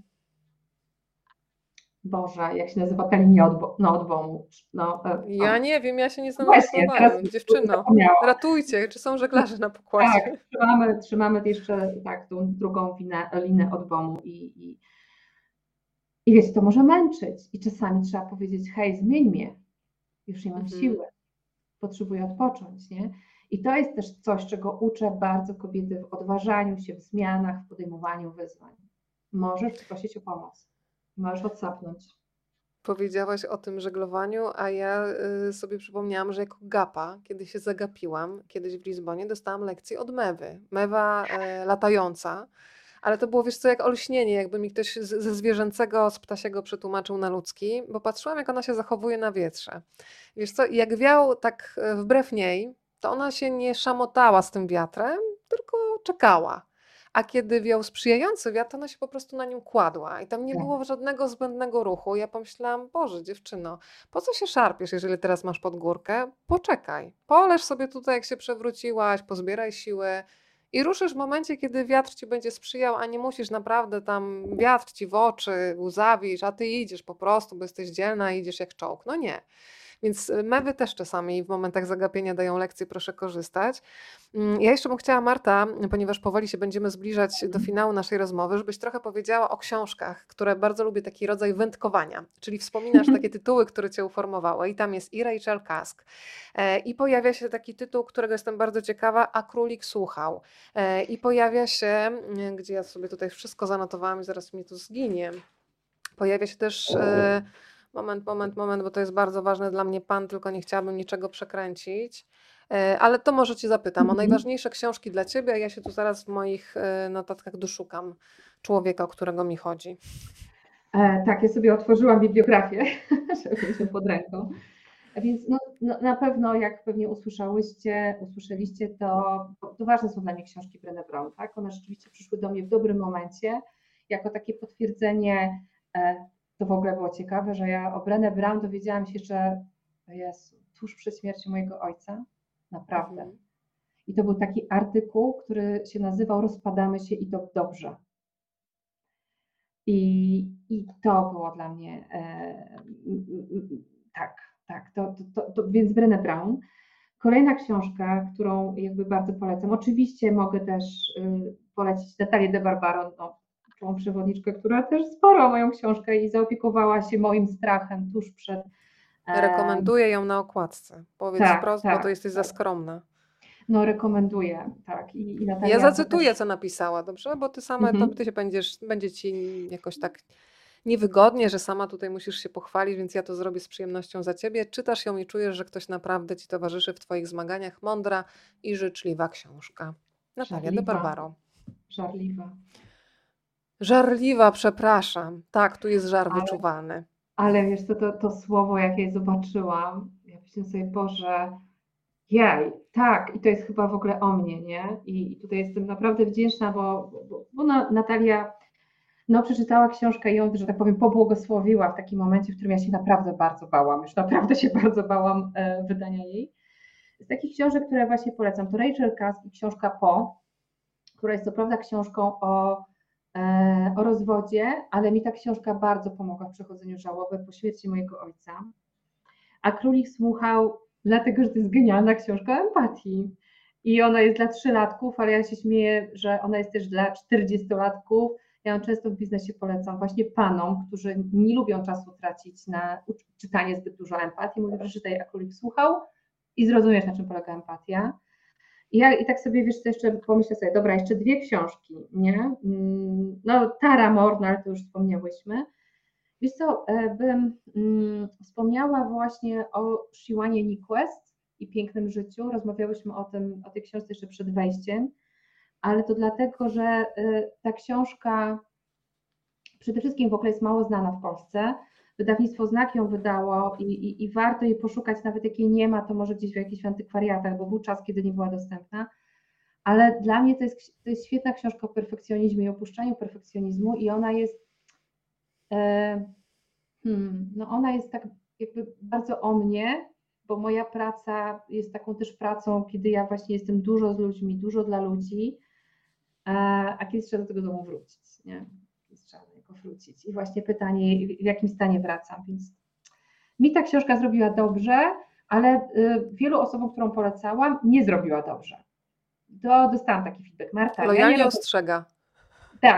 Boże, jak się nazywa ta linia odbo- no, odbomu. No, e, Ja o. nie wiem, ja się nie znam na Właśnie, teraz żeglowaniu. Dziewczyno, zapomniałam. ratujcie, czy są żeglarze na Tak, pokładzie? trzymamy, trzymamy jeszcze tak, tą drugą winę, linę odbomu i, i I wiecie, to może męczyć i czasami trzeba powiedzieć: hej, zmień mnie, już nie mam Mhm. siły, potrzebuję odpocząć, nie? I to jest też coś, czego uczę bardzo kobiety w odważaniu się, w zmianach, w podejmowaniu wyzwań. Możesz poprosić o pomoc, możesz odsapnąć. Powiedziałaś o tym żeglowaniu, a ja y, sobie przypomniałam, że jako gapa, kiedy się zagapiłam, kiedyś w Lizbonie, dostałam lekcję od mewy. Mewa e, latająca, ale to było, wiesz co, jak olśnienie, jakby mi ktoś z, ze zwierzęcego, z ptasiego przetłumaczył na ludzki, bo patrzyłam, jak ona się zachowuje na wietrze. Wiesz co, i jak wiał tak e, wbrew niej, to ona się nie szamotała z tym wiatrem, tylko czekała. A kiedy wiał sprzyjający wiatr, to ona się po prostu na nim kładła i tam nie Tak. było żadnego zbędnego ruchu. Ja pomyślałam: Boże, dziewczyno, po co się szarpiesz, jeżeli teraz masz pod górkę? Poczekaj, poleż sobie tutaj, jak się przewróciłaś, pozbieraj siły i ruszysz w momencie, kiedy wiatr ci będzie sprzyjał, a nie musisz naprawdę tam wiatr ci w oczy, łzawisz, a ty idziesz po prostu, bo jesteś dzielna i idziesz jak czołg. No nie. Więc y, mewy też czasami w momentach zagapienia dają lekcje, proszę korzystać. Mm, Ja jeszcze bym chciała, Marta, ponieważ powoli się będziemy zbliżać do finału naszej rozmowy, żebyś trochę powiedziała o książkach, które bardzo lubię, taki rodzaj wędkowania, czyli wspominasz takie tytuły, które cię uformowały i tam jest i Rachel Cusk e, i pojawia się taki tytuł, którego jestem bardzo ciekawa, A królik słuchał e, i pojawia się, mm, gdzie ja sobie tutaj wszystko zanotowałam i zaraz mi tu zginie, pojawia się też e, moment, moment, moment, bo to jest bardzo ważne dla mnie, Pan, tylko nie chciałabym niczego przekręcić. E, Ale to może Cię zapytam o Mhm. najważniejsze książki dla Ciebie, a ja się tu zaraz w moich e, notatkach doszukam człowieka, o którego mi chodzi. E, tak, ja sobie otworzyłam bibliografię, żeby mieć ją pod ręką. A więc no, no, na pewno, jak pewnie usłyszałyście, usłyszeliście, to, to ważne są dla mnie książki Brené Brown, tak? One rzeczywiście przyszły do mnie w dobrym momencie, jako takie potwierdzenie. E, to w ogóle było ciekawe, że ja o Brené Brown dowiedziałam się, że Jezu, tuż przed śmiercią mojego ojca, naprawdę. Mhm. I to był taki artykuł, który się nazywał Rozpadamy się i to dobrze. I, i to było dla mnie e, tak, tak, to, to, to, to więc Brené Brown. Kolejna książka, którą jakby bardzo polecam, oczywiście mogę też y, polecić Natalię de Barbaro, no, tą przewodniczkę, która też sporo moją książkę i zaopiekowała się moim strachem tuż przed. E, Rekomenduję ją na okładce. Powiedz tak, wprost, bo to tak, jesteś za tak. skromna. No rekomenduję, tak. I, i Ja Natalia to zacytuję, też. co napisała, dobrze? Bo ty sama, to Mhm. ty się będziesz, będzie ci jakoś tak niewygodnie, że sama tutaj musisz się pochwalić, więc ja to zrobię z przyjemnością za ciebie. Czytasz ją i czujesz, że ktoś naprawdę ci towarzyszy w twoich zmaganiach. Mądra i życzliwa książka. Natalia de Żarliwa, Barbaro. żarliwa. Żarliwa, przepraszam. Tak, tu jest żar Ale wyczuwany. Ale wiesz co, to, to słowo, jak je zobaczyłam, ja myślałam sobie: Boże, jaj, tak, i to jest chyba w ogóle o mnie, nie? I, i tutaj jestem naprawdę wdzięczna, bo, bo, bo Natalia no, przeczytała książkę i ją, że tak powiem, pobłogosławiła w takim momencie, w którym ja się naprawdę bardzo bałam, już naprawdę się bardzo bałam e, wydania jej. Z takich książek, które właśnie polecam, to Rachel Cusk i książka Po, która jest co prawda książką o, e, o rozwodzie, ale mi ta książka bardzo pomogła w przechodzeniu żałoby po śmierci mojego ojca. A Królik słuchał, dlatego że to jest genialna książka o empatii. I ona jest dla trzylatków, ale ja się śmieję, że ona jest też dla czterdziestolatków. Ja ją często w biznesie polecam właśnie panom, którzy nie lubią czasu tracić na czytanie zbyt dużo empatii. Mówię: przeczytaj, a Królik słuchał i zrozumiesz, na czym polega empatia. I ja i tak sobie, wiesz, to jeszcze pomyślę sobie: dobra, jeszcze dwie książki, nie? No, Tara Moore, no, ale to już wspomniałyśmy. Wiesz co, e, bym mm, wspomniała właśnie o Siłanie Nyquist i Pięknym życiu. Rozmawiałyśmy o tym, o tej książce jeszcze przed wejściem, ale to dlatego, że e, ta książka przede wszystkim w ogóle jest mało znana w Polsce. Wydawnictwo Znak ją wydało i, i, i warto jej poszukać, nawet jak jej nie ma, to może gdzieś w jakichś antykwariatach, bo był czas, kiedy nie była dostępna. Ale dla mnie to jest, to jest świetna książka o perfekcjonizmie i opuszczaniu perfekcjonizmu i ona jest e, Hmm, no ona jest tak jakby bardzo o mnie, bo moja praca jest taką też pracą, kiedy ja właśnie jestem dużo z ludźmi, dużo dla ludzi, a, a kiedyś trzeba do tego domu wrócić, nie? Kiedyś trzeba do niego wrócić. I właśnie pytanie, w jakim stanie wracam, więc mi ta książka zrobiła dobrze, ale y, wielu osobom, którą polecałam, nie zrobiła dobrze. To dostałam taki feedback: Marta, ja nie Lojalnie rozumiem. ostrzega. Tak,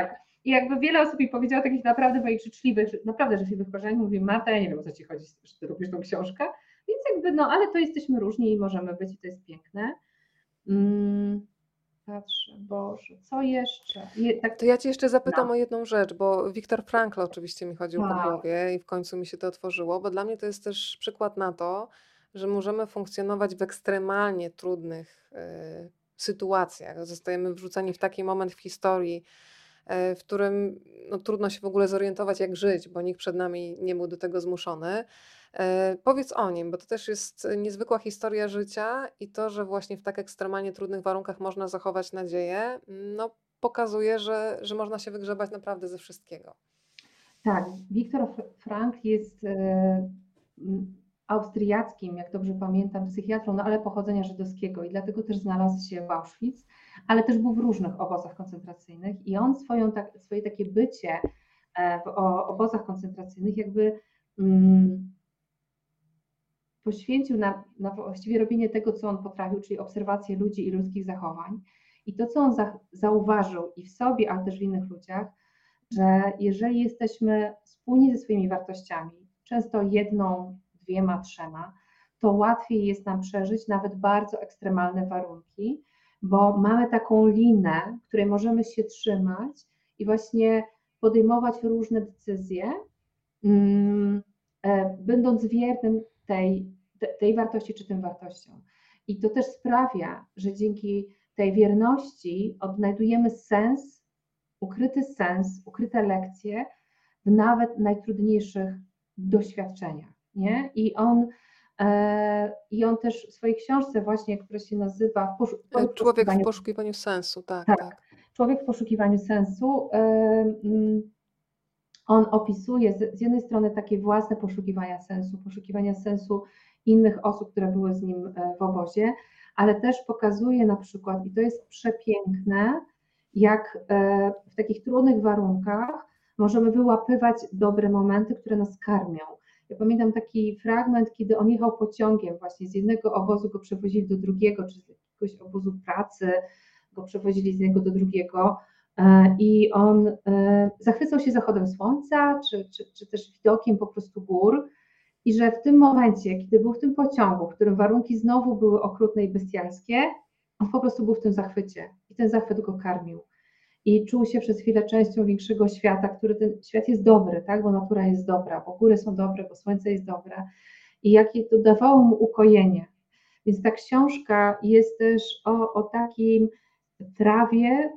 I jakby wiele osób mi powiedziało takich naprawdę moich życzliwych, naprawdę życzliwych koleżanek, mówi: Marta, ja nie wiem, o co ci chodzi, że ty robisz tą książkę, więc jakby no, ale to jesteśmy różni i możemy być i to jest piękne. Mm, patrzę, Boże, co jeszcze? Je, tak, To ja cię jeszcze zapytam no, o jedną rzecz, bo Wiktor Frankl oczywiście mi chodził po tak, głowie i w końcu mi się to otworzyło, bo dla mnie to jest też przykład na to, że możemy funkcjonować w ekstremalnie trudnych e, sytuacjach. Zostajemy wrzuceni w taki moment w historii, e, w którym no, trudno się w ogóle zorientować, jak żyć, bo nikt przed nami nie był do tego zmuszony. E, Powiedz o nim, bo to też jest niezwykła historia życia i to, że właśnie w tak ekstremalnie trudnych warunkach można zachować nadzieję, no pokazuje, że, że można się wygrzebać naprawdę ze wszystkiego. tak. Wiktor Frankl jest e, austriackim, jak dobrze pamiętam, psychiatrą, no ale pochodzenia żydowskiego i dlatego też znalazł się w Auschwitz, ale też był w różnych obozach koncentracyjnych i on swoją, tak, swoje takie bycie e, w obozach koncentracyjnych jakby mm, poświęcił na, na właściwie robienie tego, co on potrafił, czyli obserwację ludzi i ludzkich zachowań. I to, co on za, zauważył i w sobie, ale też w innych ludziach, że jeżeli jesteśmy spójni ze swoimi wartościami, często jedną, dwiema, trzema, to łatwiej jest nam przeżyć nawet bardzo ekstremalne warunki, bo mamy taką linę, której możemy się trzymać i właśnie podejmować różne decyzje, będąc wiernym tej, tej wartości czy tym wartościom. I to też sprawia, że dzięki tej wierności odnajdujemy sens, ukryty sens, ukryte lekcje w nawet najtrudniejszych doświadczeniach. Nie? I on e, i on też w swojej książce właśnie, która się nazywa w E, w Człowiek w poszukiwaniu, poszukiwaniu sensu, tak, tak, tak. Człowiek w poszukiwaniu sensu, e, on opisuje z, z jednej strony takie własne poszukiwania sensu, poszukiwania sensu innych osób, które były z nim w obozie, ale też pokazuje na przykład, i to jest przepiękne, jak w takich trudnych warunkach możemy wyłapywać dobre momenty, które nas karmią. Ja pamiętam taki fragment, kiedy on jechał pociągiem, właśnie z jednego obozu go przewozili do drugiego, czy z jakiegoś obozu pracy go przewozili z jednego do drugiego, i on zachwycał się zachodem słońca, czy, czy, czy też widokiem po prostu gór, i że w tym momencie, kiedy był w tym pociągu, w którym warunki znowu były okrutne i bestialskie, on po prostu był w tym zachwycie i ten zachwyt go karmił. I czuł się przez chwilę częścią większego świata, który ten świat jest dobry, tak? Bo natura jest dobra, bo góry są dobre, bo słońce jest dobre. I jakie to dawało mu ukojenie. Więc ta książka jest też o, o takim prawie,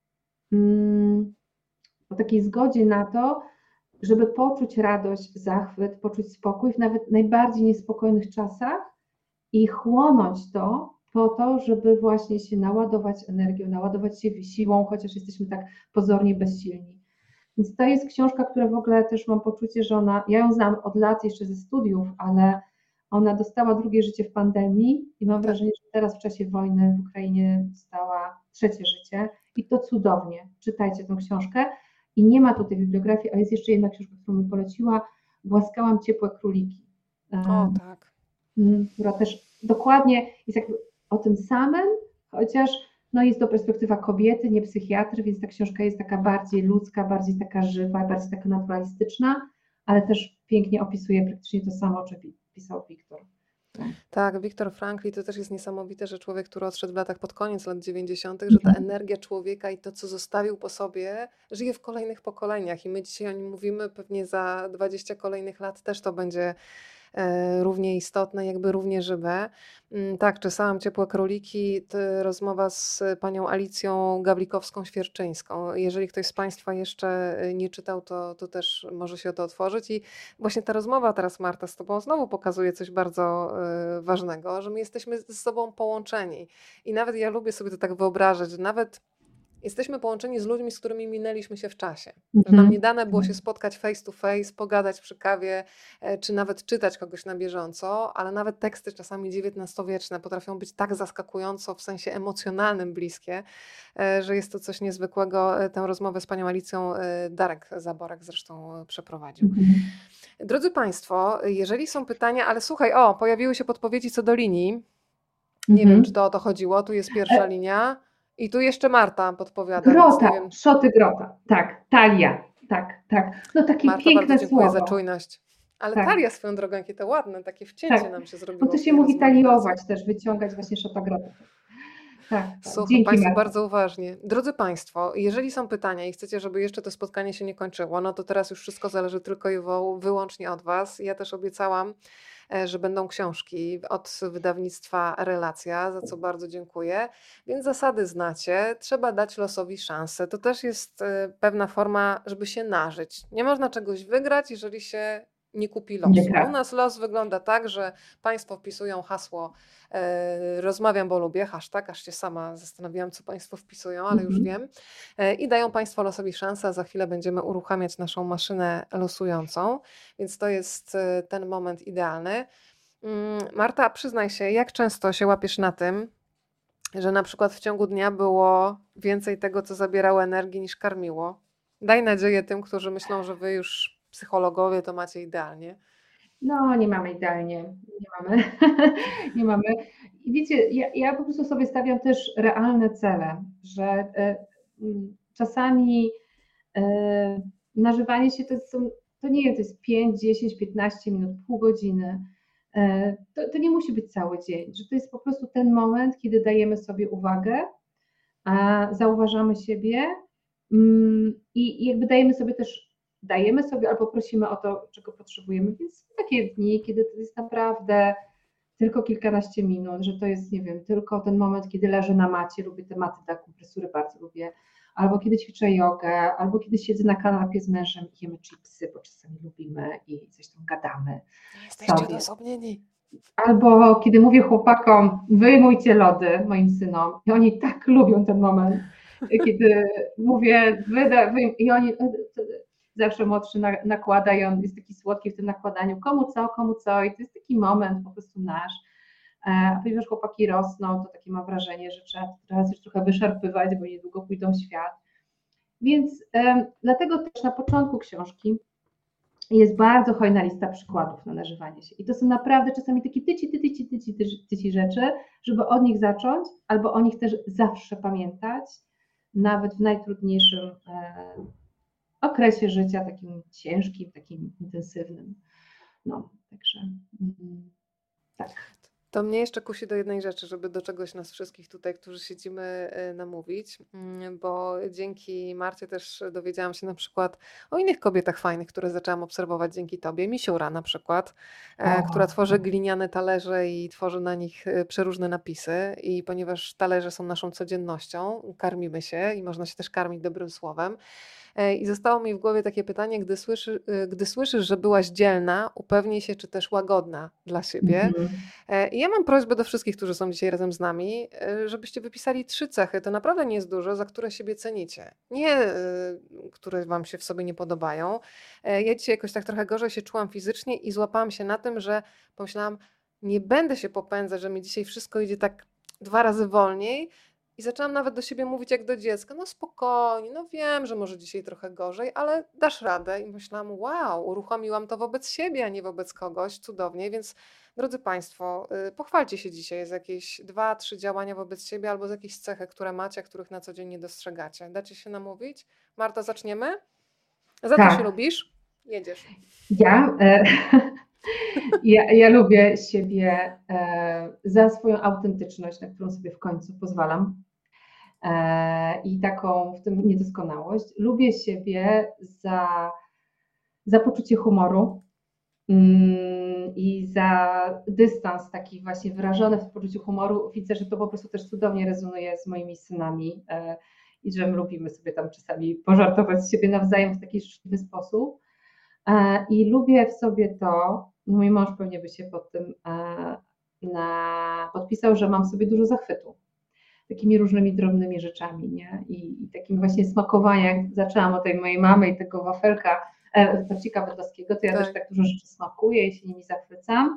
mm, o takiej zgodzie na to, żeby poczuć radość, zachwyt, poczuć spokój w nawet najbardziej niespokojnych czasach i chłonąć to po to, żeby właśnie się naładować energią, naładować się siłą, chociaż jesteśmy tak pozornie bezsilni. Więc to jest książka, która w ogóle też mam poczucie, że ona, ja ją znam od lat jeszcze ze studiów, ale ona dostała drugie życie w pandemii i mam wrażenie, że teraz w czasie wojny w Ukrainie dostała trzecie życie i to cudownie. Czytajcie tę książkę. I nie ma tutaj bibliografii, a jest jeszcze jedna książka, którą mi poleciła, Głaskałam ciepłe króliki. O, tak. Która też dokładnie jest jakby o tym samym, chociaż no jest to perspektywa kobiety, nie psychiatry, więc ta książka jest taka bardziej ludzka, bardziej taka żywa, bardziej taka naturalistyczna, ale też pięknie opisuje praktycznie to samo, o czym pisał Wiktor. Tak, Wiktor Frankl, to też jest niesamowite, że człowiek, który odszedł w latach pod koniec lat dziewięćdziesiątych, że ta energia człowieka i to, co zostawił po sobie, żyje w kolejnych pokoleniach i my dzisiaj o nim mówimy, pewnie za dwadzieścia kolejnych lat też to będzie równie istotne, jakby równie żywe. Tak, czesałam ciepłe króliki, to rozmowa z panią Alicją Gawlikowską-Świerczyńską. Jeżeli ktoś z Państwa jeszcze nie czytał, to, to też może się o to otworzyć. I właśnie ta rozmowa teraz, Marta, z Tobą znowu pokazuje coś bardzo ważnego, że my jesteśmy ze sobą połączeni. I nawet ja lubię sobie to tak wyobrażać, że nawet jesteśmy połączeni z ludźmi, z którymi minęliśmy się w czasie. Że nam nie dane było się spotkać face to face, pogadać przy kawie, czy nawet czytać kogoś na bieżąco, ale nawet teksty czasami dziewiętnastowieczne potrafią być tak zaskakująco w sensie emocjonalnym bliskie, że jest to coś niezwykłego. Tę rozmowę z panią Alicją Darek Zaborek zresztą przeprowadził. Drodzy Państwo, jeżeli są pytania, ale słuchaj, o, pojawiły się podpowiedzi co do linii. Nie wiem, czy to o to chodziło. Tu jest pierwsza linia. I tu jeszcze Marta podpowiada, więc nie Grota, wiem. szoty grota. Tak, talia. Tak, tak. No takie Marta, bardzo piękne dziękuję za słowo. czujność. Ale Tak, talia swoją drogą, jakie to ładne, takie wcięcie tak. nam się Bo zrobiło to w się tej mówi rozmowie teraz. taliować też, wyciągać właśnie szota grota. Tak, tak. Słucham Dzięki Państwu Marta. bardzo uważnie. Drodzy Państwo, jeżeli są pytania i chcecie, żeby jeszcze to spotkanie się nie kończyło, no to teraz już wszystko zależy tylko i wo- wyłącznie od Was. Ja też obiecałam, e, że będą książki od wydawnictwa Relacja, za co bardzo dziękuję. Więc zasady znacie, trzeba dać losowi szansę. To też jest e, pewna forma, żeby się nażyć. Nie można czegoś wygrać, jeżeli się nie kupi Nie losu. A u gra. nas los wygląda tak, że Państwo wpisują hasło e, rozmawiam, bo lubię, hashtag, aż się sama zastanawiałam, co Państwo wpisują, ale już Mhm. wiem. E, I dają Państwo losowi szansę, a za chwilę będziemy uruchamiać naszą maszynę losującą, więc to jest e, ten moment idealny. Mm, Marta, przyznaj się, jak często się łapiesz na tym, że na przykład w ciągu dnia było więcej tego, co zabierało energii, niż karmiło? Daj nadzieję tym, którzy myślą, że Wy już psychologowie to macie idealnie. No, nie mamy idealnie, nie mamy. Nie mamy. I wiecie, ja, ja po prostu sobie stawiam też realne cele, że e, mm, czasami e, nażywanie się to, są, to nie wiem, to jest pięć, dziesięć, piętnaście minut, pół godziny. E, to, to nie musi być cały dzień, że to jest po prostu ten moment, kiedy dajemy sobie uwagę, a zauważamy siebie mm, i, i jakby dajemy sobie też, dajemy sobie albo prosimy o to, czego potrzebujemy. Więc są takie dni, kiedy to jest naprawdę tylko kilkanaście minut, że to jest, nie wiem, tylko ten moment, kiedy leżę na macie, lubię te maty dla kompresury, bardzo lubię, albo kiedy ćwiczę jogę, albo kiedy siedzę na kanapie z mężem i jemy chipsy, bo czasami lubimy i coś tam gadamy Nie jesteście sobie. odosobnieni. Albo kiedy mówię chłopakom, wyjmujcie lody moim synom i oni tak lubią ten moment, kiedy mówię, wyda, wy, i oni zawsze młodszy nakłada i on jest taki słodki w tym nakładaniu, komu co, komu co i to jest taki moment po prostu nasz. A ponieważ chłopaki rosną, to takie mam wrażenie, że trzeba teraz już trochę wyszarpywać, bo niedługo pójdą w świat. Więc um, dlatego też na początku książki jest bardzo hojna lista przykładów na nażywanie się. I to są naprawdę czasami takie tyci, tyci, tyci, tyci, tyci rzeczy, żeby od nich zacząć, albo o nich też zawsze pamiętać, nawet w najtrudniejszym e, okresie życia, takim ciężkim, takim intensywnym. No, także mm, tak. To mnie jeszcze kusi do jednej rzeczy, żeby do czegoś nas wszystkich tutaj, którzy siedzimy, y, namówić, mm, bo dzięki Marcie też dowiedziałam się na przykład o innych kobietach fajnych, które zaczęłam obserwować dzięki Tobie. Misiura na przykład, e, która O, tworzy gliniane talerze i tworzy na nich y, przeróżne napisy i ponieważ talerze są naszą codziennością, karmimy się i można się też karmić dobrym słowem. E, I zostało mi w głowie takie pytanie, gdy, słyszy, y, gdy słyszysz, że byłaś dzielna, upewnij się, czy też łagodna dla siebie. mhm. E, I ja mam prośbę do wszystkich, którzy są dzisiaj razem z nami, e, żebyście wypisali trzy cechy, to naprawdę nie jest dużo, za które siebie cenicie. Nie, e, które wam się w sobie nie podobają. E, Ja dzisiaj jakoś tak trochę gorzej się czułam fizycznie i złapałam się na tym, że pomyślałam, nie będę się popędzać, że mi dzisiaj wszystko idzie tak dwa razy wolniej. I zaczęłam nawet do siebie mówić jak do dziecka, no spokojnie, no wiem, że może dzisiaj trochę gorzej, ale dasz radę. I myślałam, wow, uruchomiłam to wobec siebie, a nie wobec kogoś, cudownie, więc drodzy Państwo, y, pochwalcie się dzisiaj z jakieś dwa, trzy działania wobec siebie albo z jakichś cechy, które macie, których na co dzień nie dostrzegacie. Dacie się namówić? Marta, zaczniemy? Za co się Tak, lubisz? Jedziesz. ja, e, ja, ja lubię siebie e, za swoją autentyczność, na którą sobie w końcu pozwalam. E, I taką w tym niedoskonałość. Lubię siebie za, za poczucie humoru mm, i za dystans taki właśnie wyrażony w poczuciu humoru. Widzę, że to po prostu też cudownie rezonuje z moimi synami e, i że my lubimy sobie tam czasami pożartować z siebie nawzajem w taki życzliwy sposób. E, I lubię w sobie to, mój mąż pewnie by się pod tym e, na, podpisał, że mam w sobie dużo zachwytu takimi różnymi drobnymi rzeczami, nie? I, i takim właśnie smakowania, jak zaczęłam od tej mojej mamy i tego wafelka, e, torcika wędowskiego, to ja też Tak. tak dużo rzeczy smakuję i się nimi zachwycam.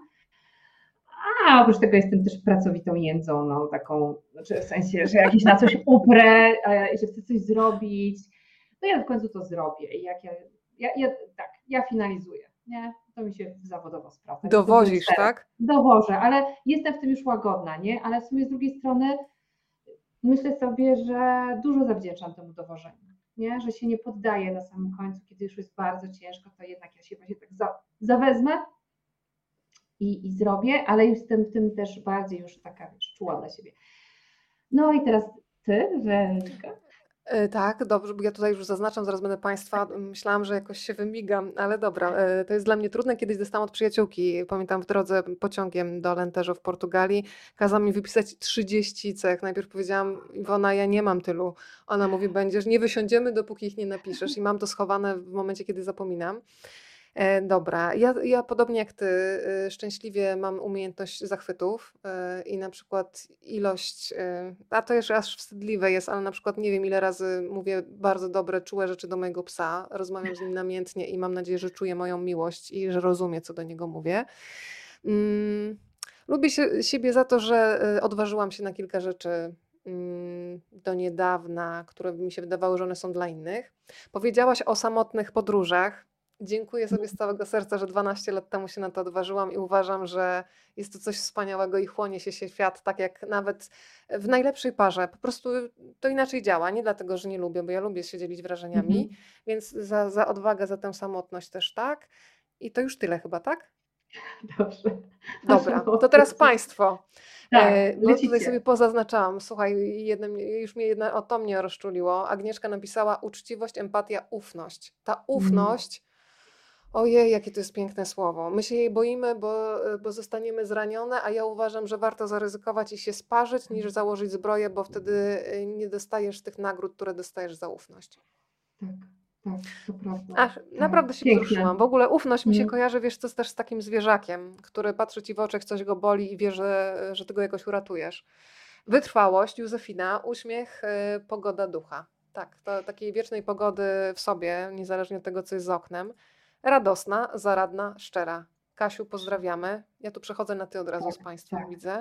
A oprócz tego jestem też pracowitą jędzą, no taką, znaczy w sensie, że jakieś na coś uprę, e, że chcę coś zrobić, to ja w końcu to zrobię. I jak ja, ja, ja tak, ja finalizuję, nie? To mi się zawodowo sprawdza. Jestem w tym Dowozisz, szczera. tak? Dowożę, ale jestem w tym już łagodna, nie? Ale w sumie z drugiej strony myślę sobie, że dużo zawdzięczam temu dowożeniu, nie? Że się nie poddaję na samym końcu, kiedy już jest bardzo ciężko, to jednak ja się właśnie tak za, zawezmę i, i zrobię, ale jestem w tym też bardziej już taka, wiesz, czuła dla siebie. No i teraz ty, Weronika? E, tak, dobrze, bo ja tutaj już zaznaczam, zaraz będę Państwa, myślałam, że jakoś się wymigam, ale dobra, e, to jest dla mnie trudne. Kiedyś dostałam od przyjaciółki, pamiętam w drodze pociągiem do Alentejo w Portugalii, kazała mi wypisać trzydzieści cech. Najpierw powiedziałam, Iwona, ja nie mam tylu. Ona mówi, będziesz, nie wysiądziemy, dopóki ich nie napiszesz i mam to schowane w momencie, kiedy zapominam. E, dobra, ja, ja podobnie jak ty, y, szczęśliwie mam umiejętność zachwytów y, i na przykład ilość, y, a to jeszcze aż wstydliwe jest, ale na przykład nie wiem ile razy mówię bardzo dobre, czułe rzeczy do mojego psa, rozmawiam z nim namiętnie i mam nadzieję, że czuje moją miłość i że rozumie, co do niego mówię. Mm, lubię się, siebie za to, że y, odważyłam się na kilka rzeczy mm, do niedawna, które mi się wydawały, że one są dla innych. Powiedziałaś o samotnych podróżach. Dziękuję sobie z całego serca, że dwanaście lat temu się na to odważyłam i uważam, że jest to coś wspaniałego i chłonie się się świat, tak jak nawet w najlepszej parze. Po prostu to inaczej działa, nie dlatego, że nie lubię, bo ja lubię się dzielić wrażeniami, Mhm. więc za, za odwagę, za tę samotność też tak. I to już tyle chyba, tak? Dobrze. Proszę Dobra, to o teraz Państwo, Tak, e, bo tutaj sobie lecicie. pozaznaczałam. Słuchaj, jedno, mnie- już mnie jedna, o to mnie rozczuliło. Agnieszka napisała uczciwość, empatia, ufność. Ta Mm. ufność, ojej, jakie to jest piękne słowo. My się jej boimy, bo, bo zostaniemy zranione, a ja uważam, że warto zaryzykować i się sparzyć, niż założyć zbroję, bo wtedy y, nie dostajesz tych nagród, które dostajesz za ufność. Tak, tak, to prawda. Ach, Tak, naprawdę się piękne. wzruszyłam. W ogóle ufność mi się Mm. kojarzy, wiesz, co, też z takim zwierzakiem, który patrzy ci w oczy, jak coś go boli i wie, że, że ty go jakoś uratujesz. Wytrwałość, Józefina, uśmiech, y, pogoda ducha. Tak, to takiej wiecznej pogody w sobie, niezależnie od tego, co jest za oknem. Radosna, zaradna, szczera. Kasiu, pozdrawiamy. Ja tu przechodzę na ty od razu z Tak, Państwem, tak. widzę.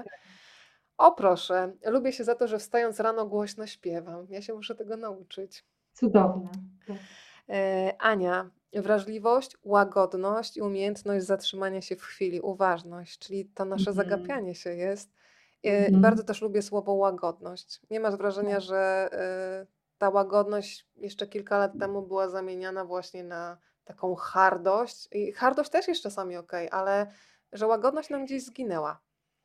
O proszę, lubię się za to, że wstając rano głośno śpiewam. Ja się muszę tego nauczyć. Cudowne. Tak. E, Ania, wrażliwość, łagodność i umiejętność zatrzymania się w chwili, uważność, czyli to nasze Mhm. zagapianie się jest. E, I Mhm. bardzo też lubię słowo łagodność. Nie masz wrażenia, że e, ta łagodność jeszcze kilka lat temu była zamieniana właśnie na taką hardość? I hardość też jest czasami okej, ale że łagodność nam gdzieś zginęła.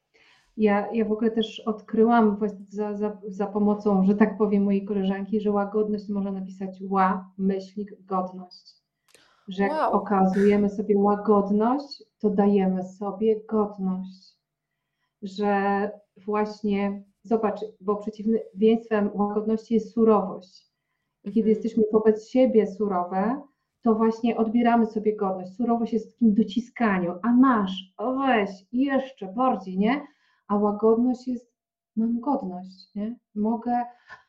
Ja, ja w ogóle też odkryłam właśnie za, za, za pomocą, że tak powiem, mojej koleżanki, że łagodność można napisać ła, myślnik, godność. Że jak Wow. okazujemy sobie łagodność, to dajemy sobie godność. Że właśnie, zobacz, bo przeciwieństwem łagodności jest surowość. I kiedy Mhm. jesteśmy wobec siebie surowe, to właśnie odbieramy sobie godność. Surowość jest w takim dociskaniu, a masz, o weź, i jeszcze bardziej, nie? A łagodność jest, mam godność, nie? Mogę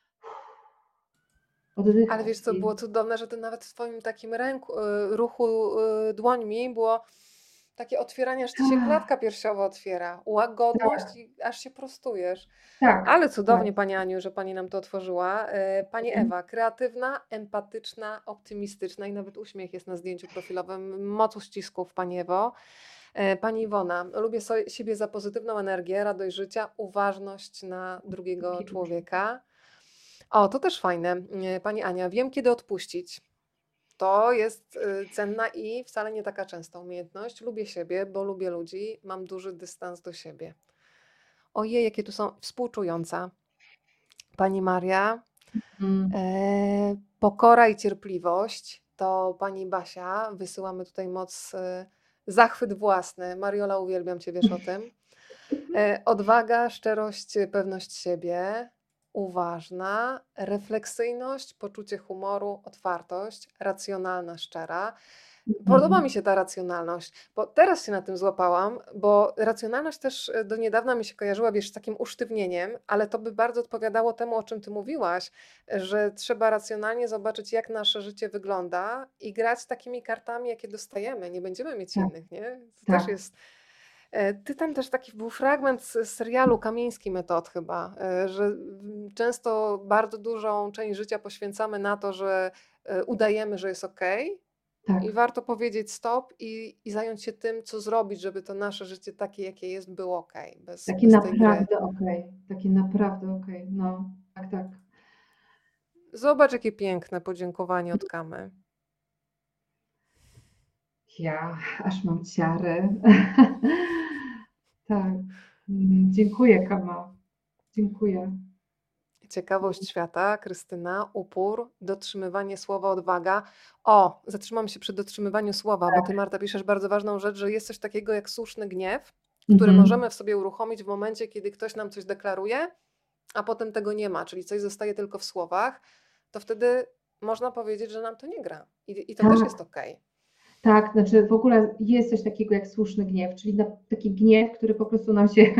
Ale oddychać. wiesz, co było I, cudowne, że ty nawet w twoim takim ręku, y, ruchu y, dłońmi było takie otwieranie, aż ci się klatka piersiowa otwiera. Łagodność tak, i aż się prostujesz. tak, Ale tak. cudownie, Pani Aniu, że Pani nam to otworzyła. E, Pani Ewa, kreatywna, empatyczna, optymistyczna i nawet uśmiech jest na zdjęciu profilowym. Moc uścisków, Pani Ewo. E, Pani Iwona, lubię so- siebie za pozytywną energię, radość życia, uważność na drugiego Pięknie. człowieka. O, to też fajne. E, Pani Ania, wiem kiedy odpuścić. To jest y, cenna i wcale nie taka częsta umiejętność. Lubię siebie, bo lubię ludzi, mam duży dystans do siebie. Ojej, jakie tu są współczująca. Pani Maria, Mm. e, pokora i cierpliwość. To pani Basia, wysyłamy tutaj moc, e, zachwyt własny. Mariola, uwielbiam cię, wiesz o tym. E, odwaga, szczerość, pewność siebie, uważna, refleksyjność, poczucie humoru, otwartość, racjonalna, szczera. Podoba mi Mhm. się ta racjonalność, bo teraz się na tym złapałam, bo racjonalność też e, do niedawna mi się kojarzyła, wiesz, z takim usztywnieniem, ale to by bardzo odpowiadało temu, o czym ty mówiłaś, że trzeba racjonalnie zobaczyć, jak nasze życie wygląda i grać takimi kartami, jakie dostajemy. Nie będziemy mieć Tak, innych, nie? To też tak. jest. E, Ty tam też taki był fragment z serialu Kamieński Metod chyba, e, że mm, często bardzo dużą część życia poświęcamy na to, że e, udajemy, że jest okej, Tak. i warto powiedzieć stop i, i zająć się tym, co zrobić, żeby to nasze życie takie, jakie jest, było okej, bez, Takie bez tej gry. naprawdę okej, takie naprawdę okej, no. Tak, tak. Zobacz, jakie piękne podziękowanie od Kamy. Ja aż mam ciary. Tak. Mm, dziękuję, Kama. Dziękuję. Ciekawość świata, Krystyna, upór, dotrzymywanie słowa, odwaga. O, zatrzymam się przy dotrzymywaniu słowa, bo ty, Tak. Marta, piszesz bardzo ważną rzecz, że jest coś takiego jak słuszny gniew, który Mhm. możemy w sobie uruchomić w momencie, kiedy ktoś nam coś deklaruje, a potem tego nie ma, czyli coś zostaje tylko w słowach, to wtedy można powiedzieć, że nam to nie gra. I, i to też jest Tak. okej. Tak, znaczy w ogóle jest coś takiego jak słuszny gniew, czyli na, taki gniew, który po prostu nam się,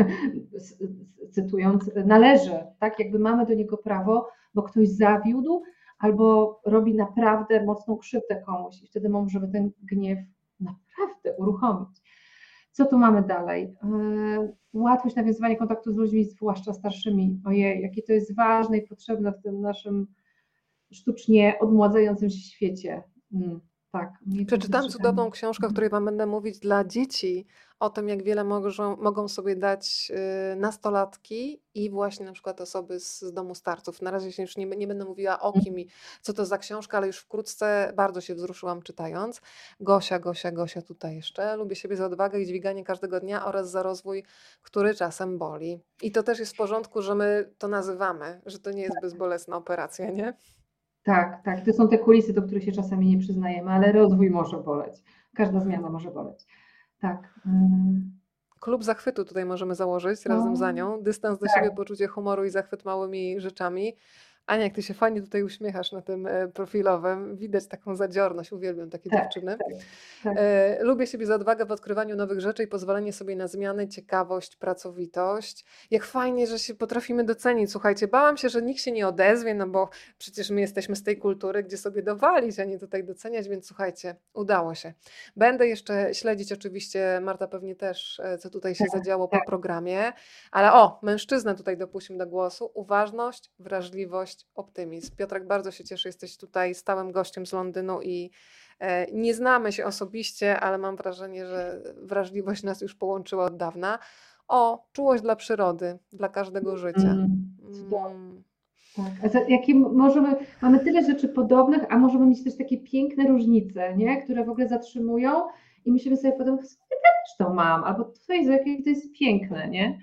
cytując, należy, tak? Jakby mamy do niego prawo, bo ktoś zawiódł albo robi naprawdę mocną krzywdę komuś i wtedy możemy ten gniew naprawdę uruchomić. Co tu mamy dalej? Yy, łatwość nawiązywania kontaktu z ludźmi, zwłaszcza starszymi. Ojej, jakie to jest ważne i potrzebne w tym naszym sztucznie odmładzającym się świecie. Mm, tak, umiejętność Przeczytałam dostrzegania. cudowną książkę, o której Wam będę mówić, dla dzieci, o tym, jak wiele mogą, mogą sobie dać y, nastolatki i właśnie na przykład osoby z, z domu starców. Na razie się już nie, nie będę mówiła o kim i co to za książka, ale już wkrótce bardzo się wzruszyłam czytając. Gosia, Gosia, Gosia tutaj jeszcze. Lubię siebie za odwagę i dźwiganie każdego dnia oraz za rozwój, który czasem boli. I to też jest w porządku, że my to nazywamy, że to nie jest bezbolesna operacja, nie? Tak, tak. To są te kulisy, do których się czasami nie przyznajemy, ale rozwój może boleć. Każda zmiana może boleć. Tak. Mm, Klub zachwytu tutaj możemy założyć razem no, za nią. Dystans do siebie, tak, poczucie humoru i zachwyt małymi rzeczami. Ania, jak ty się fajnie tutaj uśmiechasz na tym e, profilowym. Widać taką zadziorność. Uwielbiam takie tak, dziewczyny. tak, tak. E, lubię siebie za odwagę w odkrywaniu nowych rzeczy i pozwolenie sobie na zmiany, ciekawość, pracowitość. Jak fajnie, że się potrafimy docenić. Słuchajcie, bałam się, że nikt się nie odezwie, no bo przecież my jesteśmy z tej kultury, gdzie sobie dowalić, a nie tutaj doceniać, więc słuchajcie, udało się. Będę jeszcze śledzić oczywiście, Marta pewnie też, e, co tutaj się zadziało po Tak. programie, ale o, mężczyznę tutaj dopuścimy do głosu. Uważność, wrażliwość, optymizm. Piotrek, bardzo się cieszę, jesteś tutaj stałym gościem z Londynu i e, nie znamy się osobiście, ale mam wrażenie, że wrażliwość nas już połączyła od dawna. O, czułość dla przyrody, dla każdego życia. Mm, cudownie, Mm. tak. A za, jakie możemy, mamy tyle rzeczy podobnych, a możemy mieć też takie piękne różnice, nie? Które w ogóle zatrzymują i myślimy sobie potem, ja też to mam, albo to jest, jakie to jest piękne, nie?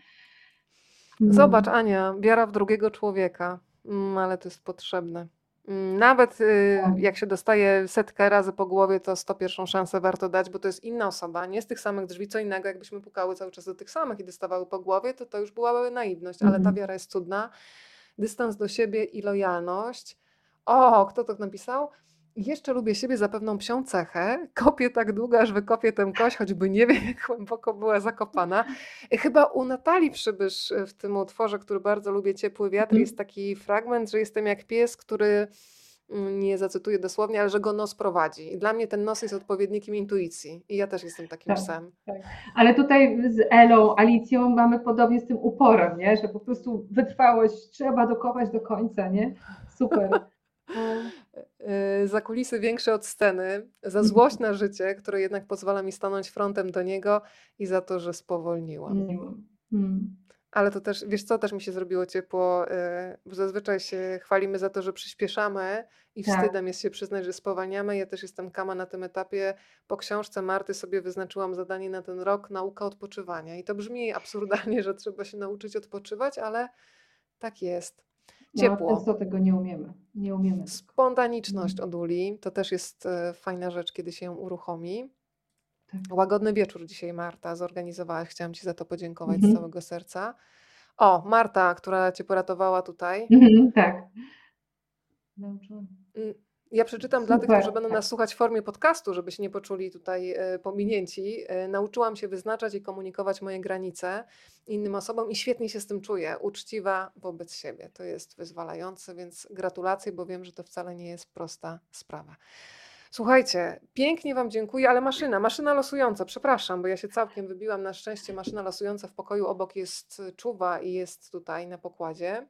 Zobacz, Mm, Ania, wiara w drugiego człowieka, mm, ale to jest potrzebne. Mm, Nawet y, tak. jak się dostaje setkę razy po głowie, to sto pierwszą szansę warto dać, bo to jest inna osoba, nie z tych samych drzwi, co innego, jakbyśmy pukały cały czas do tych samych i dostawały po głowie, to to już byłaby naiwność, ale ta Mhm. wiara jest cudna. Dystans do siebie i lojalność. O, kto to napisał? Jeszcze lubię siebie za pewną psią cechę. Kopię tak długo, aż wykopię tę kość, choćby nie wiem, jak głęboko była zakopana. Chyba u Natalii Przybysz w tym utworze, który bardzo lubię, Ciepły wiatr, jest Mhm. taki fragment, że jestem jak pies, który, mm, nie zacytuję dosłownie, ale że go nos prowadzi. I dla mnie ten nos jest odpowiednikiem intuicji. I ja też jestem takim Tak, psem. tak. Ale tutaj z Elą, Alicją mamy podobnie z tym uporem, nie? Że po prostu wytrwałość trzeba dokopać do końca, nie? Super. No. Yy, Za kulisy większe od sceny, za złość na życie, które jednak pozwala mi stanąć frontem do niego i za to, że spowolniłam. Nie mam. Mm. Ale to też, wiesz co, też mi się zrobiło ciepło, yy, bo zazwyczaj się chwalimy za to, że przyspieszamy i Tak. wstydem jest się przyznać, że spowalniamy. Ja też jestem Kama na tym etapie. Po książce Marty sobie wyznaczyłam zadanie na ten rok, nauka odpoczywania. I to brzmi absurdalnie, że trzeba się nauczyć odpoczywać, ale tak jest. No, Ciepło. często tego nie umiemy. Nie umiemy tego. Spontaniczność Mm. od Uli, to też jest e, fajna rzecz, kiedy się ją uruchomi. Tak. Łagodny wieczór dzisiaj, Marta, zorganizowałaś. Chciałam Ci za to podziękować z Mhm. całego serca. O, Marta, która Cię poratowała tutaj. Mhm, tak. Nauczyłam. Mm, Ja przeczytam dla tych, którzy Super. będą Tak. nas słuchać w formie podcastu, żeby się nie poczuli tutaj e, pominięci. E, Nauczyłam się wyznaczać i komunikować moje granice innym osobom i świetnie się z tym czuję. Uczciwa wobec siebie. To jest wyzwalające, więc gratulacje, bo wiem, że to wcale nie jest prosta sprawa. Słuchajcie, pięknie Wam dziękuję, ale maszyna, maszyna losująca, przepraszam, bo ja się całkiem wybiłam. Na szczęście maszyna losująca w pokoju obok jest, czuwa i jest tutaj na pokładzie.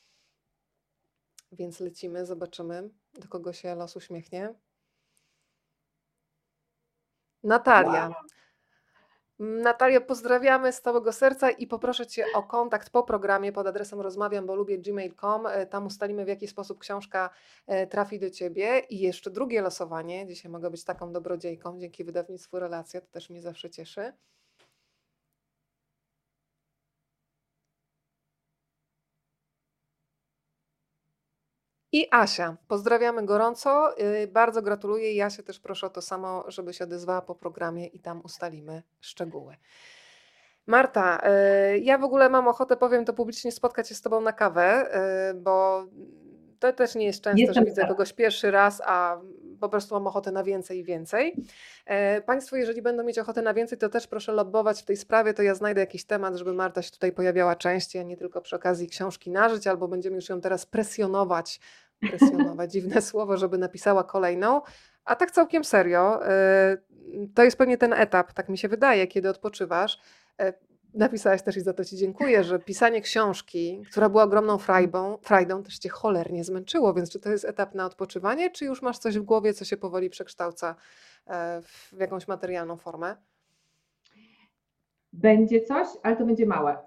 Więc lecimy, zobaczymy, do kogo się los uśmiechnie. Wow. Natalia. Natalia, pozdrawiamy z całego serca i poproszę Cię o kontakt po programie pod adresem rozmawiam, bo lubię gmail kropka com. E, Tam ustalimy, w jaki sposób książka e, trafi do Ciebie. I jeszcze drugie losowanie. Dzisiaj mogę być taką dobrodziejką dzięki wydawnictwu Relacja. To też mnie zawsze cieszy. I Asia, pozdrawiamy gorąco, yy, bardzo gratuluję i Asię też proszę o to samo, żeby się odezwała po programie i tam ustalimy szczegóły. Marta, yy, ja w ogóle mam ochotę, powiem to publicznie, spotkać się z Tobą na kawę, yy, bo to też nie jest często, że Jestem widzę za. kogoś pierwszy raz, a po prostu mam ochotę na więcej i więcej. Yy, Państwo, jeżeli będą mieć ochotę na więcej, to też proszę lobbować w tej sprawie, to ja znajdę jakiś temat, żeby Marta się tutaj pojawiała częściej, a nie tylko przy okazji książki na żyć, albo będziemy już ją teraz presjonować, presjonować, dziwne słowo, żeby napisała kolejną. A tak całkiem serio, yy, to jest pewnie ten etap, tak mi się wydaje, kiedy odpoczywasz. Yy, Napisałaś też i za to Ci dziękuję, że pisanie książki, która była ogromną frajdą, frajdą, też Cię cholernie zmęczyło, więc czy to jest etap na odpoczywanie, czy już masz coś w głowie, co się powoli przekształca e, w jakąś materialną formę? Będzie coś, ale to będzie małe.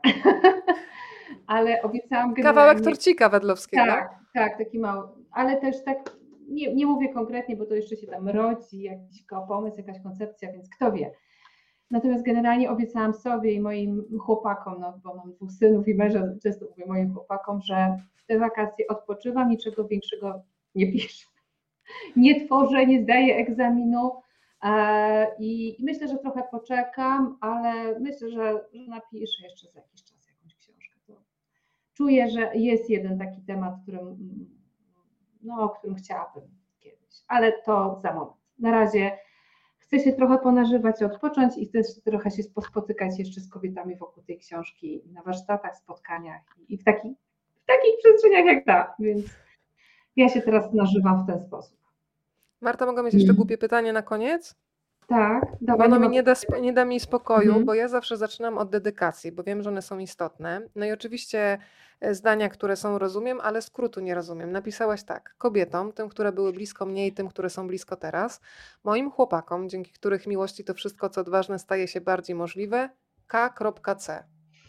Ale obiecałam Kawałek generalnie. torcika wedlowskiego. Tak, tak, taki mały. Ale też tak, nie, nie mówię konkretnie, bo to jeszcze się tam rodzi, jakiś ko- pomysł, jakaś koncepcja, więc kto wie. Natomiast generalnie obiecałam sobie i moim chłopakom, no bo mam dwóch synów i męża, często mówię moim chłopakom, że w te wakacje odpoczywam, niczego większego nie piszę. Nie tworzę, nie zdaję egzaminu e, i, i myślę, że trochę poczekam, ale myślę, że, że napiszę jeszcze za jakiś czas jakąś książkę. To czuję, że jest jeden taki temat, którym, no, o którym chciałabym kiedyś, ale to za moment. Na razie chcę się trochę ponażywać, odpocząć i chcę trochę się spotykać jeszcze z kobietami wokół tej książki na warsztatach, spotkaniach i w, taki, w takich przestrzeniach jak ta, więc ja się teraz nażywam w ten sposób. Marta, mogę mieć jeszcze głupie pytanie na koniec? Tak, Bo dawaj, ono nie mi ma nie da, spo- nie da mi spokoju, Mhm. bo ja zawsze zaczynam od dedykacji, bo wiem, że one są istotne. No i oczywiście e, zdania, które są, rozumiem, ale skrótu nie rozumiem. Napisałaś tak: kobietom, tym, które były blisko mnie i tym, które są blisko teraz, moim chłopakom, dzięki których miłości to wszystko, co odważne, staje się bardziej możliwe, K C.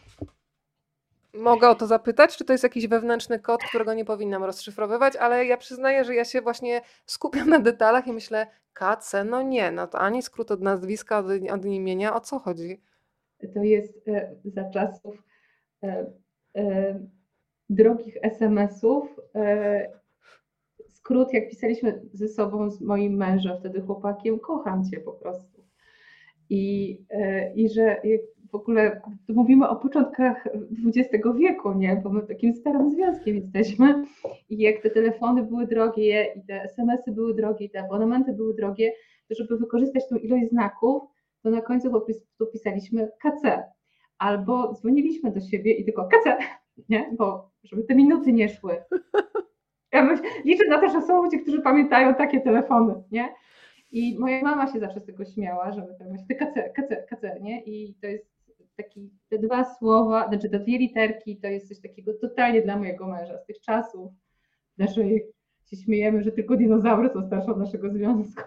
Mogę o to zapytać, czy to jest jakiś wewnętrzny kod, którego nie powinnam rozszyfrowywać, ale ja przyznaję, że ja się właśnie skupiam na detalach i myślę, K C, no nie, no to ani skrót od nazwiska, od, od imienia, o co chodzi? To jest e, za czasów e, e, drogich es em esów. E, skrót, jak pisaliśmy ze sobą z moim mężem, wtedy chłopakiem, kocham cię po prostu. I, e, i że jak w ogóle to mówimy o początkach dwudziestego wieku, nie? Bo my takim starym związkiem jesteśmy. I jak te telefony były drogie i te es em esy były drogie i te abonamenty były drogie, to żeby wykorzystać tą ilość znaków, to na końcu po prostu pisaliśmy ka ce. Albo dzwoniliśmy do siebie i tylko ka ce, nie? Bo żeby te minuty nie szły. Ja myśl, liczę na to, że są ludzie, którzy pamiętają takie telefony, nie? I moja mama się zawsze z tego śmiała, że my tam właśnie ka ce, ka ce, ka ce, nie? I to jest taki, te dwa słowa, znaczy te dwie literki, to jest coś takiego totalnie dla mojego męża z tych czasów naszej, się śmiejemy, że tylko dinozaury są starsze od naszego związku.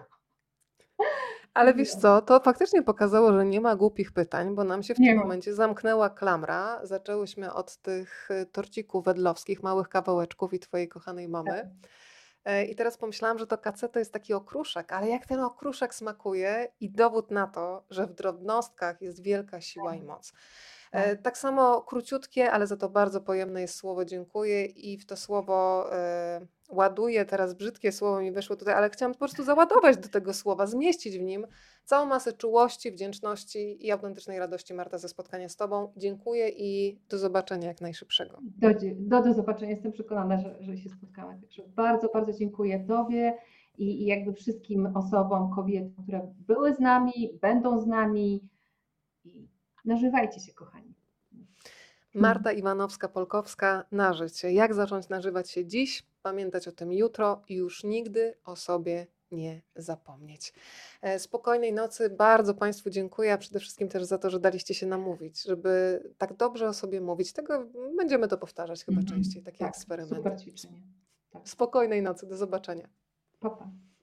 Ale wiesz co, to faktycznie pokazało, że nie ma głupich pytań, bo nam się w Nie tym ma. momencie zamknęła klamra. Zaczęłyśmy od tych y, torcików wedlowskich, małych kawałeczków i twojej kochanej mamy. E, I teraz pomyślałam, że to K C to jest taki okruszek, ale jak ten okruszek smakuje i dowód na to, że w drobnostkach jest wielka siła i moc. E, Tak. Tak samo króciutkie, ale za to bardzo pojemne jest słowo dziękuję i w to słowo e, ładuję, teraz brzydkie słowo mi wyszło tutaj, ale chciałam po prostu załadować do tego słowa, zmieścić w nim całą masę czułości, wdzięczności i autentycznej radości, Marta, ze spotkania z Tobą. Dziękuję i do zobaczenia jak najszybszego. Do, do, do zobaczenia. Jestem przekonana, że, że się spotkamy. Także bardzo, bardzo dziękuję Tobie i, i jakby wszystkim osobom, kobietom, które były z nami, będą z nami. I nażywajcie się, kochani. Marta Iwanowska-Polkowska, na życie. Jak zacząć nażywać się dziś, pamiętać o tym jutro i już nigdy o sobie nie zapomnieć. E, Spokojnej nocy, bardzo Państwu dziękuję, a przede wszystkim też za to, że daliście się namówić, żeby tak dobrze o sobie mówić. Tego będziemy to powtarzać chyba Mhm. częściej, takie Tak, eksperymenty. super ćwiczenie. Tak. Spokojnej nocy, do zobaczenia. Pa, pa.